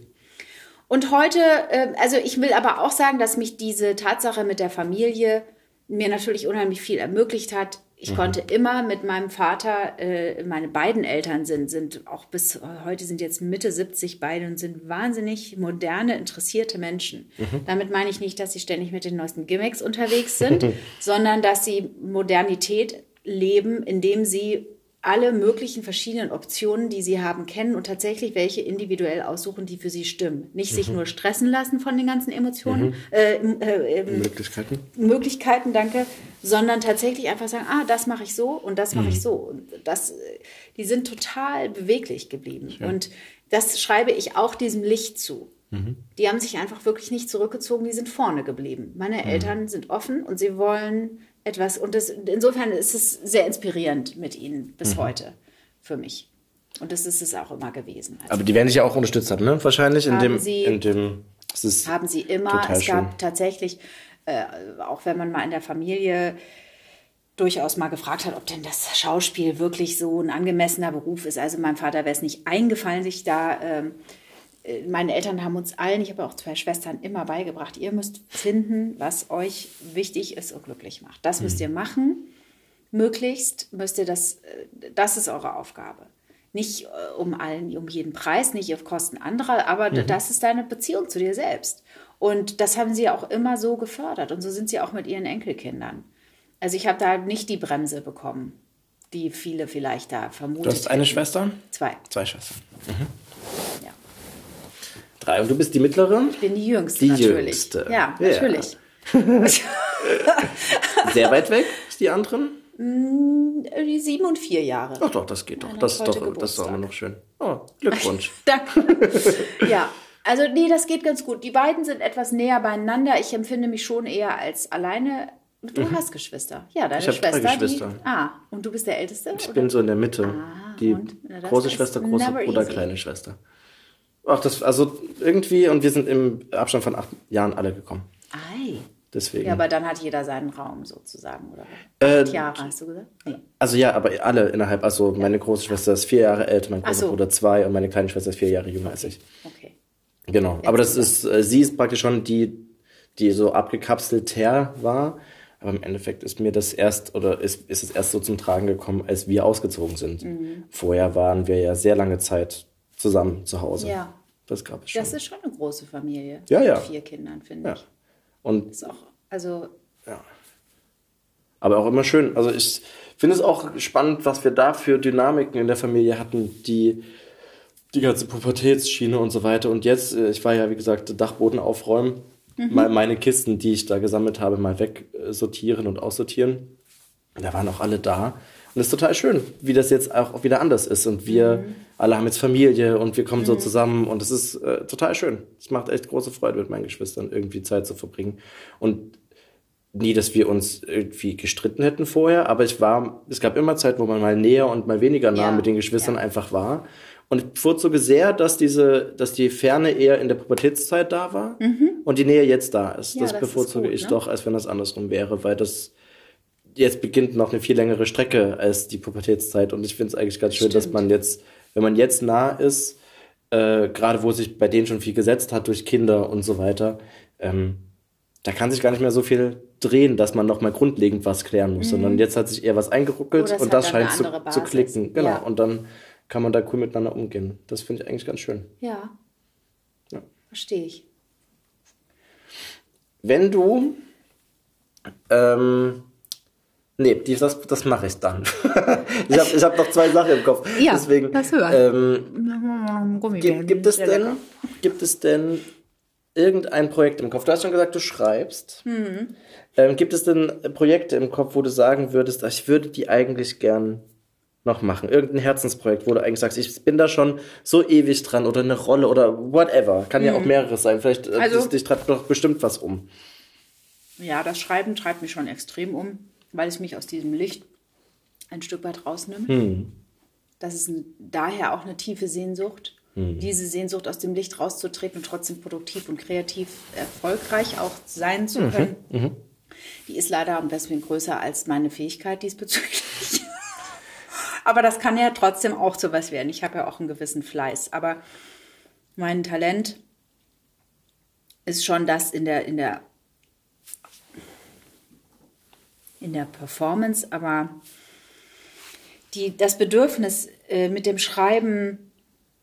Speaker 3: Und heute, also ich will aber auch sagen, dass mich diese Tatsache mit der Familie mir natürlich unheimlich viel ermöglicht hat. Ich mhm. konnte immer mit meinem Vater, meine beiden Eltern sind, sind auch bis heute sind jetzt Mitte siebzig beide und sind wahnsinnig moderne, interessierte Menschen. Mhm. Damit meine ich nicht, dass sie ständig mit den neuesten Gimmicks unterwegs sind, sondern dass sie Modernität leben, indem sie alle möglichen verschiedenen Optionen, die sie haben, kennen und tatsächlich welche individuell aussuchen, die für sie stimmen. Nicht mhm. sich nur stressen lassen von den ganzen Emotionen, mhm. äh, äh, äh,
Speaker 4: Möglichkeiten.
Speaker 3: Möglichkeiten, danke, sondern tatsächlich einfach sagen, ah, das mache ich so und das mache mhm. ich so. Und das, die sind total beweglich geblieben. Ja. Und das schreibe ich auch diesem Licht zu. Mhm. Die haben sich einfach wirklich nicht zurückgezogen, die sind vorne geblieben. Meine mhm. Eltern sind offen und sie wollen etwas, und das, insofern ist es sehr inspirierend mit ihnen bis mhm. heute für mich. Und das ist es auch immer gewesen. Also
Speaker 4: aber die werden dich ja auch unterstützt haben, ne? Wahrscheinlich in dem,
Speaker 3: sie,
Speaker 4: in dem, es ist
Speaker 3: haben sie immer. Es gab
Speaker 4: schön.
Speaker 3: tatsächlich, äh, auch wenn man mal in der Familie durchaus mal gefragt hat, ob denn das Schauspiel wirklich so ein angemessener Beruf ist. Also meinem Vater wäre es nicht eingefallen, sich da ähm, meine Eltern haben uns allen, ich habe auch zwei Schwestern, immer beigebracht, ihr müsst finden, was euch wichtig ist und glücklich macht. Das müsst ihr machen. Möglichst müsst ihr das, das ist eure Aufgabe. Nicht um allen, um jeden Preis, nicht auf Kosten anderer, aber mhm. das ist deine Beziehung zu dir selbst. Und das haben sie auch immer so gefördert. Und so sind sie auch mit ihren Enkelkindern. Also ich habe da nicht die Bremse bekommen, die viele vielleicht da vermuten.
Speaker 4: Du hast eine Schwester?
Speaker 3: Zwei.
Speaker 4: Zwei Schwestern. Mhm.
Speaker 3: Ja.
Speaker 4: Drei. Und du bist die mittlere?
Speaker 3: Ich bin die Jüngste,
Speaker 4: die
Speaker 3: natürlich.
Speaker 4: Jüngste.
Speaker 3: Ja, natürlich.
Speaker 4: Ja. Sehr weit weg, die anderen?
Speaker 3: Die sieben und vier Jahre.
Speaker 4: Ach doch, das geht doch. Das ist doch, das ist doch immer noch schön. Oh, Glückwunsch.
Speaker 3: Danke. Ja, also nee, das geht ganz gut. Die beiden sind etwas näher beieinander. Ich empfinde mich schon eher als alleine. Du mhm. hast Geschwister. Ja, deine
Speaker 4: ich hab
Speaker 3: Schwester.
Speaker 4: Drei Geschwister.
Speaker 3: Die, ah, und du bist der Älteste?
Speaker 4: Ich
Speaker 3: oder?
Speaker 4: bin so in der Mitte.
Speaker 3: Ah,
Speaker 4: die
Speaker 3: Na,
Speaker 4: große Schwester, große Bruder,
Speaker 3: easy.
Speaker 4: kleine Schwester. Ach, das, also irgendwie, und wir sind im Abstand von acht Jahren alle gekommen.
Speaker 3: Ei.
Speaker 4: Deswegen.
Speaker 3: Ja, aber dann hat jeder seinen Raum sozusagen, oder?
Speaker 4: Äh,
Speaker 3: Acht Jahre, hast du gesagt? Nee.
Speaker 4: Also ja, aber alle innerhalb, also meine große Schwester ist vier Jahre älter, mein großer
Speaker 3: so.
Speaker 4: Bruder zwei und meine kleine Schwester ist vier Jahre jünger als ich.
Speaker 3: Okay.
Speaker 4: Genau, aber das ist, äh, sie ist praktisch schon die, die so abgekapselt her war. Aber im Endeffekt ist mir das erst, oder ist, ist es erst so zum Tragen gekommen, als wir ausgezogen sind. Mhm. Vorher waren wir ja sehr lange Zeit zusammen zu Hause.
Speaker 3: Ja.
Speaker 4: Das gab es schon.
Speaker 3: Das ist schon eine große Familie.
Speaker 4: Ja, ja.
Speaker 3: Mit vier Kindern, finde
Speaker 4: ja.
Speaker 3: ich.
Speaker 4: Und
Speaker 3: ist auch, also.
Speaker 4: Ja. Aber auch immer schön. Also ich finde es auch spannend, was wir da für Dynamiken in der Familie hatten, die, die ganze Pubertätsschiene und so weiter. Und jetzt, ich war ja, wie gesagt, Dachboden aufräumen, mhm. mal meine Kisten, die ich da gesammelt habe, mal wegsortieren und aussortieren. Da waren auch alle da. Und es ist total schön, wie das jetzt auch wieder anders ist. Und wir mhm. alle haben jetzt Familie und wir kommen mhm. so zusammen. Und es ist äh, total schön. Es macht echt große Freude, mit meinen Geschwistern irgendwie Zeit zu verbringen. Und nie, dass wir uns irgendwie gestritten hätten vorher, aber ich war, es gab immer Zeit, wo man mal näher und mal weniger nah ja. mit den Geschwistern ja. einfach war. Und ich bevorzuge sehr, dass diese, dass die Ferne eher in der Pubertätszeit da war mhm. und die Nähe jetzt da ist. Ja, das, das bevorzuge ist gut, ich ne? doch, als wenn das andersrum wäre, weil das jetzt beginnt noch eine viel längere Strecke als die Pubertätszeit. Und ich finde es eigentlich ganz schön, Stimmt. dass man jetzt, wenn man jetzt nah ist, äh, gerade wo sich bei denen schon viel gesetzt hat durch Kinder und so weiter, ähm, da kann sich gar nicht mehr so viel drehen, dass man noch mal grundlegend was klären muss, mhm. sondern jetzt hat sich eher was eingeruckelt oh, und das scheint zu, zu klicken. Genau. Ja. Und dann kann man da cool miteinander umgehen. Das finde ich eigentlich ganz schön.
Speaker 3: Ja. ja. Verstehe ich.
Speaker 4: Wenn du ähm, Nee, die, das, das mache ich dann. ich habe ich hab noch zwei Sachen im Kopf.
Speaker 3: Ja,
Speaker 4: Deswegen,
Speaker 3: das hören.
Speaker 4: Ähm, gibt, gibt, es denn, gibt es denn irgendein Projekt im Kopf? Du hast schon gesagt, du schreibst. Mhm. Ähm, gibt es denn Projekte im Kopf, wo du sagen würdest, ich würde die eigentlich gern noch machen? Irgendein Herzensprojekt, wo du eigentlich sagst, ich bin da schon so ewig dran oder eine Rolle oder whatever. Kann mhm. ja auch mehreres sein. Vielleicht äh, also, dich treibt doch bestimmt was um.
Speaker 3: Ja, das Schreiben treibt mich schon extrem um, weil es mich aus diesem Licht ein Stück weit rausnimmt. Hm. Das ist ein, daher auch eine tiefe Sehnsucht, hm. diese Sehnsucht aus dem Licht rauszutreten und trotzdem produktiv und kreativ erfolgreich auch sein zu können. Mhm. Mhm. Die ist leider ein bisschen größer als meine Fähigkeit diesbezüglich. Aber das kann ja trotzdem auch so was werden. Ich habe ja auch einen gewissen Fleiß. Aber mein Talent ist schon das in der, in der in der Performance, aber die, das Bedürfnis äh, mit dem Schreiben,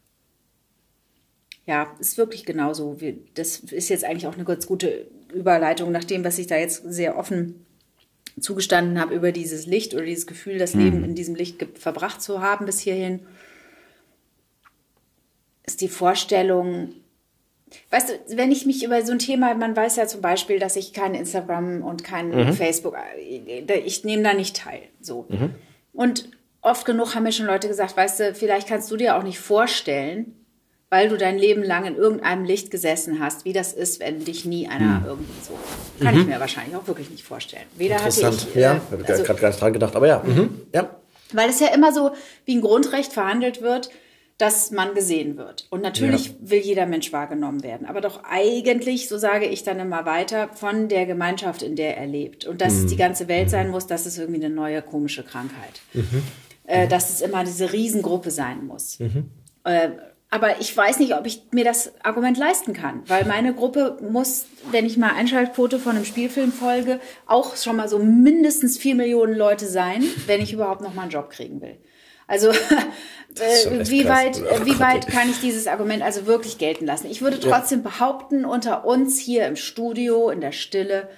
Speaker 3: ja, ist wirklich genauso. Wie, das ist jetzt eigentlich auch eine ganz gute Überleitung nach dem, was ich da jetzt sehr offen zugestanden habe über dieses Licht oder dieses Gefühl, das mhm. Leben in diesem Licht ge- verbracht zu haben bis hierhin, ist die Vorstellung. Weißt du, wenn ich mich über so ein Thema, man weiß ja zum Beispiel, dass ich kein Instagram und kein mhm. Facebook, ich nehme da nicht teil. So. Mhm. Und oft genug haben mir schon Leute gesagt, weißt du, vielleicht kannst du dir auch nicht vorstellen, weil du dein Leben lang in irgendeinem Licht gesessen hast, wie das ist, wenn dich nie einer mhm. irgendwie so. Kann mhm. ich mir wahrscheinlich auch wirklich nicht vorstellen. Weder hatte ich,
Speaker 4: äh, ja, habe ich also, gerade gar nicht dran gedacht, aber ja. Mhm. ja.
Speaker 3: Weil es ja immer so wie ein Grundrecht verhandelt wird, dass man gesehen wird. Und natürlich ja. will jeder Mensch wahrgenommen werden. Aber doch eigentlich, so sage ich dann immer weiter, von der Gemeinschaft, in der er lebt. Und dass mhm. es die ganze Welt sein muss, das ist irgendwie eine neue komische Krankheit. Mhm. Äh, dass es immer diese Riesengruppe sein muss. Mhm. Äh, aber ich weiß nicht, ob ich mir das Argument leisten kann. Weil meine Gruppe muss, wenn ich mal Einschaltquote von einem Spielfilm folge, auch schon mal so mindestens vier Millionen Leute sein, wenn ich überhaupt noch mal einen Job kriegen will. Also äh, wie weit, äh, wie weit kann ich dieses Argument also wirklich gelten lassen? Ich würde trotzdem ja. behaupten, unter uns hier im Studio, in der Stille,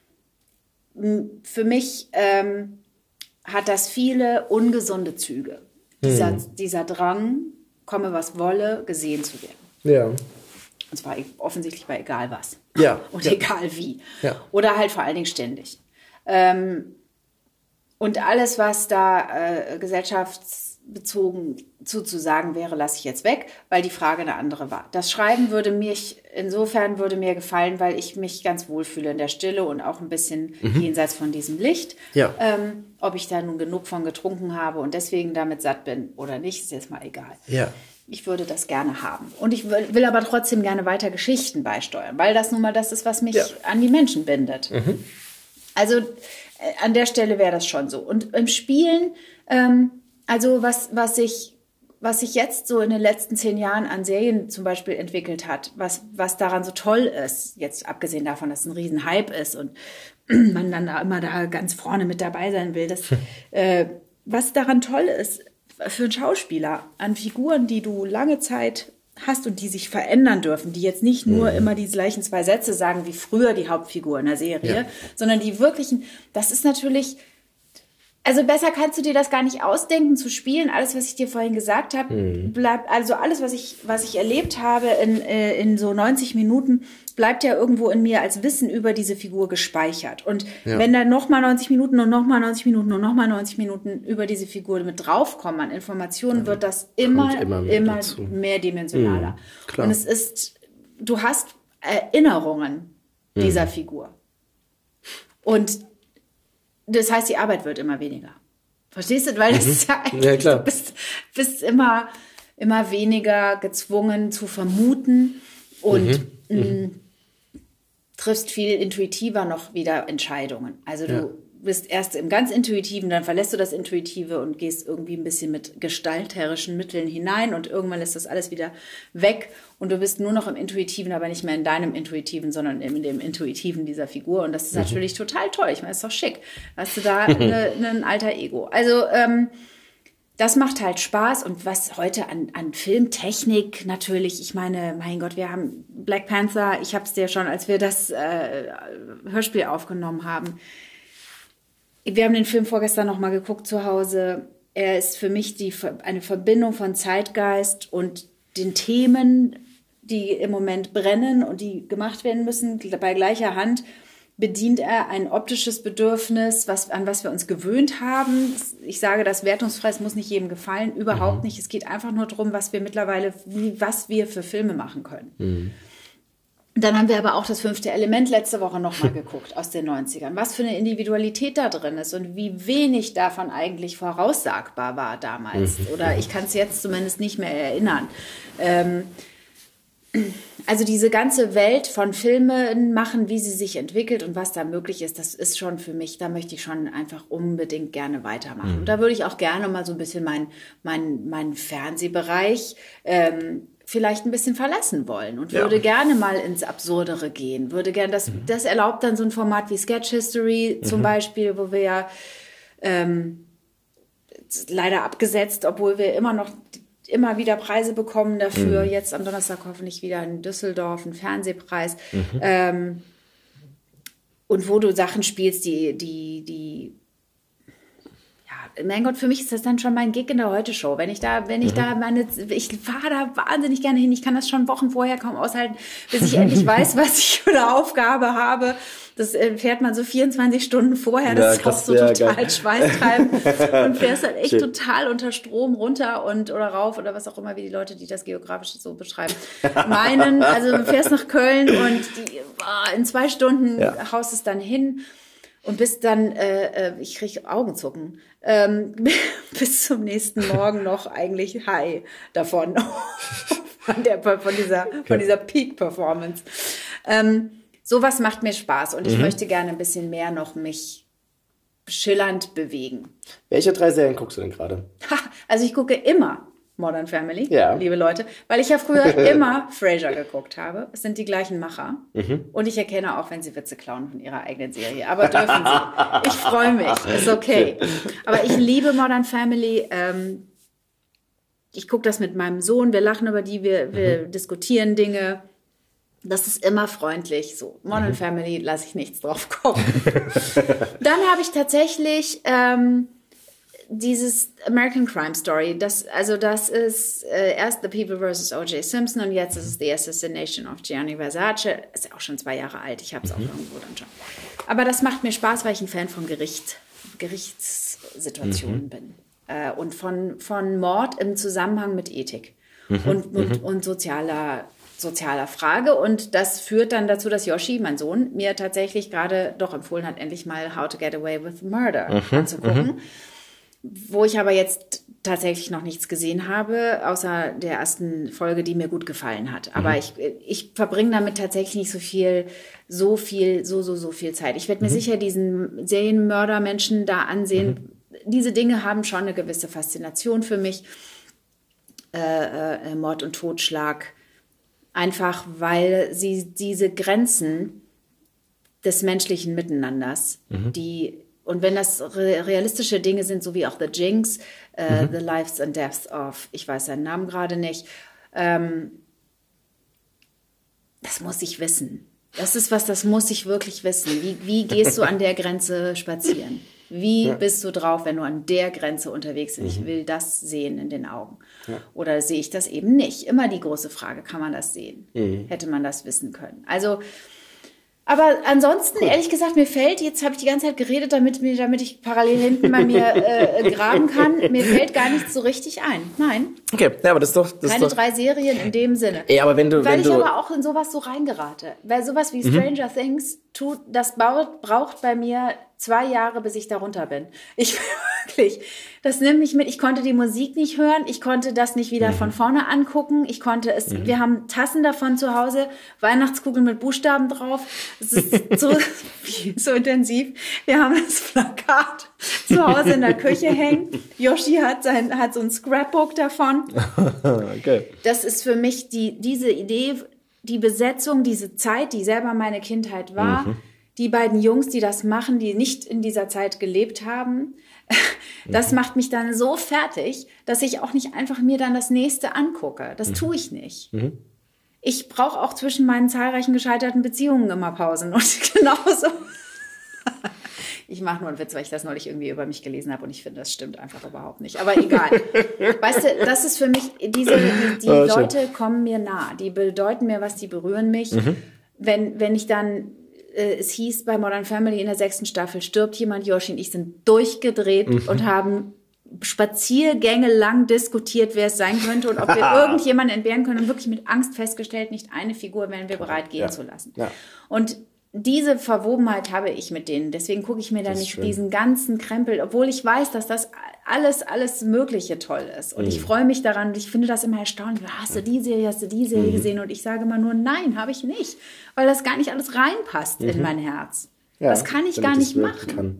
Speaker 3: für mich ähm, hat das viele ungesunde Züge. Dieser, hm. dieser Drang, komme was wolle, gesehen zu werden.
Speaker 4: Ja.
Speaker 3: Und zwar offensichtlich bei egal was.
Speaker 4: Ja.
Speaker 3: Und
Speaker 4: ja.
Speaker 3: egal wie.
Speaker 4: Ja.
Speaker 3: Oder halt vor allen Dingen ständig. Ähm, Und alles, was da äh, gesellschaftsbezogen zuzusagen wäre, lasse ich jetzt weg, weil die Frage eine andere war. Das Schreiben würde mich, insofern würde mir gefallen, weil ich mich ganz wohlfühle in der Stille und auch ein bisschen mhm. jenseits von diesem Licht.
Speaker 4: Ja.
Speaker 3: Ähm, ob ich da nun genug von getrunken habe und deswegen damit satt bin oder nicht, ist jetzt mal egal.
Speaker 4: Ja.
Speaker 3: Ich würde das gerne haben. Und ich will, will aber trotzdem gerne weiter Geschichten beisteuern, weil das nun mal das ist, was mich ja. an die Menschen bindet. Mhm. Also an der Stelle wäre das schon so. Und im Spielen, ähm, also was, was sich was sich jetzt so in den letzten zehn Jahren an Serien zum Beispiel entwickelt hat, was, was daran so toll ist, jetzt abgesehen davon, dass es ein Riesenhype ist und man dann da immer da ganz vorne mit dabei sein will, das, äh, was daran toll ist für einen Schauspieler, an Figuren, die du lange Zeit hast und die sich verändern dürfen, die jetzt nicht nur mhm. immer die gleichen zwei Sätze sagen, wie früher die Hauptfigur in der Serie, ja. sondern die wirklichen, das ist natürlich, also besser kannst du dir das gar nicht ausdenken, zu spielen. Alles, was ich dir vorhin gesagt habe, mhm. bleibt, also alles, was ich, was ich erlebt habe in, in so neunzig Minuten, bleibt ja irgendwo in mir als Wissen über diese Figur gespeichert. Und ja. wenn da nochmal neunzig Minuten und nochmal neunzig Minuten und nochmal neunzig Minuten über diese Figur mit draufkommen an Informationen, ja. wird das immer, immer mehr, immer mehrdimensionaler. Mhm, klar. Und es ist, du hast Erinnerungen mhm. dieser Figur. Und das heißt, die Arbeit wird immer weniger. Verstehst du? Weil das mhm. ist ja eigentlich, ja, klar. du bist, bist immer, immer weniger gezwungen zu vermuten und mhm. mh, triffst viel intuitiver noch wieder Entscheidungen. Also du ja. bist erst im ganz Intuitiven, dann verlässt du das Intuitive und gehst irgendwie ein bisschen mit gestalterischen Mitteln hinein und irgendwann ist das alles wieder weg und du bist nur noch im Intuitiven, aber nicht mehr in deinem Intuitiven, sondern in dem Intuitiven dieser Figur und das ist mhm. natürlich total toll. Ich meine, das ist doch schick. Hast du da eine, ein alter Ego. Also ähm, das macht halt Spaß und was heute an, an Filmtechnik natürlich, ich meine, mein Gott, wir haben Black Panther, ich habe es dir schon, als wir das äh, Hörspiel aufgenommen haben, Wir haben den Film vorgestern noch mal geguckt zu Hause. Er ist für mich die, eine Verbindung von Zeitgeist und den Themen, die im Moment brennen und die gemacht werden müssen. Bei gleicher Hand bedient er ein optisches Bedürfnis, was, an was wir uns gewöhnt haben. Ich sage das wertungsfrei, es muss nicht jedem gefallen, überhaupt mhm. nicht. Es geht einfach nur darum, was wir mittlerweile, wie, was wir für Filme machen können. Mhm. Dann haben wir aber auch das fünfte Element letzte Woche nochmal geguckt aus den neunzigern. Was für eine Individualität da drin ist und wie wenig davon eigentlich voraussagbar war damals. Mhm. Oder ich kann es jetzt zumindest nicht mehr erinnern. Ähm, also diese ganze Welt von Filmen machen, wie sie sich entwickelt und was da möglich ist, das ist schon für mich, da möchte ich schon einfach unbedingt gerne weitermachen. Mhm. Und da würde ich auch gerne mal so ein bisschen meinen mein, mein Fernsehbereich ähm, vielleicht ein bisschen verlassen wollen und würde ja. gerne mal ins Absurdere gehen. Würde gerne, das, mhm. das erlaubt dann so ein Format wie Sketch History zum mhm. Beispiel, wo wir ja ähm, leider abgesetzt, obwohl wir immer noch immer wieder Preise bekommen dafür. Mhm. Jetzt am Donnerstag hoffentlich wieder in Düsseldorf einen Fernsehpreis. Mhm. Ähm, und wo du Sachen spielst, die, die, die mein Gott, für mich ist das dann schon mein Gig in der Heute-Show. Wenn ich da, wenn ich mhm. da meine, ich fahre da wahnsinnig gerne hin. Ich kann das schon Wochen vorher kaum aushalten, bis ich endlich weiß, was ich für eine Aufgabe habe. Das fährt man so vierundzwanzig Stunden vorher. Das ja, ist auch so total geil. Schweißtreibend. Und fährst halt echt Schön. total unter Strom runter und, oder rauf oder was auch immer, wie die Leute, die das geografisch so beschreiben, meinen. Also du fährst nach Köln und die, in zwei Stunden ja. haust es dann hin. Und bis dann, äh, ich kriege Augenzucken, ähm, bis zum nächsten Morgen noch eigentlich high davon, von, der, von dieser, von dieser Peak-Performance. Ähm, sowas macht mir Spaß und ich mhm. möchte gerne ein bisschen mehr noch mich schillernd bewegen.
Speaker 4: Welche drei Serien guckst du denn gerade?
Speaker 3: Also ich gucke immer Modern Family,
Speaker 4: ja.
Speaker 3: liebe Leute, weil ich ja früher immer Frasier geguckt habe. Es sind die gleichen Macher. Mhm. Und ich erkenne auch, wenn sie Witze klauen von ihrer eigenen Serie. Aber dürfen sie. Ich freue mich. Ist okay. Aber ich liebe Modern Family. Ähm, ich gucke das mit meinem Sohn. Wir lachen über die, wir, wir mhm. diskutieren Dinge. Das ist immer freundlich. So, Modern mhm. Family lasse ich nichts drauf kommen. Dann habe ich tatsächlich Ähm, dieses American Crime Story, das, also das ist äh, erst The People versus O J Simpson und jetzt ist es The Assassination of Gianni Versace. Ist ja auch schon zwei Jahre alt, ich habe es auch mhm. irgendwo dann schon. Aber das macht mir Spaß, weil ich ein Fan von Gericht, Gerichtssituationen mhm. bin. Äh, und von, von Mord im Zusammenhang mit Ethik mhm. und, und, mhm. und sozialer, sozialer Frage. Und das führt dann dazu, dass Yoshi, mein Sohn, mir tatsächlich gerade doch empfohlen hat, endlich mal How to Get Away with Murder mhm. anzugucken. Mhm. Wo ich aber jetzt tatsächlich noch nichts gesehen habe, außer der ersten Folge, die mir gut gefallen hat. Aber mhm. ich, ich verbringe damit tatsächlich nicht so viel, so viel, so, so, so viel Zeit. Ich werde mir mhm. sicher diesen Serienmörder-Menschen da ansehen. Mhm. Diese Dinge haben schon eine gewisse Faszination für mich. Äh, äh, Mord und Totschlag. Einfach, weil sie diese Grenzen des menschlichen Miteinanders, mhm. die und wenn das realistische Dinge sind, so wie auch The Jinx, äh, mhm. The Lives and Deaths of, ich weiß seinen Namen gerade nicht, ähm, das muss ich wissen. Das ist was, das muss ich wirklich wissen. Wie, wie gehst du an der Grenze spazieren? Wie ja. bist du drauf, wenn du an der Grenze unterwegs bist? Mhm. Ich will das sehen in den Augen. Ja. Oder sehe ich das eben nicht? Immer die große Frage, kann man das sehen? Mhm. Hätte man das wissen können? Also, aber ansonsten, cool. ehrlich gesagt, mir fällt, jetzt habe ich die ganze Zeit geredet, damit, mir, damit ich parallel hinten bei mir äh, graben kann, mir fällt gar nichts so richtig ein. Nein.
Speaker 4: Okay, ja, aber das ist doch... Das
Speaker 3: Keine
Speaker 4: ist doch...
Speaker 3: drei Serien in dem Sinne.
Speaker 4: Ey, aber wenn du...
Speaker 3: Weil
Speaker 4: wenn
Speaker 3: ich
Speaker 4: du...
Speaker 3: aber auch in sowas so reingerate. Weil sowas wie Stranger mhm. Things, tut, das baut, braucht bei mir zwei Jahre, bis ich darunter bin. Ich wirklich, das nimmt mich mit. Ich konnte die Musik nicht hören. Ich konnte das nicht wieder mhm. von vorne angucken. Ich konnte es, mhm. wir haben Tassen davon zu Hause, Weihnachtskugeln mit Buchstaben drauf. Es ist so, so intensiv. Wir haben das Plakat zu Hause in der Küche hängen. Yoshi hat sein, hat so ein Scrapbook davon.
Speaker 4: Okay.
Speaker 3: Das ist für mich die, diese Idee, die Besetzung, diese Zeit, die selber meine Kindheit war. Mhm. Die beiden Jungs, die das machen, die nicht in dieser Zeit gelebt haben, das macht mich dann so fertig, dass ich auch nicht einfach mir dann das Nächste angucke. Das mhm. tue ich nicht. Mhm. Ich brauche auch zwischen meinen zahlreichen gescheiterten Beziehungen immer Pausen. Und genauso, Ich mache nur einen Witz, weil ich das neulich irgendwie über mich gelesen habe und ich finde, das stimmt einfach überhaupt nicht. Aber egal. Weißt du, das ist für mich, diese, die, die oh, Leute schön. kommen mir nah. Die bedeuten mir was, die berühren mich. Mhm. Wenn, wenn ich dann, äh, es hieß bei Modern Family in der sechsten Staffel, stirbt jemand, Yoshi und ich sind durchgedreht mhm. und haben Spaziergänge lang diskutiert, wer es sein könnte und ob wir irgendjemanden entbehren können und wirklich mit Angst festgestellt, nicht eine Figur wären wir bereit gehen ja. zu lassen. Ja. Und diese Verwobenheit habe ich mit denen. Deswegen gucke ich mir da nicht schön. diesen ganzen Krempel, obwohl ich weiß, dass das alles, alles Mögliche toll ist. Und mhm. ich freue mich daran und ich finde das immer erstaunlich. Hast du die Serie, hast du die Serie mhm. gesehen? Und ich sage immer nur, nein, habe ich nicht. Weil das gar nicht alles reinpasst mhm. in mein Herz. Ja, das kann ich gar ich nicht machen. Kann.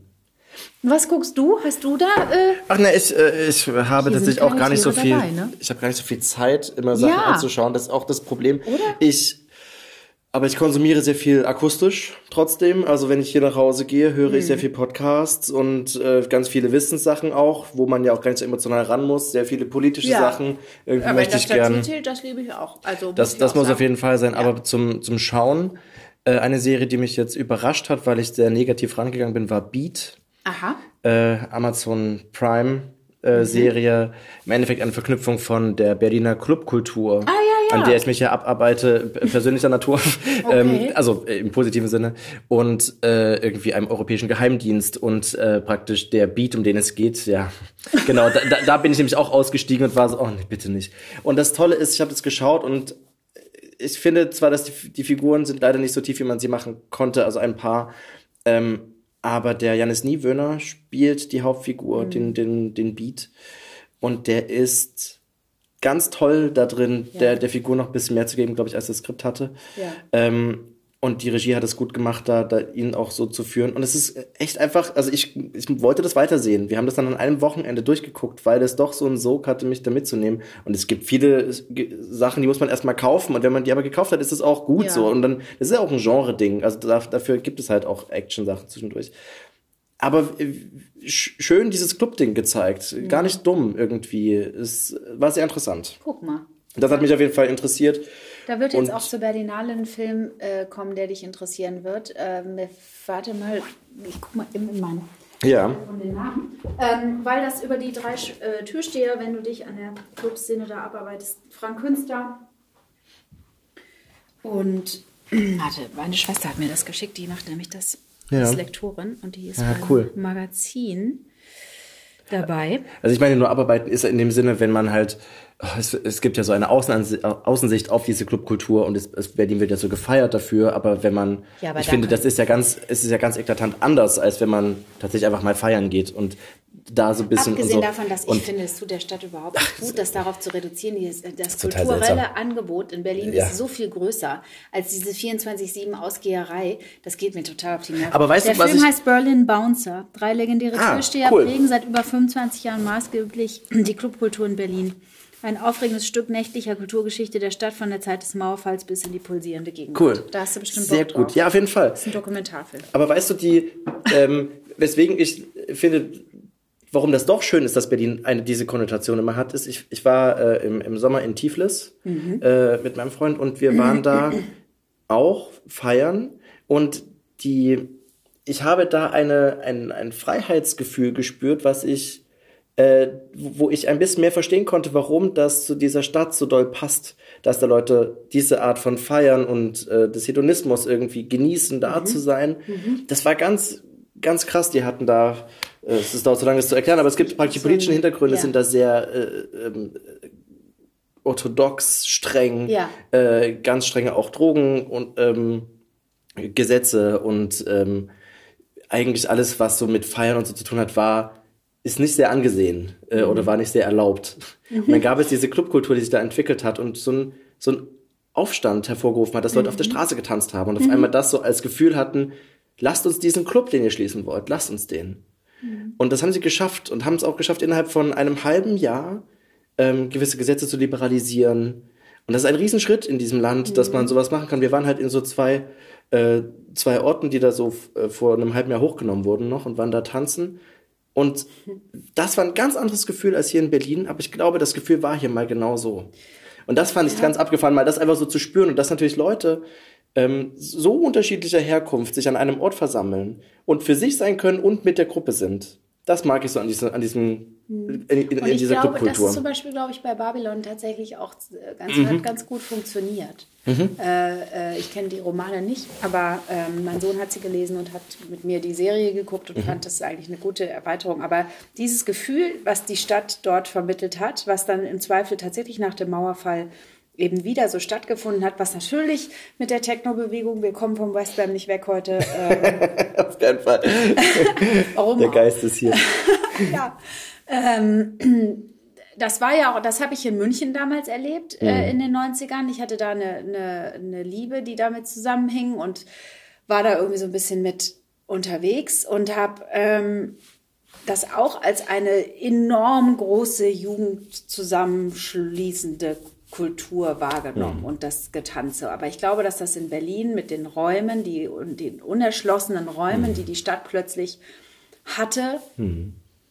Speaker 3: Was guckst du? Hast du da? Äh
Speaker 4: Ach ne, ich, äh, ich habe tatsächlich auch gar nicht so viel. Dabei, ne? Ich habe gar nicht so viel Zeit, immer Sachen ja. anzuschauen. Das ist auch das Problem. Oder? Ich, aber ich konsumiere sehr viel akustisch trotzdem. Also wenn ich hier nach Hause gehe, höre hm. ich sehr viel Podcasts und äh, ganz viele Wissenssachen auch, wo man ja auch gar nicht so emotional ran muss. Sehr viele politische ja. Sachen. Irgendwie aber möchte ich gerne.
Speaker 3: Das liebe ich auch. Also
Speaker 4: das,
Speaker 3: ich
Speaker 4: das
Speaker 3: auch
Speaker 4: muss
Speaker 3: sagen.
Speaker 4: auf jeden Fall sein. Ja. Aber zum zum Schauen äh, eine Serie, die mich jetzt überrascht hat, weil ich sehr negativ rangegangen bin, war Beat.
Speaker 3: Aha.
Speaker 4: Äh, Amazon Prime äh, mhm. Serie, im Endeffekt eine Verknüpfung von der Berliner Clubkultur,
Speaker 3: ah, ja, ja.
Speaker 4: an der ich mich ja abarbeite, persönlicher Natur, okay. ähm, also äh, im positiven Sinne, und äh, irgendwie einem europäischen Geheimdienst und äh, praktisch der Beat, um den es geht, ja, genau, da, da, da bin ich nämlich auch ausgestiegen und war so, oh nee, bitte nicht. Und das Tolle ist, ich habe das geschaut und ich finde zwar, dass die, die Figuren sind leider nicht so tief, wie man sie machen konnte, also ein paar, ähm, aber der Jannis Niewöhner spielt die Hauptfigur, mhm. den, den, den Beat. Und der ist ganz toll da drin, ja. der, der Figur noch ein bisschen mehr zu geben, glaube ich, als das Skript hatte. Ja. Ähm, und die Regie hat es gut gemacht, da, da ihn auch so zu führen. Und es ist echt einfach, also ich, ich wollte das weitersehen. Wir haben das dann an einem Wochenende durchgeguckt, weil es doch so einen Sog hatte, mich da mitzunehmen. Und es gibt viele Sachen, die muss man erstmal kaufen. Und wenn man die aber gekauft hat, ist es auch gut ja. so. Und dann, das ist ja auch ein Genre-Ding. Also da, dafür gibt es halt auch Action-Sachen zwischendurch. Aber schön dieses Club-Ding gezeigt. Mhm. Gar nicht dumm irgendwie. Es war sehr interessant.
Speaker 3: Guck mal.
Speaker 4: Das hat mich auf jeden Fall interessiert.
Speaker 3: Da wird jetzt und auch zur Berlinale ein Film äh, kommen, der dich interessieren wird. Ähm, warte mal, ich guck mal in meine
Speaker 4: ja.
Speaker 3: von den Namen. Ähm, weil das über die drei äh, Türsteher, wenn du dich an der Clubszene da abarbeitest, Frank Künster und warte, meine Schwester hat mir das geschickt, die macht nämlich das ja. als Lektorin und die ist ja, beim cool. Magazin dabei.
Speaker 4: Also ich meine, nur abarbeiten ist in dem Sinne, wenn man halt Es, es gibt ja so eine Außenansicht, Außensicht auf diese Clubkultur und es, es, Berlin wird ja so gefeiert dafür, aber wenn man, ja, aber ich finde, das ist ja ganz, es ist ja ganz eklatant anders, als wenn man tatsächlich einfach mal feiern geht und da so ein bisschen.
Speaker 3: Abgesehen
Speaker 4: und so.
Speaker 3: davon, dass ich finde, es tut der Stadt überhaupt nicht gut, das darauf zu reduzieren. Das, das kulturelle seltsam. Angebot in Berlin ja. ist so viel größer als diese vierundzwanzig sieben Ausgeherei. Das geht mir total auf die Nerven.
Speaker 4: Aber weißt
Speaker 3: der
Speaker 4: du, was
Speaker 3: Film
Speaker 4: ich
Speaker 3: heißt Berlin Bouncer. Drei legendäre ah, Türsteher cool. prägen seit über fünfundzwanzig Jahren maßgeblich die Clubkultur in Berlin. Ein aufregendes Stück nächtlicher Kulturgeschichte der Stadt von der Zeit des Mauerfalls bis in die pulsierende Gegenwart.
Speaker 4: Cool.
Speaker 3: Da hast du bestimmt
Speaker 4: Sehr
Speaker 3: Bock drauf.
Speaker 4: gut. Ja, auf jeden Fall.
Speaker 3: Das ist ein Dokumentarfilm.
Speaker 4: Aber weißt du, die, ähm, weswegen ich finde, warum das doch schön ist, dass Berlin eine diese Konnotation immer hat, ist, ich, ich war äh, im, im Sommer in Tiflis mhm. äh, mit meinem Freund und wir waren da auch feiern und die, ich habe da eine, ein, ein Freiheitsgefühl gespürt, was ich Äh, wo ich ein bisschen mehr verstehen konnte, warum das zu dieser Stadt so doll passt, dass da Leute diese Art von Feiern und äh, des Hedonismus irgendwie genießen, da mhm. zu sein. Mhm. Das war ganz, ganz krass. Die hatten da, äh, es dauert so lange, das zu erklären, aber es gibt praktisch die politischen Hintergründe, ja. sind da sehr äh, ähm, orthodox, streng, ja. äh, ganz strenge auch Drogen und ähm, Gesetze und ähm, eigentlich alles, was so mit Feiern und so zu tun hat, war ist nicht sehr angesehen äh, mhm. oder war nicht sehr erlaubt. Mhm. Und dann gab es diese Clubkultur, die sich da entwickelt hat und so ein, so ein Aufstand hervorgerufen hat, dass Leute mhm. auf der Straße getanzt haben und auf mhm. einmal das so als Gefühl hatten, lasst uns diesen Club, den ihr schließen wollt, lasst uns den. Mhm. Und das haben sie geschafft und haben es auch geschafft, innerhalb von einem halben Jahr ähm, gewisse Gesetze zu liberalisieren. Und das ist ein Riesenschritt in diesem Land, mhm. dass man sowas machen kann. Wir waren halt in so zwei, äh, zwei Orten, die da so äh, vor einem halben Jahr hochgenommen wurden noch und waren da tanzen. Und das war ein ganz anderes Gefühl als hier in Berlin, aber ich glaube, das Gefühl war hier mal genau so. Und das fand ich ja. ganz abgefahren, mal das einfach so zu spüren und dass natürlich Leute ähm, so unterschiedlicher Herkunft sich an einem Ort versammeln und für sich sein können und mit der Gruppe sind. Das mag ich so an, diese, an diesem in, in, in
Speaker 3: ich
Speaker 4: dieser
Speaker 3: glaube,
Speaker 4: Clubkultur.
Speaker 3: das ist zum Beispiel, glaube ich, bei Babylon tatsächlich auch ganz,
Speaker 4: Mhm.
Speaker 3: hat ganz gut funktioniert.
Speaker 4: Mhm.
Speaker 3: Äh, äh, ich kenne die Romane nicht, aber ähm, mein Sohn hat sie gelesen und hat mit mir die Serie geguckt und
Speaker 4: Mhm.
Speaker 3: fand das eigentlich eine gute Erweiterung. Aber dieses Gefühl, was die Stadt dort vermittelt hat, was dann im Zweifel tatsächlich nach dem Mauerfall eben wieder so stattgefunden hat, was natürlich mit der Techno-Bewegung, wir kommen vom Westbam nicht weg heute. Ähm,
Speaker 4: Auf keinen Fall.
Speaker 3: Warum
Speaker 4: Der
Speaker 3: auch?
Speaker 4: Geist ist hier.
Speaker 3: Ja, ähm, das war ja auch, das habe ich in München damals erlebt,
Speaker 4: Mhm.
Speaker 3: äh, in den neunzigern. Ich hatte da eine, eine, eine Liebe, die damit zusammenhing und war da irgendwie so ein bisschen mit unterwegs und habe ähm, das auch als eine enorm große jugendzusammenschließende Kultur wahrgenommen
Speaker 4: Mhm.
Speaker 3: und das Getanze. Aber ich glaube, dass das in Berlin mit den Räumen, die, den unerschlossenen Räumen,
Speaker 4: Mhm.
Speaker 3: die die Stadt plötzlich hatte,
Speaker 4: Mhm.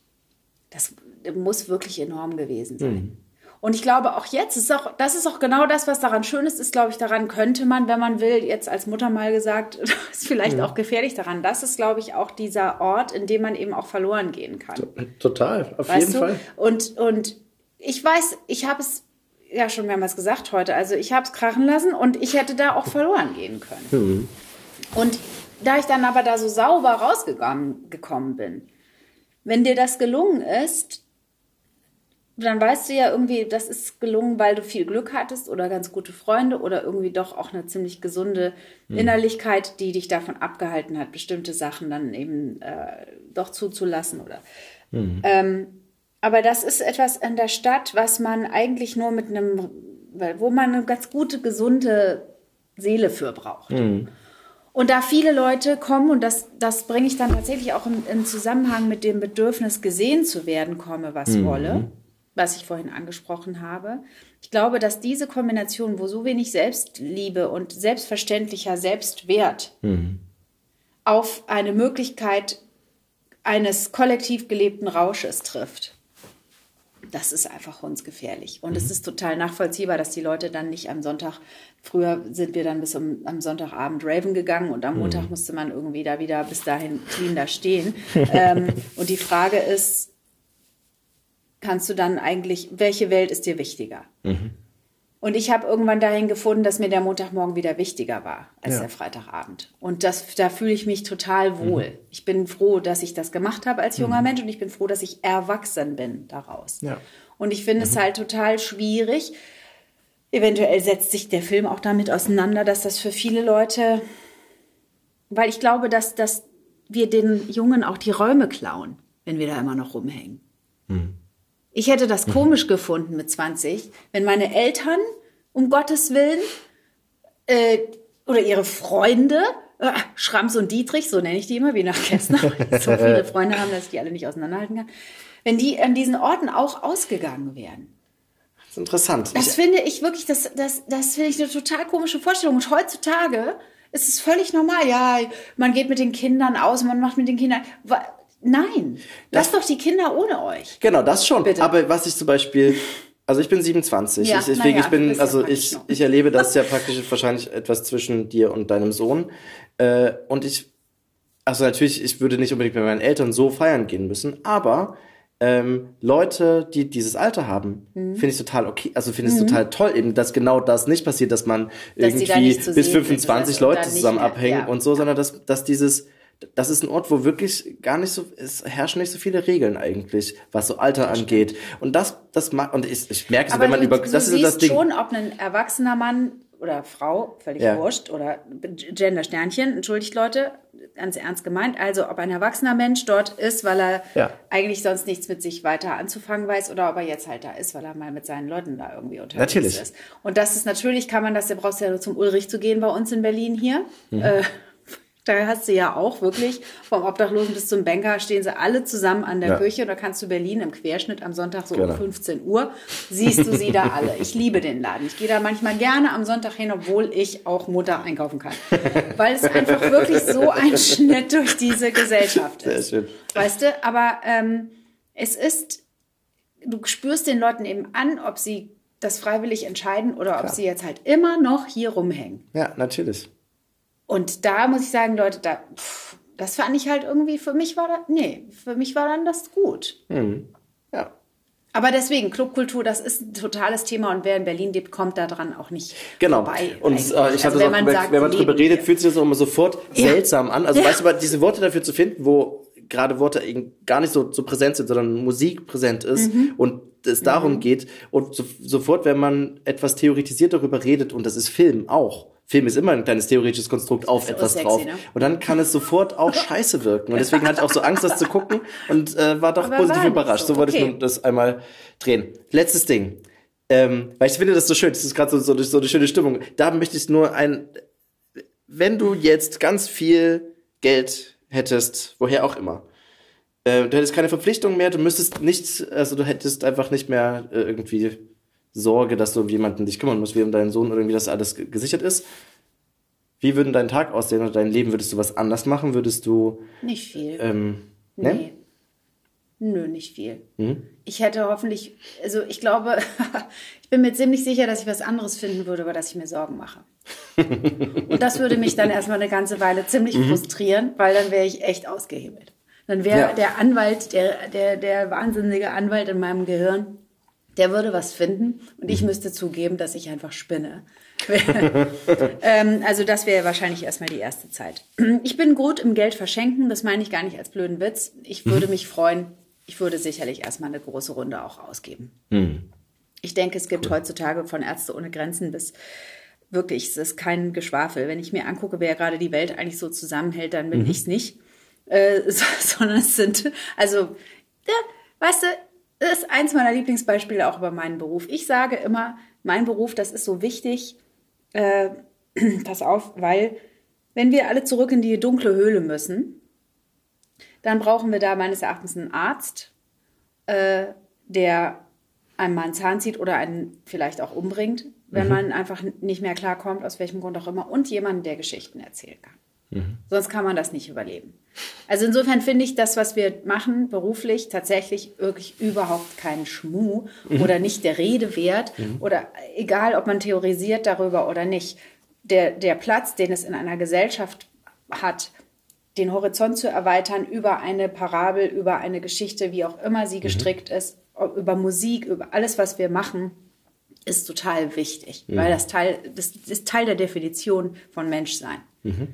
Speaker 3: das muss wirklich enorm gewesen sein.
Speaker 4: Mhm.
Speaker 3: Und ich glaube auch jetzt, ist auch, das ist auch genau das, was daran schön ist, ist, glaube ich, daran könnte man, wenn man will, jetzt als Mutter mal gesagt, ist vielleicht
Speaker 4: Mhm.
Speaker 3: auch gefährlich daran. Das ist, glaube ich, auch dieser Ort, in dem man eben auch verloren gehen kann.
Speaker 4: Total, auf
Speaker 3: Weißt
Speaker 4: jeden
Speaker 3: du?
Speaker 4: Fall.
Speaker 3: Und, und ich weiß, ich habe es ja schon mehrmals gesagt heute, also ich habe es krachen lassen und ich hätte da auch verloren gehen können.
Speaker 4: Mhm.
Speaker 3: Und da ich dann aber da so sauber rausgekommen gekommen bin, wenn dir das gelungen ist, dann weißt du ja irgendwie, das ist gelungen, weil du viel Glück hattest oder ganz gute Freunde oder irgendwie doch auch eine ziemlich gesunde
Speaker 4: Mhm.
Speaker 3: Innerlichkeit, die dich davon abgehalten hat, bestimmte Sachen dann eben äh, doch zuzulassen. Oder.
Speaker 4: Mhm.
Speaker 3: Ähm, aber das ist etwas in der Stadt, was man eigentlich nur mit einem, wo man eine ganz gute, gesunde Seele für braucht.
Speaker 4: Mhm.
Speaker 3: Und da viele Leute kommen, und das, das bringe ich dann tatsächlich auch im, im Zusammenhang mit dem Bedürfnis, gesehen zu werden, komme, was
Speaker 4: Mhm.
Speaker 3: wolle, was ich vorhin angesprochen habe. Ich glaube, dass diese Kombination, wo so wenig Selbstliebe und selbstverständlicher Selbstwert
Speaker 4: Mhm.
Speaker 3: auf eine Möglichkeit eines kollektiv gelebten Rausches trifft, das ist einfach hundsgefährlich. Und
Speaker 4: Mhm.
Speaker 3: es ist total nachvollziehbar, dass die Leute dann nicht am Sonntag, früher sind wir dann bis um, am Sonntagabend raven gegangen und am Montag
Speaker 4: Mhm.
Speaker 3: musste man irgendwie da wieder bis dahin clean da stehen. ähm, und die Frage ist, kannst du dann eigentlich, welche Welt ist dir wichtiger?
Speaker 4: Mhm.
Speaker 3: Und ich habe irgendwann dahin gefunden, dass mir der Montagmorgen wieder wichtiger war als
Speaker 4: Ja.
Speaker 3: der Freitagabend. Und das, da fühle ich mich total wohl. Mhm. Ich bin froh, dass ich das gemacht habe als junger
Speaker 4: Mhm.
Speaker 3: Mensch und ich bin froh, dass ich erwachsen bin daraus.
Speaker 4: Ja.
Speaker 3: Und ich finde mhm. es halt total schwierig. Eventuell setzt sich der Film auch damit auseinander, dass das für viele Leute, weil ich glaube, dass, dass wir den Jungen auch die Räume klauen, wenn wir da immer noch rumhängen.
Speaker 4: Mhm.
Speaker 3: Ich hätte das komisch gefunden mit zwanzig, wenn meine Eltern, um Gottes Willen, äh, oder ihre Freunde, äh, Schramms und Dietrich, so nenne ich die immer, wie nach Kästner, so viele Freunde haben, dass ich die alle nicht auseinanderhalten kann, wenn die an diesen Orten auch ausgegangen wären.
Speaker 4: Das ist interessant.
Speaker 3: Das
Speaker 4: ich,
Speaker 3: finde ich wirklich, das, das, das finde ich eine total komische Vorstellung. Und heutzutage ist es völlig normal. Ja, man geht mit den Kindern aus, man macht mit den Kindern... Nein, lasst doch die Kinder ohne euch.
Speaker 4: Genau, das schon.
Speaker 3: Bitte.
Speaker 4: Aber was ich zum Beispiel, also ich bin siebenundzwanzig,
Speaker 3: Ja,
Speaker 4: ich, deswegen
Speaker 3: ja,
Speaker 4: ich bin,
Speaker 3: bist ja
Speaker 4: also
Speaker 3: praktisch
Speaker 4: ich,
Speaker 3: noch.
Speaker 4: ich erlebe das ja praktisch wahrscheinlich etwas zwischen dir und deinem Sohn. Äh, und ich, also natürlich, ich würde nicht unbedingt mit meinen Eltern so feiern gehen müssen, aber ähm, Leute, die dieses Alter haben,
Speaker 3: Mhm.
Speaker 4: finde ich total okay, also finde ich es total toll, eben, dass genau das nicht passiert, dass man
Speaker 3: Dass die da
Speaker 4: irgendwie
Speaker 3: nicht zu
Speaker 4: bis
Speaker 3: sehen
Speaker 4: fünfundzwanzig
Speaker 3: sind oder
Speaker 4: Leute
Speaker 3: dann
Speaker 4: zusammen
Speaker 3: nicht mehr,
Speaker 4: abhängen
Speaker 3: ja.
Speaker 4: und so, sondern dass, dass dieses das ist ein Ort, wo wirklich gar nicht so, es herrschen nicht so viele Regeln eigentlich, was so Alter angeht. Und das, das mag, und ich, ich merke es,
Speaker 3: Aber
Speaker 4: wenn man
Speaker 3: du,
Speaker 4: über,
Speaker 3: du
Speaker 4: das ist
Speaker 3: siehst
Speaker 4: das Ding.
Speaker 3: schon, ob ein erwachsener Mann oder Frau, völlig
Speaker 4: Ja.
Speaker 3: wurscht, oder Gender-Sternchen, entschuldigt Leute, ganz ernst gemeint, also ob ein erwachsener Mensch dort ist, weil er
Speaker 4: Ja.
Speaker 3: eigentlich sonst nichts mit sich weiter anzufangen weiß, oder ob er jetzt halt da ist, weil er mal mit seinen Leuten da irgendwie unterwegs
Speaker 4: Natürlich.
Speaker 3: ist. Und das ist natürlich, kann man das, da brauchst du ja zum Ulrich zu gehen bei uns in Berlin hier.
Speaker 4: Mhm.
Speaker 3: Äh, Da hast du ja auch wirklich, vom Obdachlosen bis zum Banker, stehen sie alle zusammen an der
Speaker 4: Ja.
Speaker 3: Küche. Und da kannst du Berlin im Querschnitt am Sonntag so
Speaker 4: Genau.
Speaker 3: um fünfzehn Uhr, siehst du sie da alle. Ich liebe den Laden. Ich gehe da manchmal gerne am Sonntag hin, obwohl ich auch Mutter einkaufen kann. Weil es einfach wirklich so ein Schnitt durch diese Gesellschaft ist.
Speaker 4: Sehr schön.
Speaker 3: Weißt du, aber ähm, es ist, du spürst den Leuten eben an, ob sie das freiwillig entscheiden oder ob
Speaker 4: Klar.
Speaker 3: sie jetzt halt immer noch hier rumhängen.
Speaker 4: Ja, natürlich.
Speaker 3: Und da muss ich sagen, Leute, da, pff, das fand ich halt irgendwie, für mich war das, nee, für mich war dann das gut.
Speaker 4: Mhm. Ja.
Speaker 3: Aber deswegen, Clubkultur, das ist ein totales Thema und wer in Berlin lebt, kommt da dran auch nicht
Speaker 4: genau.
Speaker 3: vorbei.
Speaker 4: Und äh, ich hatte
Speaker 3: also,
Speaker 4: also
Speaker 3: wenn
Speaker 4: auch,
Speaker 3: man,
Speaker 4: wenn
Speaker 3: sagt,
Speaker 4: wenn man drüber redet, fühlt sich das auch immer sofort
Speaker 3: ja.
Speaker 4: seltsam an. Also
Speaker 3: ja.
Speaker 4: weißt du, diese Worte dafür zu finden, wo gerade Worte gar nicht so, so präsent sind, sondern Musik präsent ist mhm. und es darum mhm. geht und so, sofort, wenn man etwas theoretisiert darüber redet, und das ist Film auch, Film ist immer ein kleines theoretisches Konstrukt auf etwas sexy, drauf. Ne? Und dann kann es sofort auch scheiße wirken. Und deswegen hatte ich auch so Angst, das zu gucken und äh, war doch Aber positiv war überrascht. So, so wollte okay. ich nur das einmal drehen. Letztes Ding. Ähm, weil ich finde das so schön, das ist gerade so, so, so eine schöne Stimmung. Da möchte ich nur ein, wenn du jetzt ganz viel Geld hättest, woher auch immer, äh, du hättest keine Verpflichtung mehr, du müsstest nichts, also du hättest einfach nicht mehr äh, irgendwie Sorge, dass du um jemanden dich kümmern musst, wie um deinen Sohn oder irgendwie, dass alles g- gesichert ist. Wie würde dein Tag aussehen oder dein Leben? Würdest du was anders machen? Würdest du...
Speaker 3: Nicht viel.
Speaker 4: Ähm,
Speaker 3: nee.
Speaker 4: ne?
Speaker 3: Nö, nicht viel.
Speaker 4: Mhm.
Speaker 3: Ich hätte hoffentlich, also ich glaube, ich bin mir ziemlich sicher, dass ich was anderes finden würde, über das ich mir Sorgen mache. Und das würde mich dann erstmal eine ganze Weile ziemlich mhm. frustrieren, weil dann wäre ich echt ausgehebelt. Dann wäre ja. der Anwalt, der, der, der wahnsinnige Anwalt in meinem Gehirn, der würde was finden und ich müsste zugeben, dass ich einfach spinne. ähm, also das wäre wahrscheinlich erstmal die erste Zeit. Ich bin gut im Geld verschenken, das meine ich gar nicht als blöden Witz. Ich würde mich freuen, ich würde sicherlich erstmal eine große Runde auch ausgeben. Mhm. Ich denke, es gibt cool. heutzutage von Ärzte ohne Grenzen bis wirklich, es ist kein Geschwafel. Wenn ich mir angucke, wer gerade die Welt eigentlich so zusammenhält, dann bin mhm. ich es nicht. Äh, so, sondern es sind, also, ja, weißt du, das ist eins meiner Lieblingsbeispiele auch über meinen Beruf. Ich sage immer, mein Beruf, das ist so wichtig, äh, pass auf, weil wenn wir alle zurück in die dunkle Höhle müssen, dann brauchen wir da meines Erachtens einen Arzt, äh, der einem mal einen Zahn zieht oder einen vielleicht auch umbringt, wenn mhm. man einfach nicht mehr klarkommt, aus welchem Grund auch immer, und jemanden, der Geschichten erzählen kann. Mhm. Sonst kann man das nicht überleben. Also insofern finde ich das, was wir machen, beruflich, tatsächlich wirklich überhaupt keinen Schmuh mhm. oder nicht der Rede wert mhm. oder egal, ob man theorisiert darüber oder nicht. Der, der Platz, den es in einer Gesellschaft hat, den Horizont zu erweitern über eine Parabel, über eine Geschichte, wie auch immer sie gestrickt mhm. ist, über Musik, über alles, was wir machen, ist total wichtig, mhm. weil das Teil, das ist Teil der Definition von Menschsein. Mhm.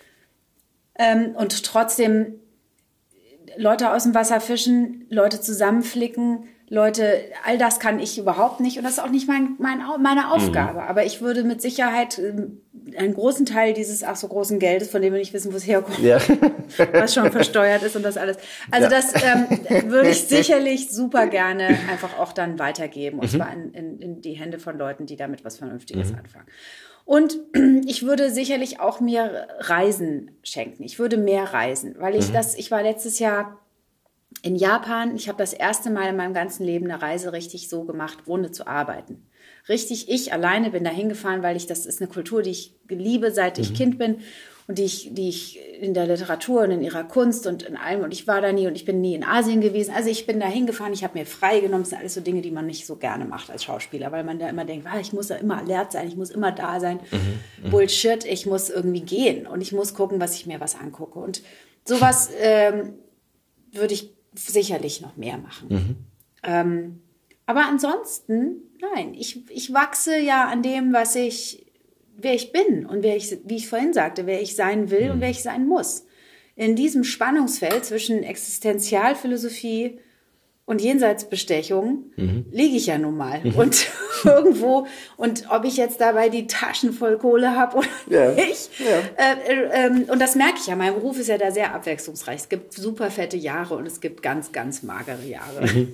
Speaker 3: Ähm, und trotzdem Leute aus dem Wasser fischen, Leute zusammenflicken, Leute, all das kann ich überhaupt nicht und das ist auch nicht mein, mein, meine Aufgabe. Mhm. Aber ich würde mit Sicherheit einen großen Teil dieses ach so großen Geldes, von dem wir nicht wissen, wo es herkommt, ja. was schon versteuert ist und das alles. Also ja. das ähm, würde ich sicherlich super gerne einfach auch dann weitergeben. Und mhm. zwar in, in, in die Hände von Leuten, die damit was Vernünftiges mhm. anfangen. Und ich würde sicherlich auch mir Reisen schenken. Ich würde mehr reisen, weil ich mhm. das, ich war letztes Jahr in Japan. Ich habe das erste Mal in meinem ganzen Leben eine Reise richtig so gemacht, ohne zu arbeiten. Richtig, ich alleine bin da hingefahren, weil ich, das ist eine Kultur, die ich liebe, seit ich mhm. Kind bin und die ich, die ich in der Literatur und in ihrer Kunst und in allem, und ich war da nie und ich bin nie in Asien gewesen. Also ich bin da hingefahren, ich habe mir frei genommen. Das sind alles so Dinge, die man nicht so gerne macht als Schauspieler, weil man da immer denkt, ah, ich muss da immer alert sein, ich muss immer da sein. Mhm. Bullshit, ich muss irgendwie gehen und ich muss gucken, was ich mir was angucke. Und sowas ähm, würde ich sicherlich noch mehr machen. Mhm. Ähm, aber ansonsten, nein, ich, ich wachse ja an dem, was ich, wer ich bin und wer ich, wie ich vorhin sagte, wer ich sein will mhm. und wer ich sein muss. In diesem Spannungsfeld zwischen Existenzialphilosophie und Jenseitsbestechung mhm. liege ich ja nun mal. Mhm. Und irgendwo, und ob ich jetzt dabei die Taschen voll Kohle habe oder ja. nicht. Ja. Äh, äh, und das merke ich ja. Mein Beruf ist ja da sehr abwechslungsreich. Es gibt super fette Jahre und es gibt ganz, ganz magere Jahre. Mhm.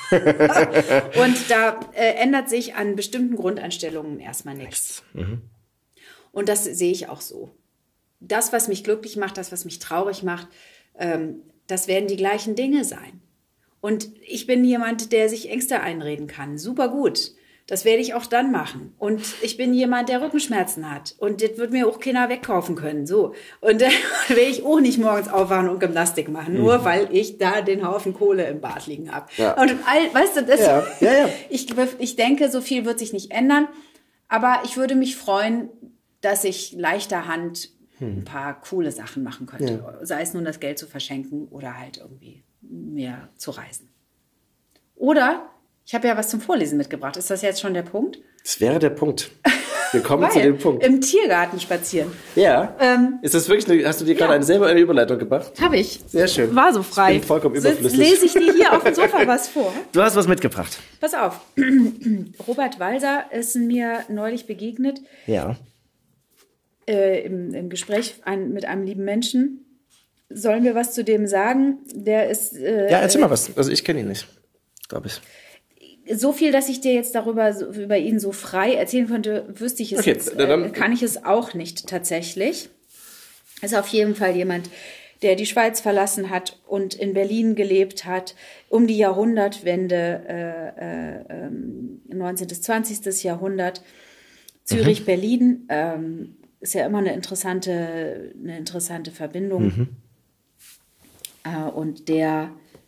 Speaker 3: Und da äh, ändert sich an bestimmten Grundeinstellungen erstmal nichts. Mhm. Und das sehe ich auch so. Das, was mich glücklich macht, das, was mich traurig macht, ähm, das werden die gleichen Dinge sein. Und ich bin jemand, der sich Ängste einreden kann. Super gut. Das werde ich auch dann machen. Und ich bin jemand, der Rückenschmerzen hat. Und das wird mir auch keiner wegkaufen können. So. Und dann werde ich auch nicht morgens aufwachen und Gymnastik machen, nur mhm. weil ich da den Haufen Kohle im Bad liegen habe. Ja. Und all, weißt du, das, ja. Ja, ja. Ich, ich denke, so viel wird sich nicht ändern. Aber ich würde mich freuen, dass ich leichter Hand hm. ein paar coole Sachen machen könnte. Ja. Sei es nun das Geld zu verschenken oder halt irgendwie mehr zu reisen. Oder, ich habe ja was zum Vorlesen mitgebracht. Ist das jetzt schon der Punkt?
Speaker 4: Das wäre der Punkt. Wir kommen zu dem Punkt.
Speaker 3: Im Tiergarten spazieren.
Speaker 4: Ja. Ähm, ist das wirklich eine, hast du dir gerade ja. eine selber eine Überleitung gebracht?
Speaker 3: Habe ich.
Speaker 4: Sehr schön.
Speaker 3: War so frei.
Speaker 4: Ich bin vollkommen überflüssig.
Speaker 3: Jetzt lese ich dir hier auf dem Sofa was vor.
Speaker 4: Du hast was mitgebracht.
Speaker 3: Pass auf. Robert Walser ist mir neulich begegnet.
Speaker 4: Ja.
Speaker 3: Äh, im, im Gespräch ein, mit einem lieben Menschen. Sollen wir was zu dem sagen? Der ist... Äh,
Speaker 4: ja, erzähl mal was. Also ich kenne ihn nicht, glaube ich.
Speaker 3: So viel, dass ich dir jetzt darüber über ihn so frei erzählen könnte, wüsste ich es
Speaker 4: okay,
Speaker 3: jetzt, äh, kann ich es auch nicht tatsächlich. Ist auf jeden Fall jemand, der die Schweiz verlassen hat und in Berlin gelebt hat, um die Jahrhundertwende, äh, äh, neunzehnten. zwanzigsten. Jahrhundert, Zürich, mhm. Berlin, ähm, ist ja immer eine interessante, eine interessante Verbindung. Mhm. Äh, und der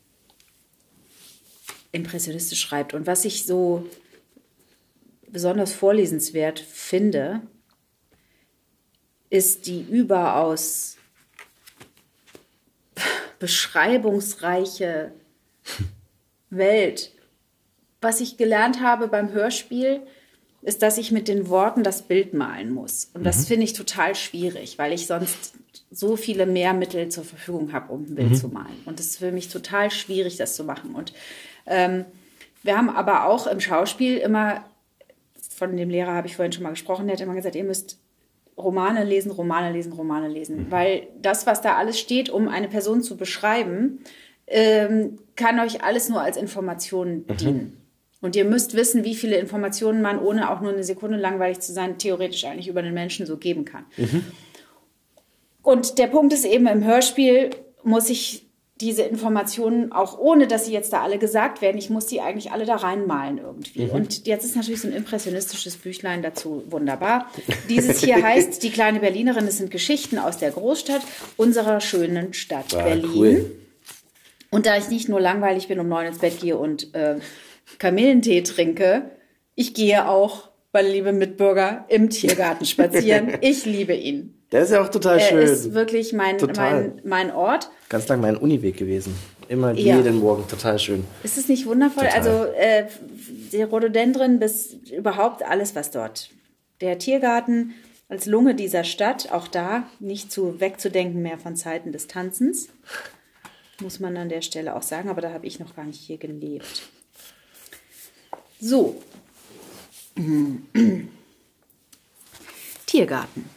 Speaker 3: impressionistisch schreibt. Und was ich so besonders vorlesenswert finde, ist die überaus beschreibungsreiche Welt. Was ich gelernt habe beim Hörspiel, ist, dass ich mit den Worten das Bild malen muss. Und das mhm. finde ich total schwierig, weil ich sonst so viele mehr Mittel zur Verfügung habe, um ein Bild mhm. zu malen. Und es ist für mich total schwierig, das zu machen. Und Ähm, wir haben aber auch im Schauspiel immer, von dem Lehrer habe ich vorhin schon mal gesprochen, der hat immer gesagt, ihr müsst Romane lesen, Romane lesen, Romane lesen. Mhm. Weil das, was da alles steht, um eine Person zu beschreiben, ähm, kann euch alles nur als Information mhm. dienen. Und ihr müsst wissen, wie viele Informationen man, ohne auch nur eine Sekunde langweilig zu sein, theoretisch eigentlich über den Menschen so geben kann. Mhm. Und der Punkt ist eben, im Hörspiel muss ich diese Informationen, auch ohne, dass sie jetzt da alle gesagt werden, ich muss die eigentlich alle da reinmalen irgendwie. Mhm. Und jetzt ist natürlich so ein impressionistisches Büchlein dazu wunderbar. Dieses hier heißt Die kleine Berlinerin. Es sind Geschichten aus der Großstadt unserer schönen Stadt ah, Berlin. Cool. Und da ich nicht nur langweilig bin, um neun ins Bett gehe und äh, Kamillentee trinke, ich gehe auch, meine liebe Mitbürger, im Tiergarten spazieren. Ich liebe ihn.
Speaker 4: Der ist ja auch total schön.
Speaker 3: Er ist wirklich mein, mein, mein Ort.
Speaker 4: Ganz lang mein Uniweg gewesen. Immer ja. jeden Morgen. Total schön.
Speaker 3: Ist es nicht wundervoll? Total. Also äh, die Rhododendren bis überhaupt alles, was dort. Der Tiergarten als Lunge dieser Stadt, auch da nicht zu wegzudenken mehr von Zeiten des Tanzens. Muss man an der Stelle auch sagen. Aber da habe ich noch gar nicht hier gelebt. So. Tiergarten.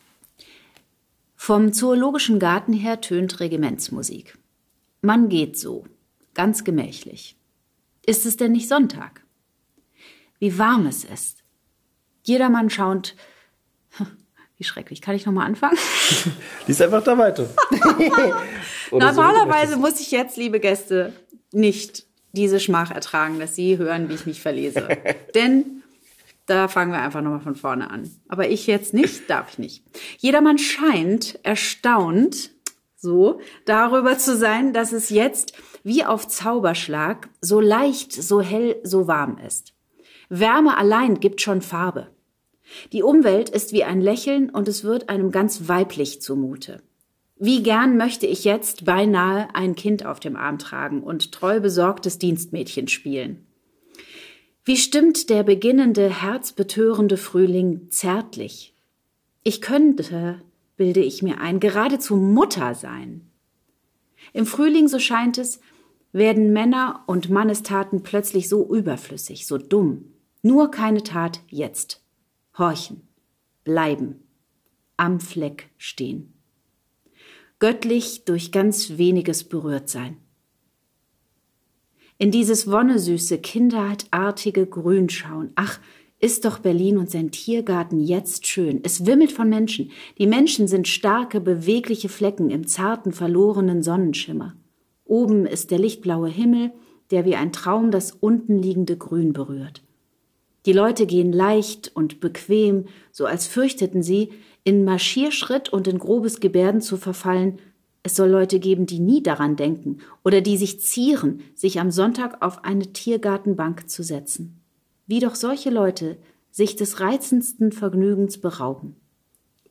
Speaker 3: Vom Zoologischen Garten her tönt Regimentsmusik. Man geht so, ganz gemächlich. Ist es denn nicht Sonntag? Wie warm es ist. Jedermann schaut... Wie schrecklich. Kann ich nochmal anfangen?
Speaker 4: Lies einfach da weiter.
Speaker 3: Normalerweise so muss ich jetzt, liebe Gäste, nicht diese Schmach ertragen, dass Sie hören, wie ich mich verlese. Denn... Da fangen wir einfach nochmal von vorne an. Aber ich jetzt nicht, darf ich nicht. Jedermann scheint erstaunt, so, darüber zu sein, dass es jetzt wie auf Zauberschlag so leicht, so hell, so warm ist. Wärme allein gibt schon Farbe. Die Umwelt ist wie ein Lächeln und es wird einem ganz weiblich zumute. Wie gern möchte ich jetzt beinahe ein Kind auf dem Arm tragen und treu besorgtes Dienstmädchen spielen. Wie stimmt der beginnende, herzbetörende Frühling zärtlich? Ich könnte, bilde ich mir ein, geradezu Mutter sein. Im Frühling, so scheint es, werden Männer und Mannestaten plötzlich so überflüssig, so dumm. Nur keine Tat jetzt. Horchen, bleiben, am Fleck stehen. Göttlich durch ganz weniges berührt sein. In dieses wonnesüße, kinderartige Grün schauen. Ach, ist doch Berlin und sein Tiergarten jetzt schön. Es wimmelt von Menschen. Die Menschen sind starke, bewegliche Flecken im zarten, verlorenen Sonnenschimmer. Oben ist der lichtblaue Himmel, der wie ein Traum das unten liegende Grün berührt. Die Leute gehen leicht und bequem, so als fürchteten sie, in Marschierschritt und in grobes Gebärden zu verfallen. Es soll Leute geben, die nie daran denken oder die sich zieren, sich am Sonntag auf eine Tiergartenbank zu setzen. Wie doch solche Leute sich des reizendsten Vergnügens berauben.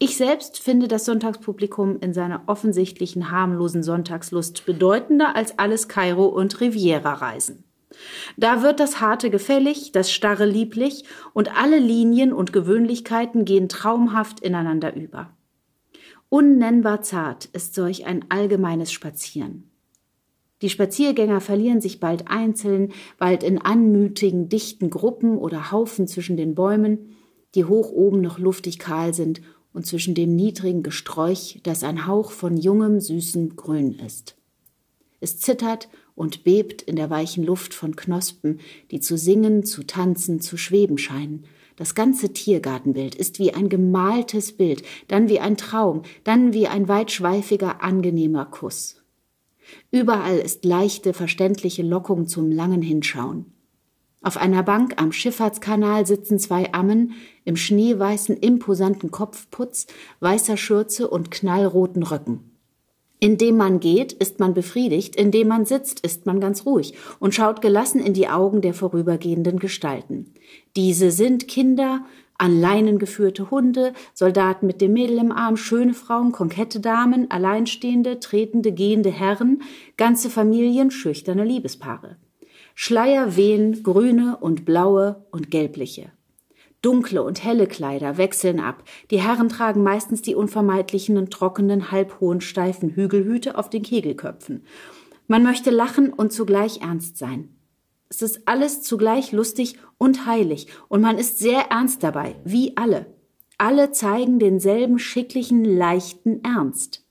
Speaker 3: Ich selbst finde das Sonntagspublikum in seiner offensichtlichen harmlosen Sonntagslust bedeutender als alles Kairo- und Riviera-Reisen. Da wird das Harte gefällig, das Starre lieblich und alle Linien und Gewöhnlichkeiten gehen traumhaft ineinander über. Unnennbar zart ist solch ein allgemeines Spazieren. Die Spaziergänger verlieren sich bald einzeln, bald in anmütigen, dichten Gruppen oder Haufen zwischen den Bäumen, die hoch oben noch luftig kahl sind, und zwischen dem niedrigen Gesträuch, das ein Hauch von jungem, süßem Grün ist. Es zittert und bebt in der weichen Luft von Knospen, die zu singen, zu tanzen, zu schweben scheinen. Das ganze Tiergartenbild ist wie ein gemaltes Bild, dann wie ein Traum, dann wie ein weitschweifiger, angenehmer Kuss. Überall ist leichte, verständliche Lockung zum langen Hinschauen. Auf einer Bank am Schifffahrtskanal sitzen zwei Ammen im schneeweißen, imposanten Kopfputz, weißer Schürze und knallroten Röcken. Indem man geht, ist man befriedigt, indem man sitzt, ist man ganz ruhig und schaut gelassen in die Augen der vorübergehenden Gestalten. Diese sind Kinder, an Leinen geführte Hunde, Soldaten mit dem Mädel im Arm, schöne Frauen, kokette Damen, alleinstehende, tretende, gehende Herren, ganze Familien, schüchterne Liebespaare. Schleier wehen, grüne und blaue und gelbliche. Dunkle und helle Kleider wechseln ab. Die Herren tragen meistens die unvermeidlichen und trockenen, halbhohen, steifen Hügelhüte auf den Kegelköpfen. Man möchte lachen und zugleich ernst sein. Es ist alles zugleich lustig und heilig und man ist sehr ernst dabei, wie alle. Alle zeigen denselben schicklichen, leichten Ernst.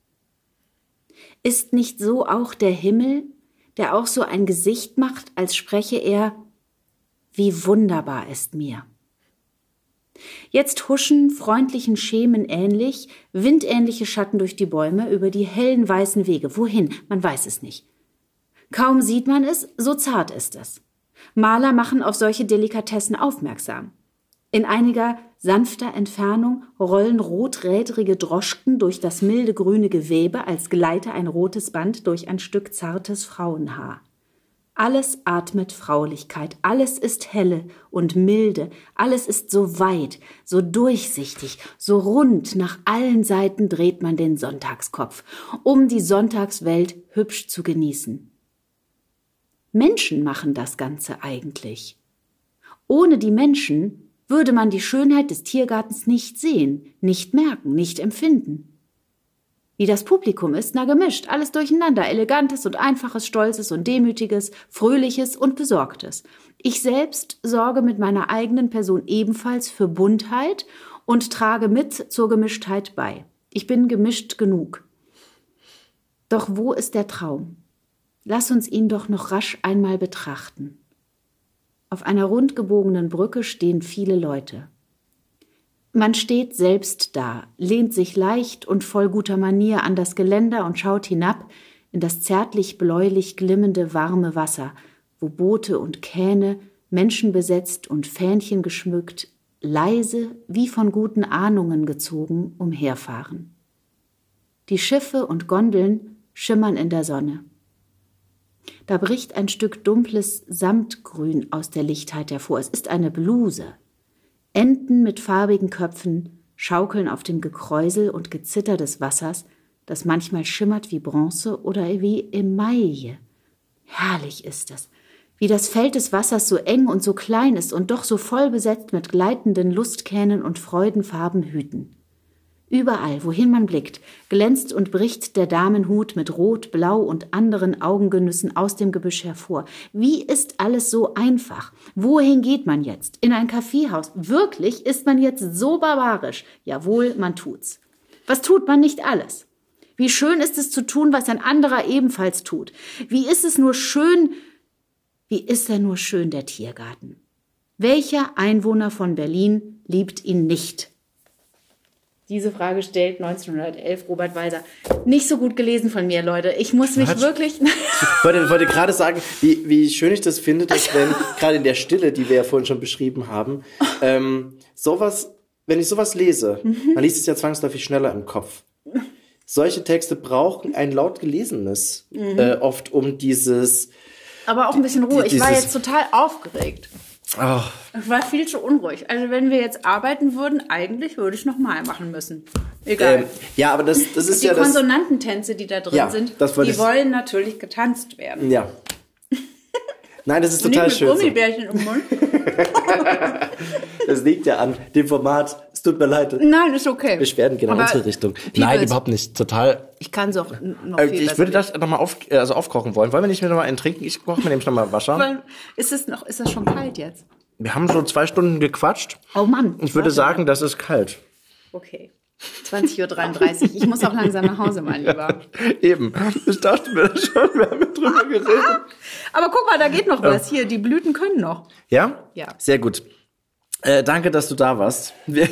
Speaker 3: Ist nicht so auch der Himmel, der auch so ein Gesicht macht, als spreche er, wie wunderbar ist mir. Jetzt huschen, freundlichen Schemen ähnlich, windähnliche Schatten durch die Bäume über die hellen weißen Wege. Wohin? Man weiß es nicht. Kaum sieht man es, so zart ist es. Maler machen auf solche Delikatessen aufmerksam. In einiger sanfter Entfernung rollen roträdrige Droschken durch das milde grüne Gewebe, als gleite ein rotes Band durch ein Stück zartes Frauenhaar. Alles atmet Fraulichkeit, alles ist helle und milde, alles ist so weit, so durchsichtig, so rund, nach allen Seiten dreht man den Sonntagskopf, um die Sonntagswelt hübsch zu genießen. Menschen machen das Ganze eigentlich. Ohne die Menschen würde man die Schönheit des Tiergartens nicht sehen, nicht merken, nicht empfinden. Wie das Publikum ist, na gemischt, alles durcheinander, Elegantes und Einfaches, Stolzes und Demütiges, Fröhliches und Besorgtes. Ich selbst sorge mit meiner eigenen Person ebenfalls für Buntheit und trage mit zur Gemischtheit bei. Ich bin gemischt genug. Doch wo ist der Traum? Lass uns ihn doch noch rasch einmal betrachten. Auf einer rundgebogenen Brücke stehen viele Leute. Man steht selbst da, lehnt sich leicht und voll guter Manier an das Geländer und schaut hinab in das zärtlich bläulich glimmende warme Wasser, wo Boote und Kähne, menschenbesetzt und Fähnchen geschmückt, leise, wie von guten Ahnungen gezogen, umherfahren. Die Schiffe und Gondeln schimmern in der Sonne. Da bricht ein Stück dunkles Samtgrün aus der Lichtheit hervor. Es ist eine Bluse. Enten mit farbigen Köpfen schaukeln auf dem Gekräusel und Gezitter des Wassers, das manchmal schimmert wie Bronze oder wie Emaille. Herrlich ist es, wie das Feld des Wassers so eng und so klein ist und doch so voll besetzt mit gleitenden Lustkähnen und Freudenfarbenhüten. Überall, wohin man blickt, glänzt und bricht der Damenhut mit Rot, Blau und anderen Augengenüssen aus dem Gebüsch hervor. Wie ist alles so einfach? Wohin geht man jetzt? In ein Kaffeehaus? Wirklich? Ist man jetzt so barbarisch? Jawohl, man tut's. Was tut man nicht alles? Wie schön ist es zu tun, was ein anderer ebenfalls tut? Wie ist es nur schön, wie ist er nur schön, der Tiergarten? Welcher Einwohner von Berlin liebt ihn nicht? Diese Frage stellt neunzehnhundertelf Robert Walser. Nicht so gut gelesen von mir, Leute. Ich muss mich
Speaker 4: Quatsch.
Speaker 3: wirklich...
Speaker 4: Ich wollte, wollte gerade sagen, wie, wie schön ich das finde, dass wenn, gerade in der Stille, die wir ja vorhin schon beschrieben haben, ähm, sowas, wenn ich sowas lese, mhm. man liest es ja zwangsläufig schneller im Kopf. Solche Texte brauchen ein laut gelesenes, mhm. äh, oft um dieses...
Speaker 3: Aber auch ein bisschen Ruhe. Ich war jetzt total aufgeregt.
Speaker 4: Oh.
Speaker 3: Ich war viel zu unruhig. Also wenn wir jetzt arbeiten würden, eigentlich würde ich nochmal machen müssen. Egal.
Speaker 4: Ähm, ja, aber das, das ist
Speaker 3: die
Speaker 4: ja das...
Speaker 3: Die Konsonantentänze, die da drin
Speaker 4: ja,
Speaker 3: sind,
Speaker 4: das
Speaker 3: die
Speaker 4: ich...
Speaker 3: wollen natürlich getanzt werden.
Speaker 4: Ja. Nein, das ist total
Speaker 3: nicht
Speaker 4: schön.
Speaker 3: Mit Gummibärchen im Mund.
Speaker 4: Das liegt ja an dem Format. Es tut mir leid.
Speaker 3: Nein, ist okay.
Speaker 4: Beschwerden gehen in unsere Richtung. Nein, überhaupt nicht. Total.
Speaker 3: Ich kann es auch noch
Speaker 4: äh,
Speaker 3: viel
Speaker 4: Ich würde das nochmal auf, also aufkochen wollen. Wollen wir nicht mehr nochmal einen trinken? Ich koche mir nämlich nochmal Wasser.
Speaker 3: Ist es noch, ist das schon kalt jetzt?
Speaker 4: Wir haben so zwei Stunden gequatscht.
Speaker 3: Oh Mann.
Speaker 4: Ich würde sagen, das ist kalt.
Speaker 3: Okay. zwanzig Uhr dreiunddreißig. Ich muss auch langsam nach Hause, mein Lieber.
Speaker 4: Ja, eben. Ich dachte mir das schon. Wir haben mit drüber geredet.
Speaker 3: Aber guck mal, da geht noch was. Hier, die Blüten können noch.
Speaker 4: Ja?
Speaker 3: Ja.
Speaker 4: Sehr gut. Äh, danke, dass du da warst.
Speaker 3: Das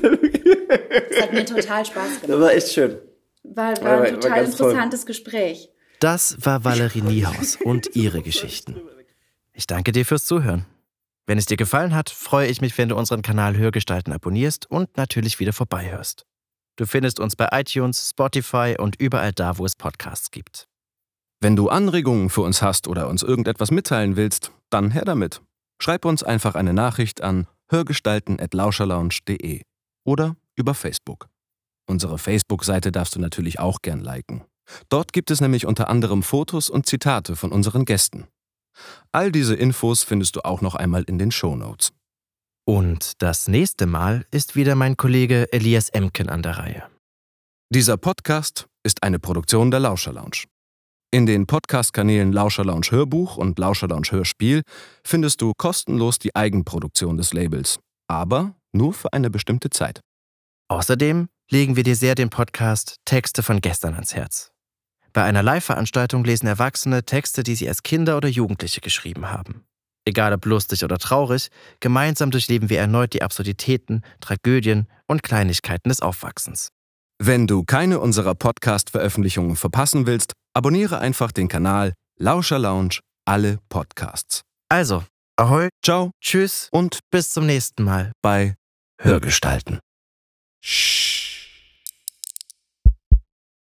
Speaker 3: hat mir total Spaß gemacht.
Speaker 4: Das war echt schön.
Speaker 3: War, war ein total war interessantes toll. Gespräch.
Speaker 2: Das war Valerie Niehaus und ihre Geschichten. Ich danke dir fürs Zuhören. Wenn es dir gefallen hat, freue ich mich, wenn du unseren Kanal Hörgestalten abonnierst und natürlich wieder vorbeihörst. Du findest uns bei iTunes, Spotify und überall da, wo es Podcasts gibt.
Speaker 1: Wenn du Anregungen für uns hast oder uns irgendetwas mitteilen willst, dann her damit. Schreib uns einfach eine Nachricht an hörgestalten at lauscherlounge punkt de oder über Facebook. Unsere Facebook-Seite darfst du natürlich auch gern liken. Dort gibt es nämlich unter anderem Fotos und Zitate von unseren Gästen. All diese Infos findest du auch noch einmal in den Shownotes.
Speaker 2: Und das nächste Mal ist wieder mein Kollege Elias Emken an der Reihe.
Speaker 1: Dieser Podcast ist eine Produktion der Lauscher Lounge. In den Podcast-Kanälen Lauscher Lounge Hörbuch und Lauscher Lounge Hörspiel findest du kostenlos die Eigenproduktion des Labels, aber nur für eine bestimmte Zeit.
Speaker 2: Außerdem legen wir dir sehr den Podcast Texte von gestern ans Herz. Bei einer Live-Veranstaltung lesen Erwachsene Texte, die sie als Kinder oder Jugendliche geschrieben haben. Egal ob lustig oder traurig, gemeinsam durchleben wir erneut die Absurditäten, Tragödien und Kleinigkeiten des Aufwachsens.
Speaker 1: Wenn du keine unserer Podcast-Veröffentlichungen verpassen willst, abonniere einfach den Kanal Lauscher Lounge, alle Podcasts.
Speaker 2: Also, ahoi,
Speaker 1: ciao,
Speaker 2: tschüss
Speaker 1: und
Speaker 2: bis zum nächsten Mal
Speaker 1: bei
Speaker 2: Hörgestalten.
Speaker 1: Shh.